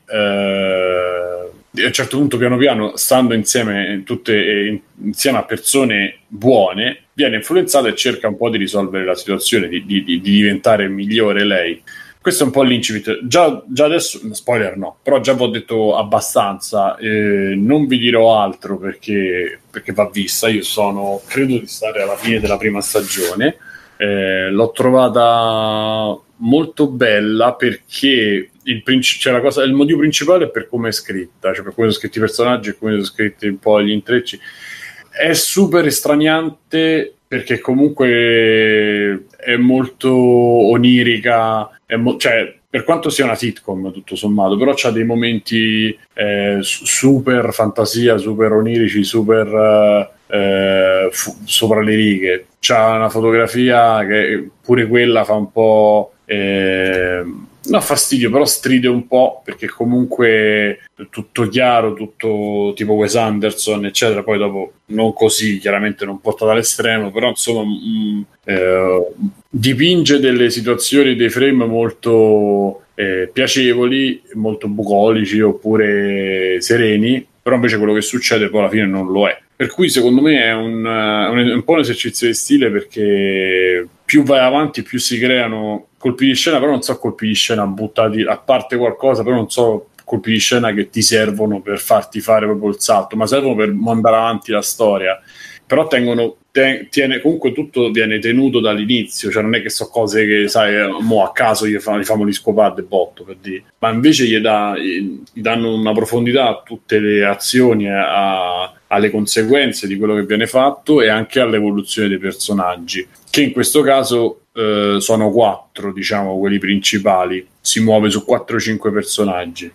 eh, a un certo punto, piano piano, stando insieme tutte insieme a persone buone, viene influenzata e cerca un po' di risolvere la situazione, di, di, di diventare migliore lei. Questo è un po' l'incipit. Già, già adesso, spoiler no, però già vi ho detto abbastanza, eh, non vi dirò altro perché, perché va vista. Io sono, credo di stare alla fine della prima stagione, eh, l'ho trovata molto bella perché il, princi- cioè la cosa, il motivo principale è per come è scritta, cioè per come sono scritti i personaggi e come sono scritti un po' gli intrecci. È super estraniante perché comunque è molto onirica, è mo- cioè per quanto sia una sitcom tutto sommato, però c'ha dei momenti eh, super fantasia, super onirici, super eh, fu- sopra le righe. C'ha una fotografia che pure quella fa un po' eh, no fastidio, però stride un po' perché comunque è tutto chiaro, tutto tipo Wes Anderson eccetera, poi dopo non così, chiaramente non portato all'estremo, però insomma mh, eh, dipinge delle situazioni, dei frame molto eh, piacevoli, molto bucolici oppure sereni, però invece quello che succede poi alla fine non lo è. Per cui secondo me è un, un, un po' un esercizio di stile, perché più vai avanti più si creano colpi di scena, però non so colpi di scena buttati a parte qualcosa, però non so colpi di scena che ti servono per farti fare proprio il salto, ma servono per mandare avanti la storia. Però tengono, te, tiene, comunque tutto viene tenuto dall'inizio, cioè non è che so cose che sai mo a caso gli fanno, gli fanno gli scopate botto per dire, ma invece gli, dà, gli danno una profondità a tutte le azioni, a, alle conseguenze di quello che viene fatto e anche all'evoluzione dei personaggi, che in questo caso eh, sono quattro, diciamo, quelli principali. Si muove su quattro cinque personaggi.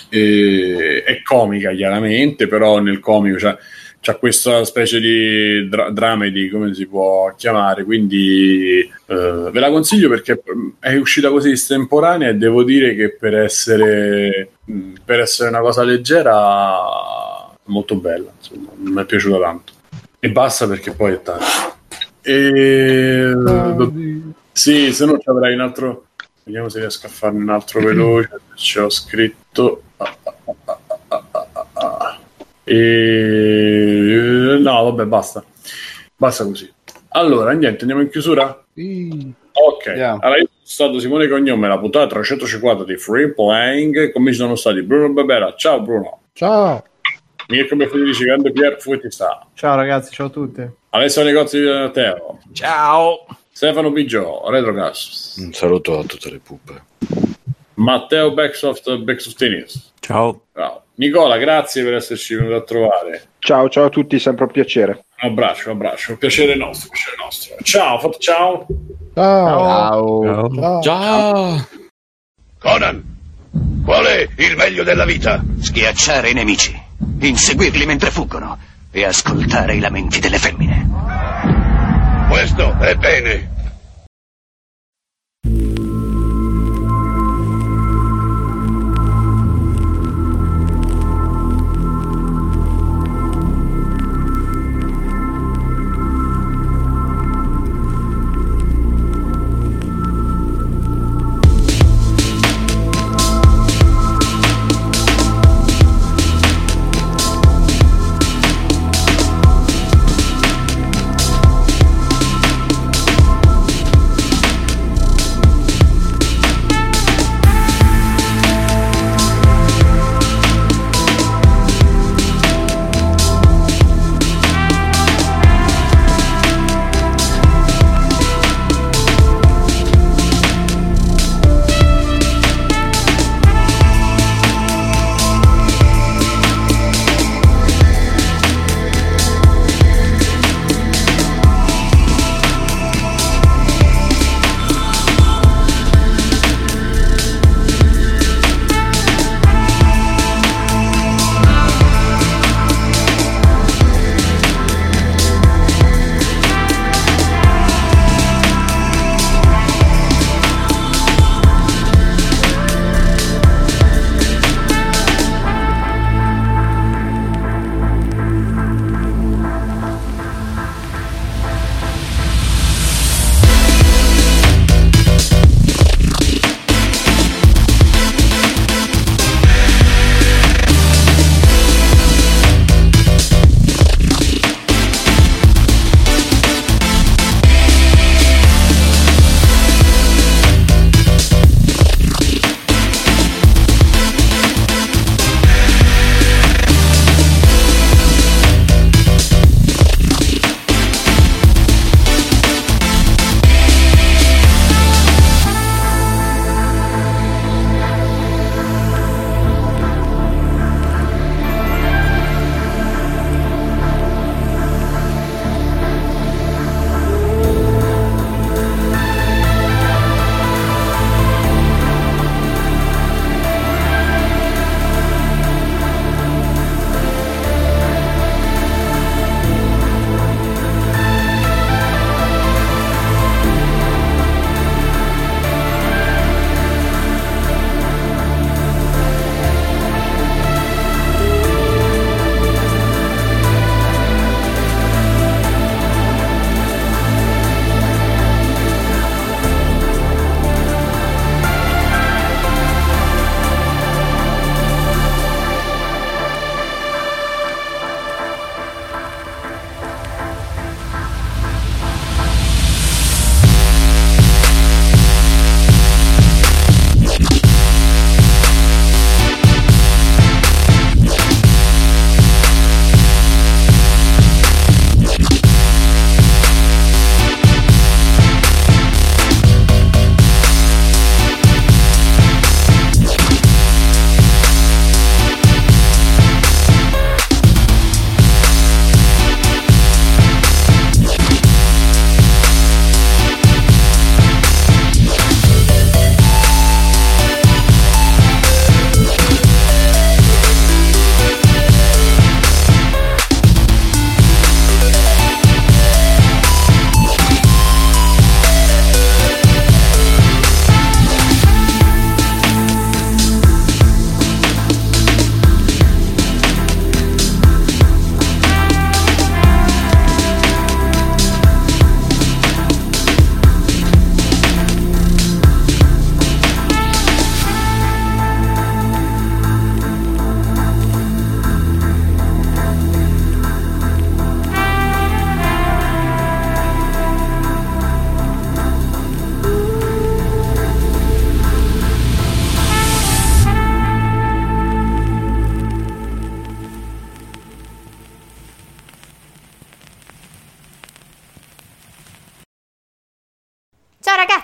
E, è comica chiaramente, però nel comico c'è, c'è questa specie di dra- dramedy, come si può chiamare, quindi eh, ve la consiglio perché è uscita così estemporanea e devo dire che per essere per essere una cosa leggera molto bella, insomma, mi è piaciuta tanto. E basta perché poi è tardi. E sì, se no ci avrai un altro, vediamo se riesco a farne un altro veloce. Ci ho scritto ah, ah, ah, ah, ah, ah. E no vabbè basta basta così. Allora niente, andiamo in chiusura? Sì. Ok, Yeah. allora io sono stato Simone Cognome, la puntata trecentocinquanta di Free Playing, come ci sono stati Bruno Barbera. Ciao Bruno. Ciao. Mirko Federici, grande Pier Fuetista. Ciao ragazzi, ciao a tutti. Alessio Negozio di Matteo. Ciao. Stefano Biggio, Retrocast. Un saluto a tutte le puppe. Matteo Backsoft, Backsoft Tennis. Ciao. Ciao. Nicola, grazie per esserci venuto a trovare. Ciao, ciao a tutti, sempre un piacere. Un abbraccio, un abbraccio. Un piacere nostro, piacere nostro. Ciao, fatto ciao. Ciao. Ciao. Ciao. Ciao. Conan, qual è il meglio della vita? Schiacciare i nemici, inseguirli mentre fuggono e ascoltare i lamenti delle femmine. Questo è bene.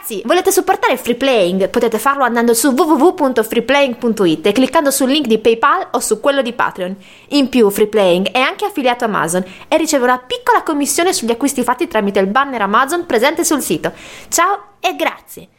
Ragazzi, volete supportare Free Playing? Potete farlo andando su w w w punto free playing punto i t e cliccando sul link di PayPal o su quello di Patreon. In più, Free Playing è anche affiliato a Amazon e riceve una piccola commissione sugli acquisti fatti tramite il banner Amazon presente sul sito. Ciao e grazie!